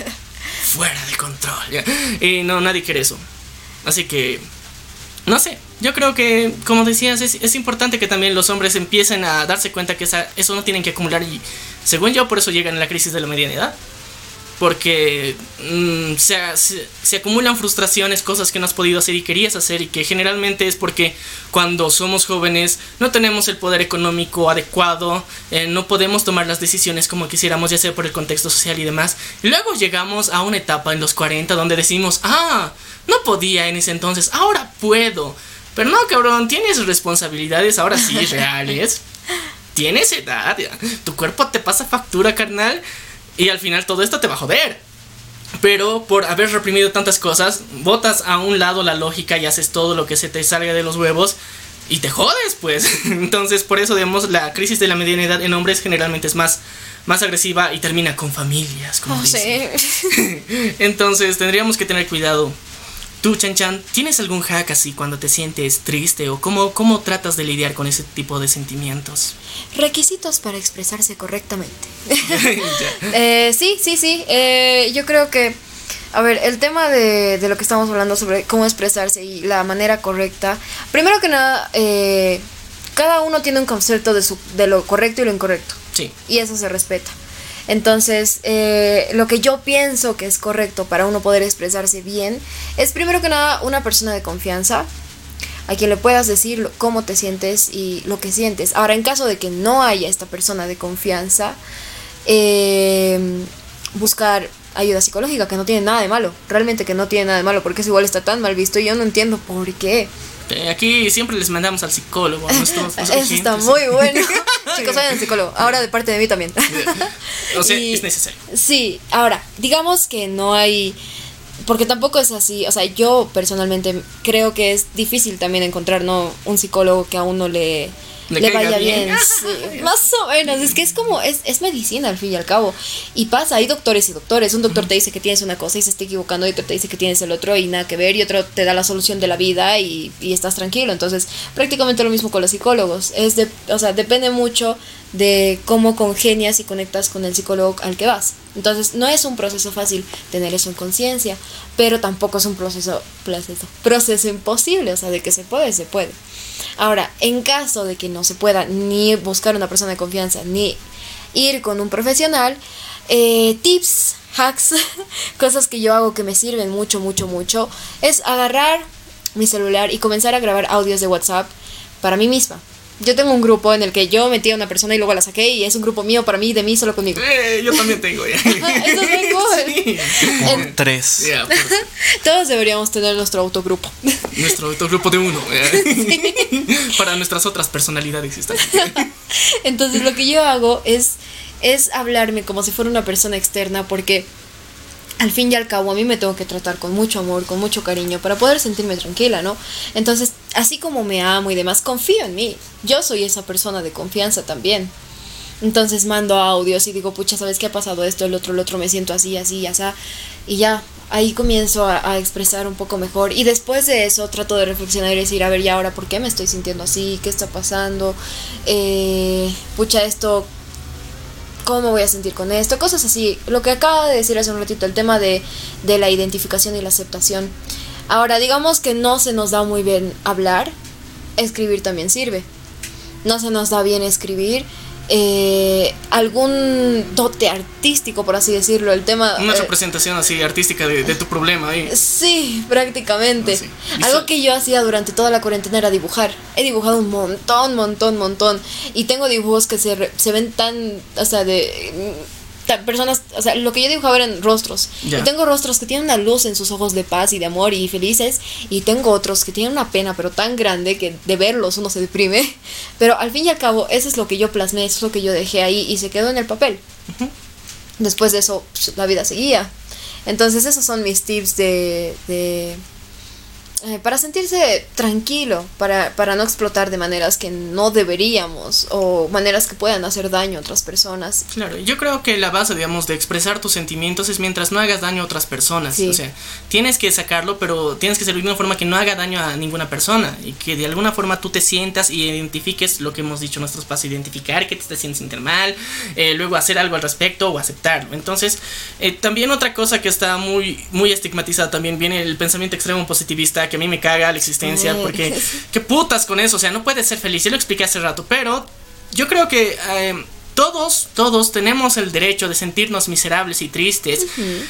Fuera de control. Yeah. Y no, nadie quiere eso. Así que, no sé, yo creo que, como decías, es, es importante que también los hombres empiecen a darse cuenta que esa, eso no tienen que acumular. Y según yo, por eso llegan a la crisis de la mediana edad. Porque mmm, se, se, se acumulan frustraciones, cosas que no has podido hacer y querías hacer, y que generalmente es porque cuando somos jóvenes no tenemos el poder económico adecuado, eh, no podemos tomar las decisiones como quisiéramos, ya sea por el contexto social y demás. Y luego llegamos a una etapa en los cuarenta donde decimos, ah, no podía en ese entonces, ahora puedo. Pero no, cabrón, tienes responsabilidades ahora sí reales. Tienes edad, ya. Tu cuerpo te pasa factura, carnal. Y al final todo esto te va a joder. Pero por haber reprimido tantas cosas, botas a un lado la lógica y haces todo lo que se te salga de los huevos y te jodes, pues. Entonces, por eso, digamos, la crisis de la mediana edad en hombres generalmente es más, más agresiva y termina con familias, como No dicen. sé. Entonces, tendríamos que tener cuidado. Tú, Chan Chan, ¿tienes algún hack así cuando te sientes triste? ¿O cómo, cómo tratas de lidiar con ese tipo de sentimientos? Requisitos para expresarse correctamente. Ya. Eh, sí, sí, sí. Eh, yo creo que, a ver, el tema de, de lo que estamos hablando sobre cómo expresarse y la manera correcta. Primero que nada, eh, cada uno tiene un concepto de, su, de lo correcto y lo incorrecto. Sí. Y eso se respeta. Entonces, eh, lo que yo pienso que es correcto para uno poder expresarse bien es primero que nada una persona de confianza, a quien le puedas decir lo, cómo te sientes y lo que sientes. Ahora, en caso de que no haya esta persona de confianza, eh, buscar ayuda psicológica, que no tiene nada de malo, realmente que no tiene nada de malo, porque eso igual está tan mal visto y yo no entiendo por qué. Eh, Aquí siempre les mandamos al psicólogo a nuestros, nuestros Eso está clientes. muy bueno. Chicos, vayan al psicólogo. Ahora de parte de mí también. O sea, Y- es necesario. Sí, ahora, digamos que no hay porque tampoco es así, o sea, yo personalmente creo que es difícil también encontrar, ¿no?, un psicólogo que a uno le, Le le caiga vaya bien. bien, sí, más o menos, es que es como, es, es medicina al fin y al cabo, y pasa, hay doctores y doctores, un doctor te dice que tienes una cosa y se está equivocando, y otro te dice que tienes el otro y nada que ver, y otro te da la solución de la vida y, y estás tranquilo, entonces prácticamente lo mismo con los psicólogos, es de, o sea, depende mucho de cómo congenias y conectas con el psicólogo al que vas. Entonces no es un proceso fácil tener eso en conciencia, pero tampoco es un proceso, proceso, proceso imposible, o sea, de que se puede, se puede. Ahora, en caso de que no se pueda ni buscar una persona de confianza, ni ir con un profesional, eh, tips, hacks, cosas que yo hago que me sirven mucho, mucho, mucho, es agarrar mi celular y comenzar a grabar audios de WhatsApp para mí misma. Yo tengo un grupo en el que yo metí a una persona y luego la saqué, y es un grupo mío para mí, de mí, solo conmigo. Eh, yo también tengo ya. Eso es muy cool. Sí. Como tres. Ya, por- Todos deberíamos tener nuestro autogrupo. nuestro, nuestro grupo de uno. ya. Para nuestras otras personalidades. Está. Entonces lo que yo hago es, es hablarme como si fuera una persona externa, porque al fin y al cabo a mí me tengo que tratar con mucho amor, con mucho cariño, para poder sentirme tranquila, ¿no? Entonces, así como me amo y demás, confío en mí. Yo soy esa persona de confianza también. Entonces mando audios y digo, pucha, ¿sabes qué ha pasado esto, el otro, el otro, me siento así, así, así? Y ya, ahí comienzo a, a expresar un poco mejor. Y después de eso trato de reflexionar y decir, a ver, ¿y ahora por qué me estoy sintiendo así? ¿Qué está pasando? Eh, pucha, esto... ¿Cómo me voy a sentir con esto? Cosas así. Lo que acaba de decir hace un ratito, el tema de, de la identificación y la aceptación. Ahora, digamos que no se nos da muy bien hablar, escribir también sirve. No se nos da bien escribir. Eh, algún dote artístico, por así decirlo, el tema... Una eh, representación así artística de, de tu problema ahí. Sí, prácticamente. Ah, sí. Algo que yo hacía durante toda la cuarentena era dibujar. He dibujado un montón, montón, montón. Y tengo dibujos que se, re- se ven tan, o sea, de tan personas, o sea, lo que yo dibujaba eran rostros. Ya. Y tengo rostros que tienen una luz en sus ojos de paz y de amor y felices. Y tengo otros que tienen una pena, pero tan grande que de verlos uno se deprime. Pero al fin y al cabo, eso es lo que yo plasmé, eso es lo que yo dejé ahí y se quedó en el papel. Ujú. Después de eso, pues, la vida seguía. Entonces esos son mis tips de, de eh, para sentirse tranquilo, para, para no explotar de maneras que no deberíamos o maneras que puedan hacer daño a otras personas. Claro, yo creo que la base, digamos, de expresar tus sentimientos es mientras no hagas daño a otras personas. Sí. O sea, tienes que sacarlo, pero tienes que hacerlo de una forma que no haga daño a ninguna persona y que de alguna forma tú te sientas y identifiques lo que hemos dicho en nuestros pasos, identificar que te estás haciendo sentir mal, eh, luego hacer algo al respecto o aceptarlo. Entonces, eh, también otra cosa que está muy, muy estigmatizada también viene el pensamiento extremo positivista, que a mí me caga la existencia, Ay. porque qué putas con eso, o sea, no puedes ser feliz, ya lo expliqué hace rato, pero yo creo que eh, todos, todos tenemos el derecho de sentirnos miserables y tristes. Uh-huh.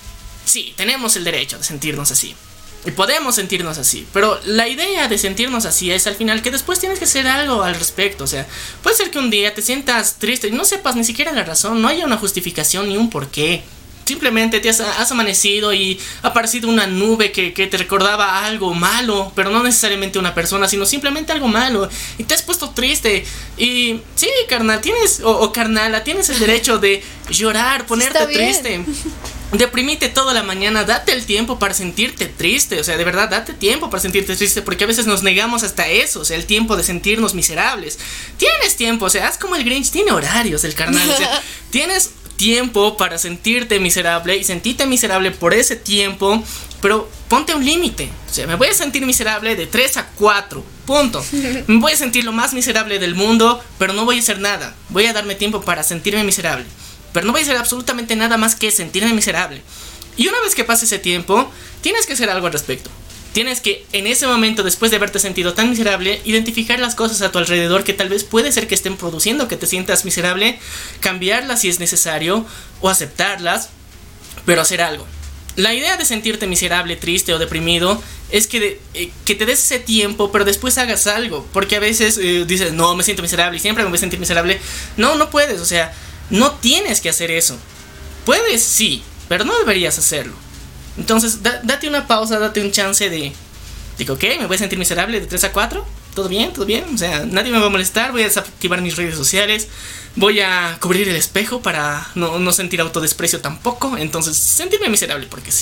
Sí, tenemos el derecho de sentirnos así. Y podemos sentirnos así. Pero la idea de sentirnos así es al final que después tienes que hacer algo al respecto. O sea, puede ser que un día te sientas triste y no sepas ni siquiera la razón. No haya una justificación ni un porqué. Simplemente te has, has amanecido y ha aparecido una nube que, que te recordaba algo malo, pero no necesariamente una persona, sino simplemente algo malo, y te has puesto triste. Y sí, carnal, tienes, o, o carnala, tienes el derecho de llorar, ponerte Está bien. triste. Deprímete toda la mañana, date el tiempo para sentirte triste, o sea, de verdad, date tiempo para sentirte triste, porque a veces nos negamos hasta eso, o sea, el tiempo de sentirnos miserables. Tienes tiempo, o sea, haz como el Grinch, tiene horarios el carnal, o sea, tienes tiempo para sentirte miserable y sentirte miserable por ese tiempo, pero ponte un límite. O sea, me voy a sentir miserable de tres a cuatro, punto. Me voy a sentir lo más miserable del mundo, pero no voy a hacer nada. Voy a darme tiempo para sentirme miserable, pero no voy a hacer absolutamente nada más que sentirme miserable. Y una vez que pase ese tiempo, tienes que hacer algo al respecto. Tienes que, en ese momento, después de haberte sentido tan miserable, identificar las cosas a tu alrededor que tal vez puede ser que estén produciendo que te sientas miserable, cambiarlas si es necesario, o aceptarlas, pero hacer algo. La idea de sentirte miserable, triste o deprimido es que, de, eh, que te des ese tiempo, pero después hagas algo. Porque a veces eh, dices, no, me siento miserable y siempre me voy a sentir miserable. No, no puedes, o sea, no tienes que hacer eso. Puedes, sí, pero no deberías hacerlo. Entonces, da, date una pausa, date un chance de... Digo, ok, me voy a sentir miserable de tres a cuatro. ¿Todo bien? ¿Todo bien? O sea, nadie me va a molestar. Voy a desactivar mis redes sociales. Voy a cubrir el espejo para no, no sentir autodesprecio tampoco. Entonces, sentirme miserable porque sí.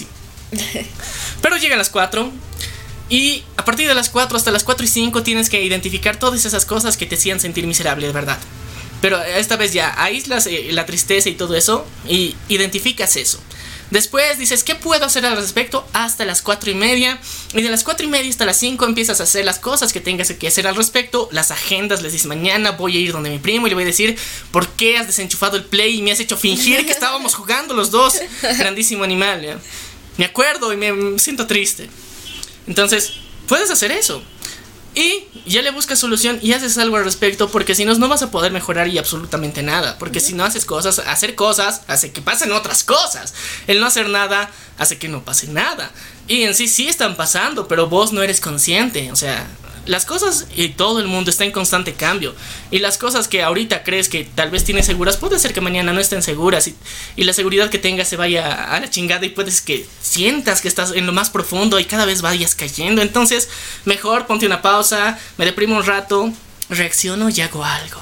Pero llegan las cuatro. Y a partir de las cuatro hasta las cuatro y cinco tienes que identificar todas esas cosas que te hacían sentir miserable, de verdad. Pero esta vez ya aíslas eh, la tristeza y todo eso y identificas eso. Después dices, ¿qué puedo hacer al respecto? Hasta las cuatro y media. Y de las cuatro y media hasta las cinco empiezas a hacer las cosas que tengas que hacer al respecto. Las agendas, les dices, mañana voy a ir donde mi primo y le voy a decir, ¿por qué has desenchufado el play y me has hecho fingir que estábamos jugando los dos? Grandísimo animal, ¿ya? Me acuerdo y me siento triste. Entonces, puedes hacer eso. Y ya le buscas solución y haces algo al respecto, porque si no, no vas a poder mejorar y absolutamente nada. Porque si no haces cosas, hacer cosas hace que pasen otras cosas. El no hacer nada hace que no pase nada. Y en sí sí están pasando, pero vos no eres consciente. O sea, las cosas y todo el mundo está en constante cambio. Y las cosas que ahorita crees que tal vez tienes seguras, puede ser que mañana no estén seguras. Y, y la seguridad que tengas se vaya a la chingada. Y puedes que sientas que estás en lo más profundo y cada vez vayas cayendo. Entonces, mejor ponte una pausa, me deprimo un rato, reacciono y hago algo.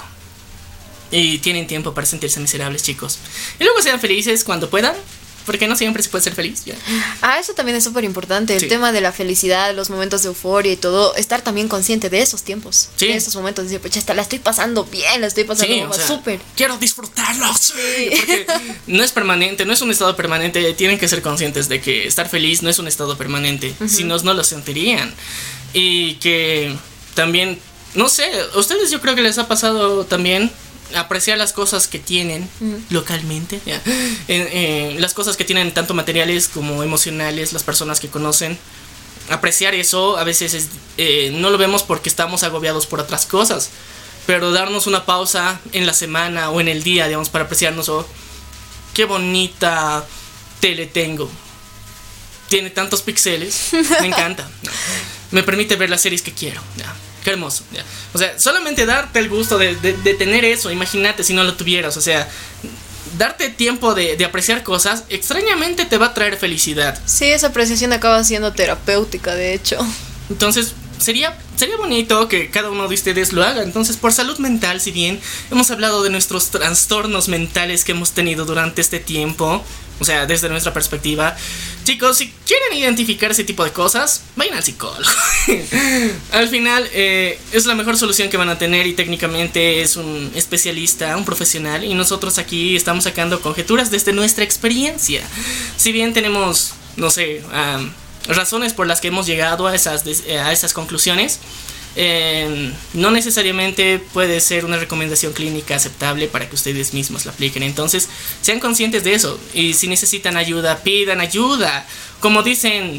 Y tienen tiempo para sentirse miserables, chicos. Y luego sean felices cuando puedan, porque no siempre se puede ser feliz, ¿ya? Ah, eso también es súper importante. El Sí. tema de la felicidad, los momentos de euforia y todo. Estar también consciente de esos tiempos. Sí. De esos momentos. Decir, pues ya la estoy pasando bien, la estoy pasando Sí, como o sea, súper. quiero disfrutarlo, sí, porque no es permanente, no es un estado permanente. Tienen que ser conscientes de que estar feliz no es un estado permanente. Uh-huh. Si no, no lo sentirían. Y que también, no sé, a ustedes yo creo que les ha pasado también apreciar las cosas que tienen uh-huh. localmente, ¿ya? En, eh, las cosas que tienen tanto materiales como emocionales, las personas que conocen. Apreciar eso a veces es, eh, no lo vemos porque estamos agobiados por otras cosas, pero darnos una pausa en la semana o en el día, digamos, para apreciarnos. Oh, qué bonita tele tengo, tiene tantos píxeles, me encanta, ¿no? Me permite ver las series que quiero, ¿no? Qué hermoso, ¿ya? O sea, solamente darte el gusto de, de, de tener eso. Imagínate si no lo tuvieras. O sea, darte tiempo de, de apreciar cosas, extrañamente te va a traer felicidad. Sí, esa apreciación acaba siendo terapéutica, de hecho. Entonces, sería, sería bonito que cada uno de ustedes lo haga. Entonces, por salud mental, si bien hemos hablado de nuestros trastornos mentales que hemos tenido durante este tiempo, o sea, desde nuestra perspectiva, chicos, si quieren identificar ese tipo de cosas, vayan al psicólogo. Al final, eh, es la mejor solución que van a tener y técnicamente es un especialista, un profesional. Y nosotros aquí estamos sacando conjeturas desde nuestra experiencia. Si bien tenemos, no sé, um, razones por las que hemos llegado a esas, a esas conclusiones, Eh, no necesariamente puede ser una recomendación clínica aceptable para que ustedes mismos la apliquen. Entonces, sean conscientes de eso. Y si necesitan ayuda, pidan ayuda. Como dicen,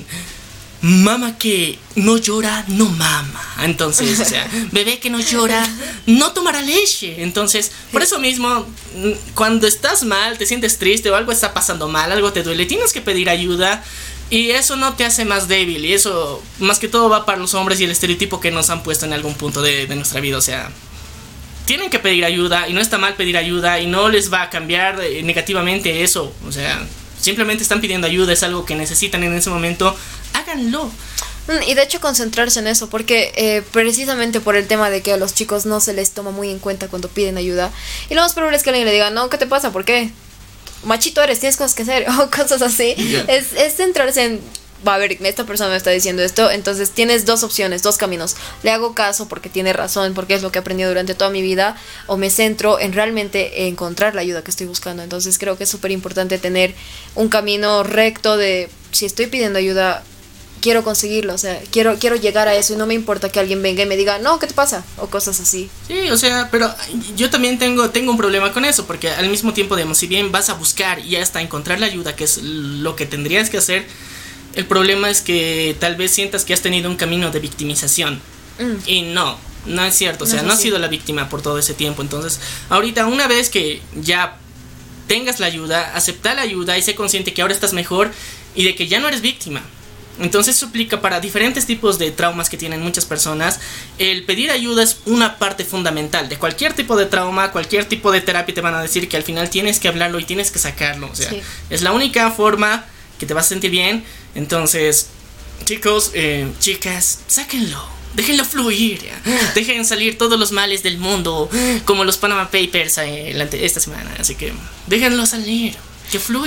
mama que no llora, no mama. Entonces, o sea, bebé que no llora, no tomará leche. Entonces, por eso mismo, cuando estás mal, te sientes triste o algo está pasando mal, algo te duele, tienes que pedir ayuda. Y eso no te hace más débil. Y eso, más que todo, va para los hombres y el estereotipo que nos han puesto en algún punto de, de nuestra vida. O sea, tienen que pedir ayuda. Y no está mal pedir ayuda. Y no les va a cambiar eh, negativamente eso. O sea, simplemente están pidiendo ayuda. Es algo que necesitan en ese momento. Háganlo. Y de hecho concentrarse en eso, porque eh, precisamente por el tema de que a los chicos no se les toma muy en cuenta cuando piden ayuda. Y lo más probable es que alguien le diga, no, ¿qué te pasa? ¿Por qué? Machito eres, tienes cosas que hacer, o cosas así. Yeah. Es, es centrarse en, va a ver, esta persona me está diciendo esto, entonces tienes dos opciones, dos caminos. Le hago caso porque tiene razón, porque es lo que he aprendido durante toda mi vida, o me centro en realmente encontrar la ayuda que estoy buscando. Entonces creo que es súper importante tener un camino recto de, si estoy pidiendo ayuda, quiero conseguirlo, o sea, quiero, quiero llegar a eso y no me importa que alguien venga y me diga, no, ¿qué te pasa? O cosas así. Sí, o sea, pero yo también tengo, tengo un problema con eso, porque al mismo tiempo, digamos, si bien vas a buscar y hasta encontrar la ayuda, que es lo que tendrías que hacer, el problema es que tal vez sientas que has tenido un camino de victimización. Mm. Y no, no es cierto, o sea, no, no has sido la víctima por todo ese tiempo. Entonces, ahorita, una vez que ya tengas la ayuda, acepta la ayuda y sé consciente que ahora estás mejor y de que ya no eres víctima. Entonces eso aplica para diferentes tipos de traumas que tienen muchas personas. El pedir ayuda es una parte fundamental de cualquier tipo de trauma, cualquier tipo de terapia. Te van a decir que al final tienes que hablarlo y tienes que sacarlo. O sea, sí. Es la única forma que te vas a sentir bien. Entonces, chicos, eh, chicas, sáquenlo. Déjenlo fluir, ¿ya? Dejen salir todos los males del mundo, como los Panama Papers eh, esta semana. Así que déjenlo salir, que fluya.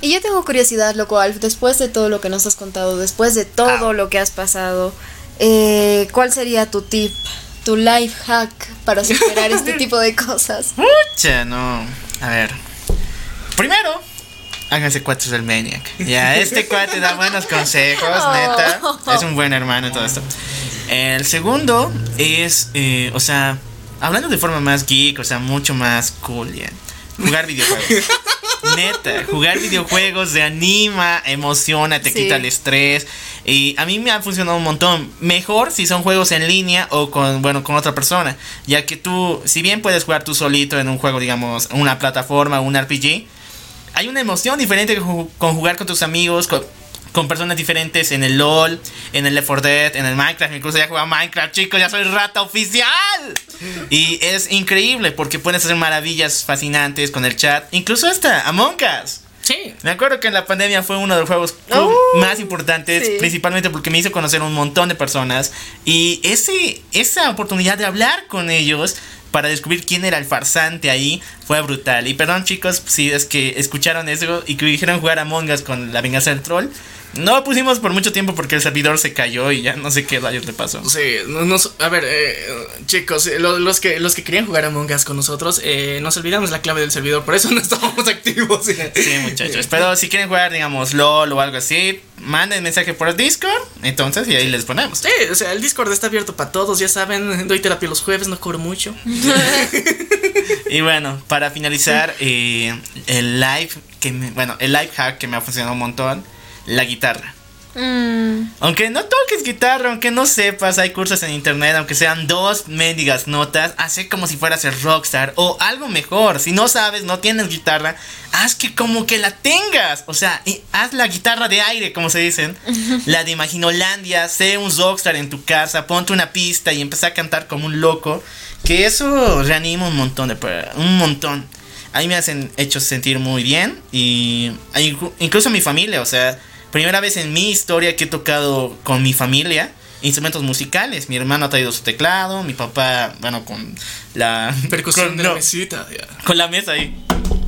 Y yo tengo curiosidad, loco Alf, después de todo lo que nos has contado, después de todo Ah. lo que has pasado, eh, ¿cuál sería tu tip, tu life hack para superar este tipo de cosas? Che, no. A ver. Primero, háganse cuates del Maniac. Ya, este cuate da buenos consejos, Oh. neta. Es un buen hermano en todo esto. El segundo es, eh, o sea, hablando de forma más geek, o sea, mucho más cool, ya. Jugar videojuegos. Neta, jugar videojuegos te anima, emociona, te Sí. quita el estrés. Y a mí me ha funcionado un montón. Mejor si son juegos en línea o con, bueno, con otra persona. Ya que tú, si bien puedes jugar tú solito en un juego, digamos, una plataforma, un R P G, hay una emoción diferente con con jugar con tus amigos, con, con personas diferentes en el LOL, en el Left four Dead, en el Minecraft. Incluso ya juego Minecraft, chicos, ya soy rata oficial. Y es increíble porque puedes hacer maravillas fascinantes con el chat. Incluso hasta Among Us. Sí. Me acuerdo que en la pandemia fue uno de los juegos cool Oh, más importantes, sí. principalmente porque me hizo conocer un montón de personas. Y ese, esa oportunidad de hablar con ellos para descubrir quién era el farsante ahí fue brutal. Y perdón, chicos, si es que escucharon eso y que dijeron jugar Among Us con la venganza del troll. No lo pusimos por mucho tiempo porque el servidor se cayó y ya no sé qué rayos le pasó. Sí, no- nos- a ver, eh, chicos, eh, lo- los, que, los que querían jugar Among Us con nosotros, eh, nos olvidamos la clave del servidor, por eso no estábamos activos. Sí, muchachos. Pero si quieren jugar, digamos, LOL o algo así, manden mensaje por Discord. Entonces, y ahí les ponemos. Sí, o sea, el Discord está abierto para todos, ya saben, doy terapia los jueves, no cobro mucho. Y bueno, para finalizar, eh, el live que me- bueno, el live hack que me ha funcionado un montón, la guitarra. Mm, Aunque no toques guitarra, aunque no sepas, hay cursos en internet, aunque sean dos mendigas notas, haz como si fueras el rockstar o algo mejor. Si no sabes, no tienes guitarra, haz que como que la tengas. O sea, y haz la guitarra de aire, como se dicen, la de Imaginolandia, sé un rockstar en tu casa, ponte una pista y empieza a cantar como un loco, que eso reanima un montón de per- un montón. A mí me hacen hecho sentir muy bien y inclu- incluso mi familia, o sea, primera vez en mi historia que he tocado con mi familia instrumentos musicales. Mi hermano ha traído su teclado, mi papá, bueno, con la Percusión con, de la no, mesita, ya. con la mesa ahí.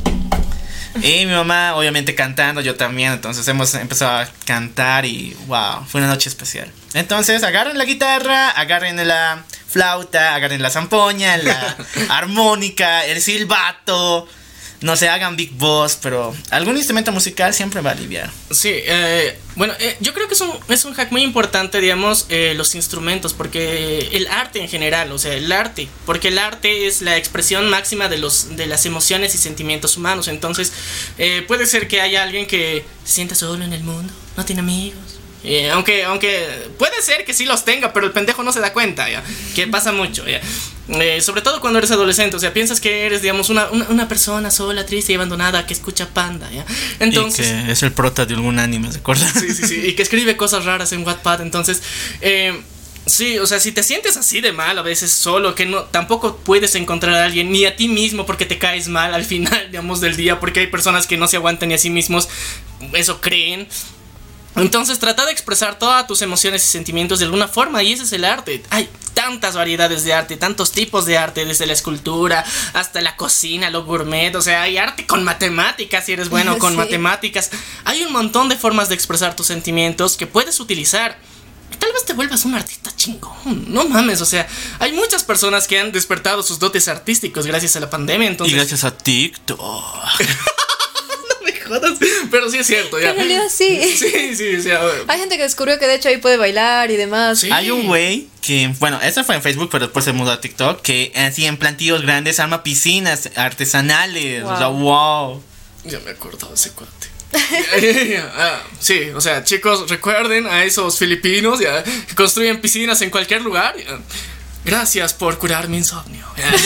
Y mi mamá, obviamente, cantando, yo también. Entonces hemos empezado a cantar y wow, fue una noche especial. Entonces, agarren la guitarra, agarren la flauta, agarren la zampoña, la armónica, el silbato. No se hagan Big Boss, pero algún instrumento musical siempre va a aliviar. Sí, eh, bueno, eh, yo creo que es un, es un hack muy importante, digamos, eh, los instrumentos, porque el arte en general, o sea, el arte, porque el arte es la expresión máxima de, los, de las emociones y sentimientos humanos. Entonces, eh, puede ser que haya alguien que se sienta solo en el mundo, no tiene amigos. Eh, aunque, aunque puede ser que sí los tenga, pero el pendejo no se da cuenta, ¿ya? Que pasa mucho, ¿ya? Eh, sobre todo cuando eres adolescente, o sea, piensas que eres, digamos, una, una, una persona sola, triste y abandonada que escucha Panda, ¿ya? Entonces, y que es el prota de algún anime, ¿se acuerdan? sí, sí, sí, y que escribe cosas raras en Wattpad. Entonces, eh, sí, o sea, si te sientes así de mal a veces solo, que no tampoco puedes encontrar a alguien, ni a ti mismo porque te caes mal al final, digamos, del día, porque hay personas que no se aguantan ni a sí mismos, eso creen. Entonces trata de expresar todas tus emociones y sentimientos de alguna forma, y ese es el arte. Hay tantas variedades de arte, tantos tipos de arte, desde la escultura hasta la cocina, lo gourmet. O sea, hay arte con matemáticas, si eres bueno con Sí. matemáticas. Hay un montón de formas de expresar tus sentimientos que puedes utilizar. Tal vez te vuelvas un artista chingón, no mames, o sea, hay muchas personas que han despertado sus dotes artísticos gracias a la pandemia, entonces... Y gracias a TikTok. No me jodas, pero sí es cierto, ya. En realidad sí. Sí, sí, o sea... Hay gente que descubrió que de hecho ahí puede bailar y demás. Sí. Hay un güey que, bueno, eso fue en Facebook, pero después se mudó a TikTok, que así en plantillos grandes arma piscinas artesanales. Wow. O sea, wow. Ya me acuerdo de ese cuate. Ah, sí, o sea, chicos, recuerden a esos filipinos ya, que construyen piscinas en cualquier lugar. Ya. Gracias por curar mi insomnio.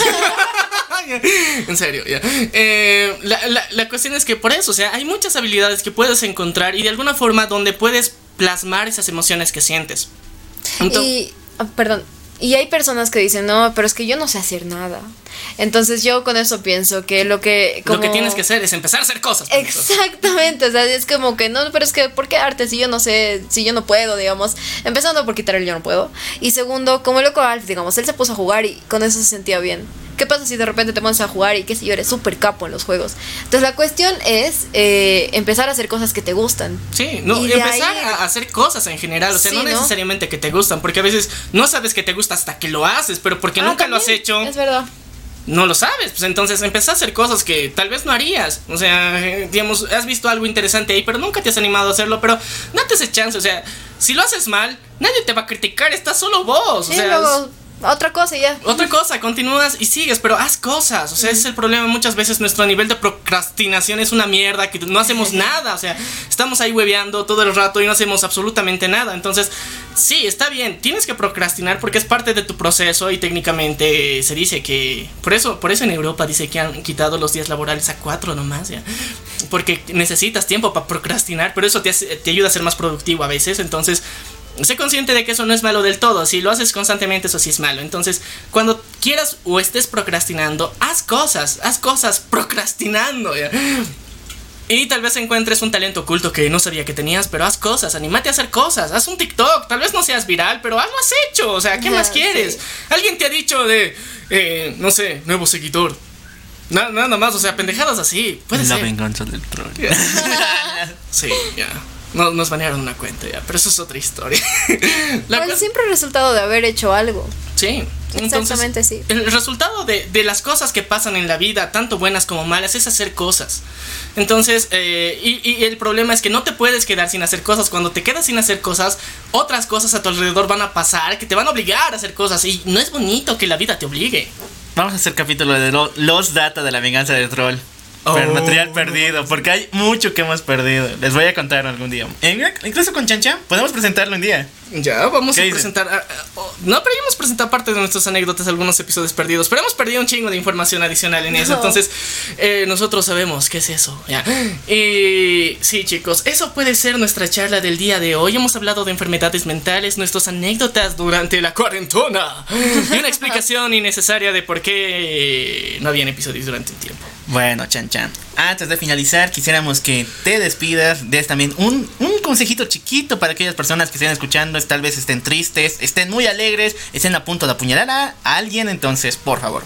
Ya. En serio, ya. Eh, la, la, la cuestión es que por eso, o sea, hay muchas habilidades que puedes encontrar y de alguna forma donde puedes plasmar esas emociones que sientes. Entonces, Y, ah, perdón, y hay personas que dicen, no, pero es que yo no sé hacer nada. Entonces yo con eso pienso que lo que... lo que como- tienes que hacer es empezar a hacer cosas. Exactamente, o sea, es como que no, pero es que ¿por qué arte si yo no sé, si yo no puedo, digamos? Empezando por quitar el yo no puedo. Y segundo, como el loco Alf, digamos, él se puso a jugar y con eso se sentía bien. ¿Qué pasa si de repente te pones a jugar y qué sé yo, eres súper capo en los juegos? Entonces la cuestión es eh, empezar a hacer cosas que te gustan. Sí, no, Y de empezar ahí- a hacer cosas en general, o sea, Sí, no ¿no? necesariamente que te gustan, porque a veces no sabes que te gusta hasta que lo haces, pero porque Ah, nunca lo has también, hecho, Es verdad. no lo sabes, pues entonces empezar a hacer cosas que tal vez no harías, o sea, eh, digamos, has visto algo interesante ahí, pero nunca te has animado a hacerlo, pero date ese chance, o sea, si lo haces mal, nadie te va a criticar, estás solo vos, o Y sea, luego, otra cosa y ya. otra cosa, continúas y sigues, pero haz cosas. O sea, ese es el problema. Muchas veces nuestro nivel de procrastinación es una mierda, que no hacemos nada. O sea, estamos ahí hueveando todo el rato y no hacemos absolutamente nada. Entonces, sí, está bien, tienes que procrastinar porque es parte de tu proceso y técnicamente eh, se dice que... Por eso, por eso en Europa dice que han quitado los días laborales a cuatro nomás, ya. Porque necesitas tiempo para procrastinar, pero eso te, hace- te ayuda a ser más productivo a veces. Entonces... sé consciente de que eso no es malo del todo. Si lo haces constantemente, eso sí es malo. Entonces, cuando quieras o estés procrastinando, haz cosas, haz cosas procrastinando, ¿ya? Y tal vez encuentres un talento oculto que no sabía que tenías, pero haz cosas, anímate a hacer cosas, haz un TikTok, tal vez no seas viral, pero algo has hecho, o sea, ¿qué más Sí. quieres? Alguien te ha dicho de, eh, no sé, nuevo seguidor. Na- nada más, o sea, pendejadas así, puede La ser. venganza del troll. Sí, ya. No, nos banearon una cuenta ya, pero eso es otra historia. La Pues cosa- siempre resultado de haber hecho algo. Sí, Exactamente, entonces, sí. El resultado de, de las cosas que pasan en la vida, tanto buenas como malas, es hacer cosas. Entonces, eh, y, y el problema es que no te puedes quedar sin hacer cosas. Cuando te quedas sin hacer cosas, otras cosas a tu alrededor van a pasar que te van a obligar a hacer cosas. Y no es bonito que la vida te obligue. Vamos a hacer capítulo de lo- los data de la venganza del troll. Pero Oh. material perdido, porque hay mucho que hemos perdido. Les voy a contar algún día. E incluso con Chancha, podemos presentarlo un día. Ya, vamos ¿Qué a dice? presentar. ah, ah, oh, no, pero ya hemos presentado parte de nuestras anécdotas, algunos episodios perdidos. Pero hemos perdido un chingo de información adicional en eso. No. Entonces, eh, nosotros sabemos qué es eso. Ya. Y sí, chicos, eso puede ser nuestra charla del día de hoy. Hemos hablado de enfermedades mentales, nuestras anécdotas durante la cuarentona. Y una explicación innecesaria de por qué no habían episodios durante un tiempo. Bueno, Chan Chan, antes de finalizar, quisiéramos que te despidas. Des también un, un consejito chiquito para aquellas personas que estén escuchando. Tal vez estén tristes, estén muy alegres, estén a punto de apuñalar a alguien. Entonces, por favor.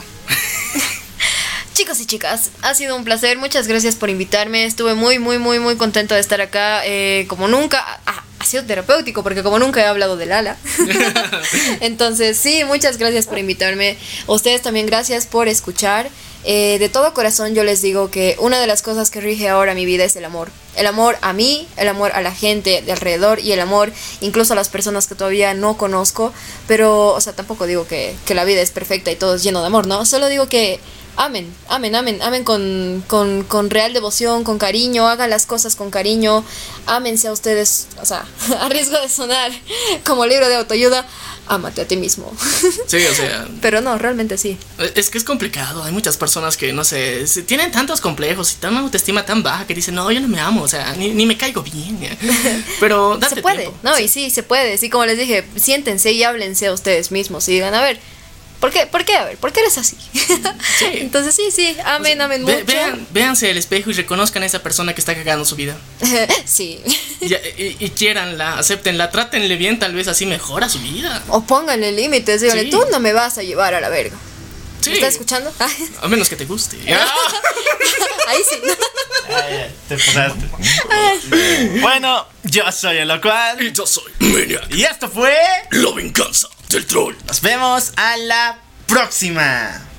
Chicos y chicas, ha sido un placer. Muchas gracias por invitarme. Estuve muy, muy, muy, muy contento de estar acá. Eh, como nunca, ah, ha sido terapéutico porque como nunca he hablado del ala. Entonces, sí, muchas gracias por invitarme. Ustedes también gracias por escuchar. Eh, de todo corazón yo les digo que una de las cosas que rige ahora mi vida es el amor. El amor a mí, el amor a la gente de alrededor y el amor incluso a las personas que todavía no conozco. Pero, o sea, tampoco digo que, que la vida es perfecta y todo es lleno de amor, ¿no? Solo digo que amen, amen, amen, amen con, con, con real devoción, con cariño, hagan las cosas con cariño, ámense a ustedes, o sea, a riesgo de sonar como libro de autoayuda, ámate a ti mismo. Sí, o sea, Pero no, realmente sí. es que es complicado. Hay muchas personas que, no sé, se- tienen tantos complejos y tan autoestima tan baja que dicen, no, yo no me amo, o sea, ni, ni me caigo bien. ya. Pero date Se puede, tiempo. ¿no? Y sí, se puede. Sí, como les dije, siéntense y háblense a ustedes mismos y digan, a ver, ¿por qué? ¿Por qué? A ver, ¿por qué eres así? Sí. Entonces sí, sí, amen, amen Ve- mucho. vean, véanse al espejo y reconozcan a esa persona que está cagando su vida. Sí. Y, y, y quiéranla, acéptenla, trátenle bien, tal vez así mejora su vida. O pónganle límites, díganle, Sí. tú no me vas a llevar a la verga. Sí. ¿Me estás escuchando? A menos que te guste. Ahí sí. Te pasaste. Bueno, yo soy el locual. Y yo soy Maniac, Y esto fue. la venganza del troll. Nos vemos a la próxima.